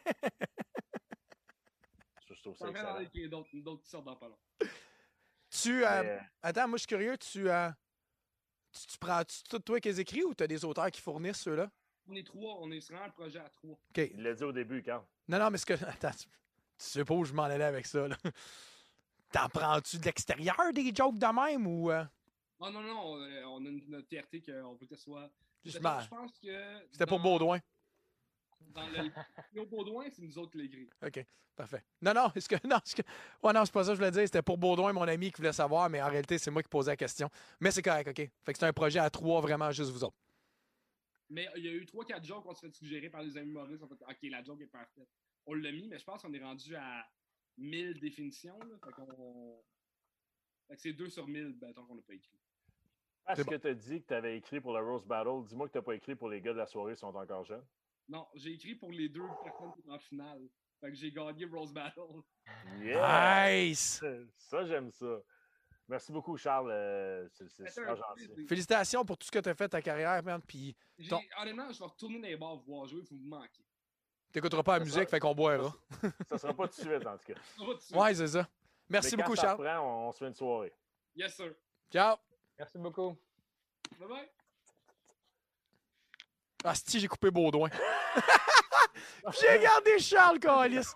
[SPEAKER 3] Je trouve ça excellent.
[SPEAKER 5] Il y a d'autres qui sortent dans pas long.
[SPEAKER 1] Attends, moi, je suis curieux. Tu prends-tu toi qui les écris ou tu as des auteurs qui fournissent ceux-là?
[SPEAKER 5] On est 3. On est vraiment un projet à 3.
[SPEAKER 1] OK.
[SPEAKER 3] Il l'a dit au début, Carl.
[SPEAKER 1] Non, mais ce que. Attends, tu sais pas où je m'en allais avec ça, là. T'en prends-tu de l'extérieur des jokes de même ou.
[SPEAKER 5] Oh, non, on a notre fierté qu'on veut que ce soit. Je
[SPEAKER 1] pense
[SPEAKER 5] que.
[SPEAKER 1] C'était pour Baudouin.
[SPEAKER 5] Dans le Baudouin, c'est nous autres qui l'écrit.
[SPEAKER 1] OK, parfait. Non, c'est pas ça que je voulais dire. C'était pour Baudouin, mon ami, qui voulait savoir, mais en réalité, c'est moi qui posais la question. Mais c'est correct, OK. Fait que c'est un projet à 3, vraiment, juste vous autres.
[SPEAKER 5] Mais il y a eu 3-4 jokes qu'on se fait suggérer par les amis humoristes. On fait, OK, la joke est parfaite. On l'a mis, mais je pense qu'on est rendu à 1000 définitions. Là, fait que c'est 2 sur 1000, tant qu'on n'a pas écrit.
[SPEAKER 3] Parce que tu as dit que tu avais écrit pour le Rose Battle, dis-moi que tu n'as pas écrit pour les gars de la soirée qui sont encore jeunes.
[SPEAKER 5] Non, j'ai écrit pour les 2 personnes qui sont en finale. Fait que j'ai gagné Rose Battle.
[SPEAKER 3] Yeah!
[SPEAKER 1] Nice!
[SPEAKER 3] Ça, j'aime ça. Merci beaucoup, Charles. C'est super gentil.
[SPEAKER 1] Félicitations pour tout ce que tu as fait ta carrière, man. Puis
[SPEAKER 5] Honnêtement, je vais retourner dans les bars voir jouer, vous me manquez.
[SPEAKER 1] t'écouteras pas la musique, fait qu'on boira.
[SPEAKER 3] Ça sera pas tout de suite, en tout cas.
[SPEAKER 1] Ouais, c'est ça. Merci beaucoup, Charles.
[SPEAKER 3] On se fait une soirée.
[SPEAKER 5] Yes, sir.
[SPEAKER 1] Ciao!
[SPEAKER 2] Merci beaucoup.
[SPEAKER 5] Bye bye.
[SPEAKER 1] Ah, si, j'ai coupé Baudouin. J'ai gardé Charles, Calis.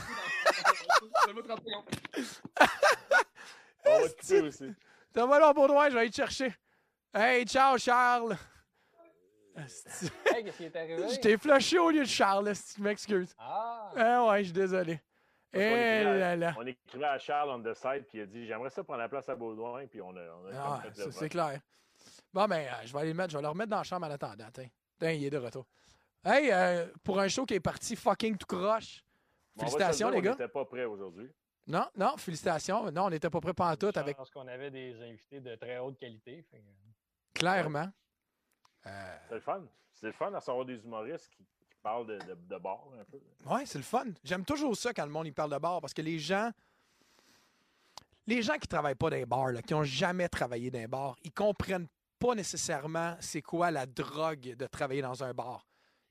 [SPEAKER 3] On va te couper aussi.
[SPEAKER 1] T'as mal au Baudouin, je vais aller te chercher. Hey, ciao, Charles.
[SPEAKER 2] Hey, qu'est-ce qui est arrivé?
[SPEAKER 1] Je t'ai flushé au lieu de Charles, si tu m'excuses.
[SPEAKER 2] Ah!
[SPEAKER 1] Ouais, je suis désolé. Là là.
[SPEAKER 3] On écrivait à Charles on the side, puis il a dit j'aimerais ça prendre la place à Baudouin, puis on a
[SPEAKER 1] Ah,
[SPEAKER 3] fait
[SPEAKER 1] ça,
[SPEAKER 3] le
[SPEAKER 1] c'est clair. Bon, ben, je vais le remettre dans la chambre en attendant. Tiens, il est de retour. Hey, pour un show qui est parti fucking tout croche. Félicitations, les gars.
[SPEAKER 3] On n'était pas prêts aujourd'hui.
[SPEAKER 1] Non, félicitations. Non, on n'était pas prêts pantoute avec.
[SPEAKER 2] Je pense qu'on avait des invités de très haute qualité.
[SPEAKER 1] Clairement.
[SPEAKER 3] C'est le fun. C'est le fun à savoir des humoristes qui parlent de bar un peu.
[SPEAKER 1] Ouais, c'est le fun. J'aime toujours ça quand le monde il parle de bar parce que les gens qui travaillent pas dans les bars, là, qui n'ont jamais travaillé dans un bar, ils comprennent pas nécessairement c'est quoi la drogue de travailler dans un bar.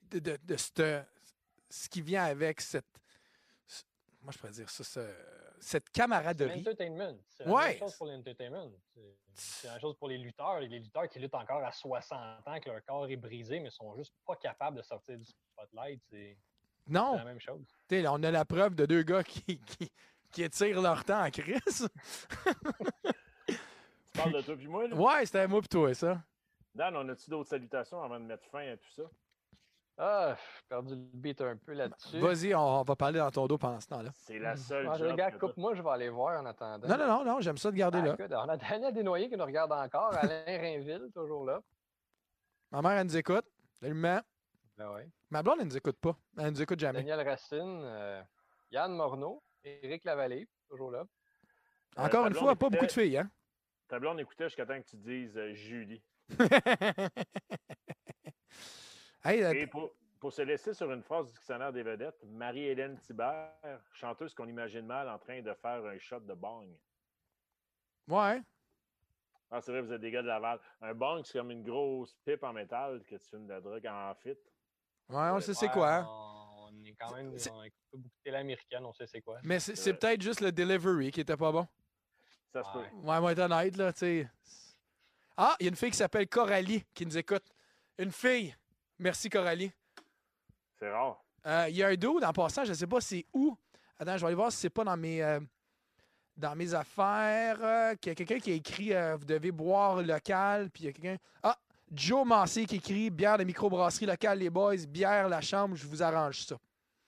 [SPEAKER 1] Ce qui vient avec moi je pourrais dire ça, cette camaraderie.
[SPEAKER 2] L'entertainment. C'est la même chose pour l'entertainment. C'est la même chose pour les lutteurs. Les lutteurs qui luttent encore à 60 ans, que leur corps est brisé, mais sont juste pas capables de sortir du spotlight. C'est la même chose.
[SPEAKER 1] T'sais, on a la preuve de 2 gars qui étirent leur temps en crise.
[SPEAKER 3] Tu parles de toi puis moi, là?
[SPEAKER 1] Ouais, c'était moi puis toi, ça.
[SPEAKER 3] Dan, on a-tu d'autres salutations avant de mettre fin à tout ça?
[SPEAKER 2] Ah, j'ai perdu le beat un peu là-dessus.
[SPEAKER 1] Vas-y, on va parler dans ton dos pendant ce temps-là.
[SPEAKER 3] C'est la seule
[SPEAKER 2] Le gars, coupe-moi, je vais aller voir en attendant.
[SPEAKER 1] Non, j'aime ça de garder là.
[SPEAKER 2] Écoute, on a Daniel Desnoyers qui nous regarde encore. Alain Rainville, toujours là.
[SPEAKER 1] Ma mère, elle nous écoute. Salut, maman.
[SPEAKER 2] Ben ouais.
[SPEAKER 1] Ma blonde, elle nous écoute pas. Elle nous écoute jamais.
[SPEAKER 2] Daniel Racine, Yann Morneau, Éric Lavallée, toujours là.
[SPEAKER 1] Encore une fois, pas beaucoup de filles, hein?
[SPEAKER 3] Ta blonde écoutait jusqu'à temps que tu dises Julie. Et pour se laisser sur une phrase du dictionnaire des vedettes, Marie-Hélène Thibert, chanteuse qu'on imagine mal en train de faire un shot de bang.
[SPEAKER 1] Ouais.
[SPEAKER 3] Ah, c'est vrai, vous êtes des gars de Laval. Un bang, c'est comme une grosse pipe en métal que tu fumes de la drogue en fit.
[SPEAKER 1] Ouais, on sait c'est quoi. Hein?
[SPEAKER 2] On est quand même. On écoute beaucoup de télé américaine, on sait c'est quoi.
[SPEAKER 1] Mais c'est peut-être juste le delivery qui était pas bon.
[SPEAKER 2] Ça se peut.
[SPEAKER 1] Ouais, moi, être honnête, là, tu sais. Ah, il y a une fille qui s'appelle Coralie qui nous écoute. Une fille. Merci, Coralie.
[SPEAKER 3] C'est rare.
[SPEAKER 1] Il y a un dude, en passant, je ne sais pas c'est où. Attends, je vais aller voir si c'est pas dans mes affaires. Il y a quelqu'un qui a écrit vous devez boire local. Puis il y a quelqu'un. Ah, Joe Massé qui écrit bière de microbrasserie locale, les boys, bière, la chambre, je vous arrange ça.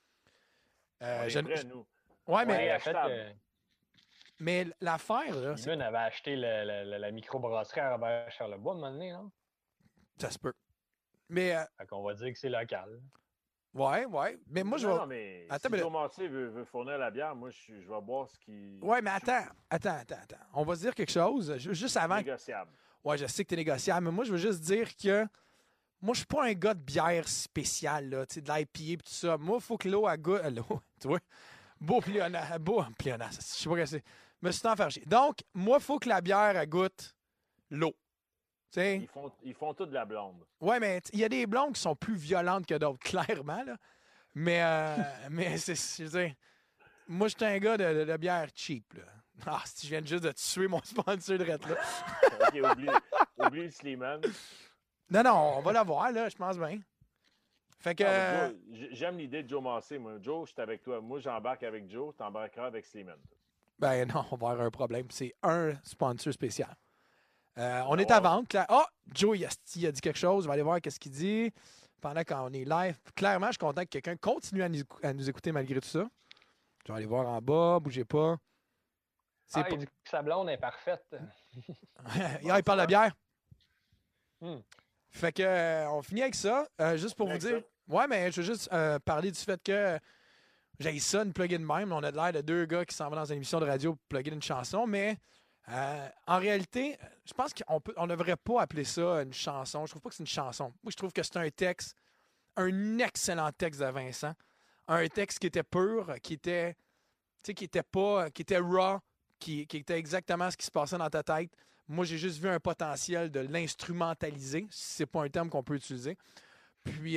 [SPEAKER 3] Nous.
[SPEAKER 1] Ouais,
[SPEAKER 2] mais.
[SPEAKER 1] Mais l'affaire, là.
[SPEAKER 2] Lui, on avait acheté la microbrasserie à Robert Charlebois à un moment donné, non?
[SPEAKER 1] Ça se peut. Mais.
[SPEAKER 2] Fait qu'on va dire que c'est local.
[SPEAKER 1] Ouais. Mais moi, je vais.
[SPEAKER 3] Non, mais attends, si Joe Massé veut fournir la bière, moi, je vais boire ce qui.
[SPEAKER 1] Ouais, mais attends. On va se dire quelque chose. Juste avant.
[SPEAKER 3] Négociable.
[SPEAKER 1] Ouais, je sais que t'es négociable, mais moi, je veux juste dire que. Moi, je suis pas un gars de bière spéciale, là. Tu sais, de l'IPA et tout ça. Moi, il faut que l'eau à goût. L'eau, tu vois? Beau pléonasme. Je sais pas que c'est. Me suis en faire chier. Donc, moi, il faut que la bière à goûte l'eau.
[SPEAKER 3] Ils font toute de la blonde.
[SPEAKER 1] Ouais, mais il y a des blondes qui sont plus violentes que d'autres, clairement. Là. Mais c'est. Je veux dire, moi, je suis un gars de bière cheap. Là. Ah, si je viens juste de tuer mon sponsor de rette, là.
[SPEAKER 3] OK, oublie Slimane.
[SPEAKER 1] Non, on va l'avoir, là, je pense bien. Fait que.
[SPEAKER 3] J'aime l'idée de Joe Massé. Moi, Joe, je suis avec toi. Moi, j'embarque avec Joe, t'embarqueras avec Slimane.
[SPEAKER 1] Ben non, on va avoir un problème. C'est un sponsor spécial. On est à vente. Ah, Joe, il a dit quelque chose. On va aller voir qu'est-ce qu'il dit pendant qu'on est live. Clairement, je suis content que quelqu'un continue à nous écouter malgré tout ça. Je vais aller voir en bas. Bougez pas.
[SPEAKER 2] Il dit que sa blonde est parfaite.
[SPEAKER 1] Il parle de bière. Fait que on finit avec ça. Juste pour vous dire. Ouais, mais je veux juste parler du fait que j'ai ça, une plug-in même. On a l'air de 2 gars qui s'en vont dans une émission de radio pour plugger une chanson, mais En réalité, je pense qu'on ne devrait pas appeler ça une chanson. Je trouve pas que c'est une chanson. Moi, je trouve que c'est un texte, un excellent texte de Vincent. Un texte qui était pur, qui était raw, qui était exactement ce qui se passait dans ta tête. Moi, j'ai juste vu un potentiel de l'instrumentaliser, si c'est pas un terme qu'on peut utiliser. Puis,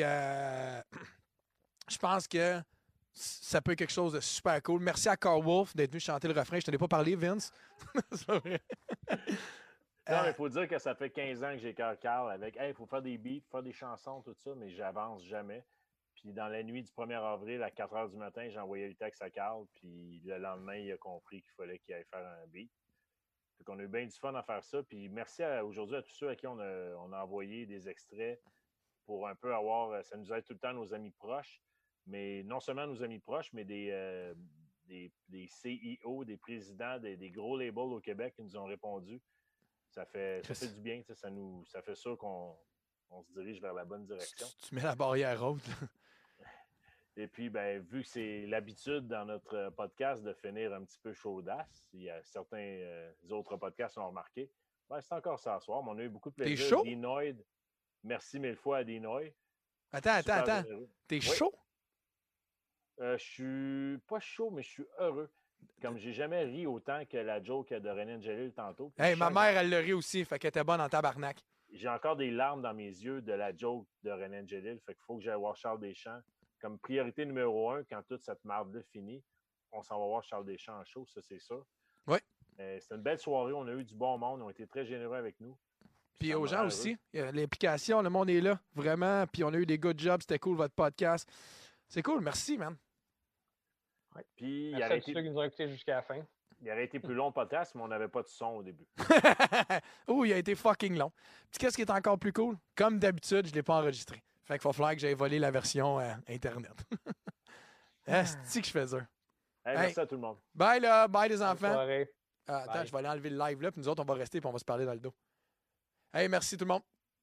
[SPEAKER 1] je pense que ça peut être quelque chose de super cool. Merci à Carl Wolf d'être venu chanter le refrain. Je t'en ai pas parlé, Vince. C'est pas vrai.
[SPEAKER 3] Non, mais il faut dire que ça fait 15 ans que j'ai Carl avec « Hey, il faut faire des beats, faire des chansons, tout ça », mais j'avance jamais. Puis dans la nuit du 1er avril, à 4 h du matin, j'ai envoyé le texte à Carl, puis le lendemain, il a compris qu'il fallait qu'il aille faire un beat. Fait qu'on a eu bien du fun à faire ça. Puis merci aujourd'hui à tous ceux à qui on a envoyé des extraits pour un peu avoir... Ça nous aide tout le temps nos amis proches, mais non seulement nos amis proches, mais des CEO, des présidents, des gros labels au Québec qui nous ont répondu. Ça fait du bien. Ça fait sûr qu'on se dirige vers la bonne direction.
[SPEAKER 1] Tu mets la barrière haute.
[SPEAKER 3] Et puis, ben, vu que c'est l'habitude dans notre podcast de finir un petit peu chaudasse, il y a certains autres podcasts qui l'ont remarqué. Ben, c'est encore ça ce soir, mais on a eu beaucoup de plaisir.
[SPEAKER 1] T'es chaud?
[SPEAKER 3] Dinoid, merci mille fois à Dinoid.
[SPEAKER 1] Attends. T'es chaud?
[SPEAKER 3] Je suis pas chaud, mais je suis heureux. Comme j'ai jamais ri autant que la joke de René Angelil tantôt.
[SPEAKER 1] Hey, ma mère, elle l'a ri aussi, fait qu'elle était bonne en tabarnak.
[SPEAKER 3] J'ai encore des larmes dans mes yeux de la joke de René Angelil, fait qu'il faut que j'aille voir Charles Deschamps. Comme priorité numéro 1, quand toute cette marde-là finit, on s'en va voir Charles Deschamps en show, ça c'est sûr.
[SPEAKER 1] Oui.
[SPEAKER 3] C'était une belle soirée, on a eu du bon monde, ils ont été très généreux avec nous.
[SPEAKER 1] Puis aux gens aussi, l'implication, le monde est là, vraiment. Puis on a eu des good jobs, c'était cool votre podcast. C'est cool, merci, man.
[SPEAKER 3] Ouais. Puis
[SPEAKER 2] merci à tous ceux qui nous ont écoutés jusqu'à la fin.
[SPEAKER 3] Il aurait été plus long le podcast, mais on n'avait pas de son au début.
[SPEAKER 1] Oh, il a été fucking long. Puis qu'est-ce qui est encore plus cool? Comme d'habitude, je ne l'ai pas enregistré. Fait qu'il va falloir que j'aille voler la version Internet. C'est-tu que je fais ça?
[SPEAKER 3] Merci à tout le monde.
[SPEAKER 1] Bye, là. Bye, les enfants.
[SPEAKER 2] Bonne soirée.
[SPEAKER 1] Attends, je vais aller enlever le live, là. Puis nous autres, on va rester et on va se parler dans le dos. Hey, merci tout le monde.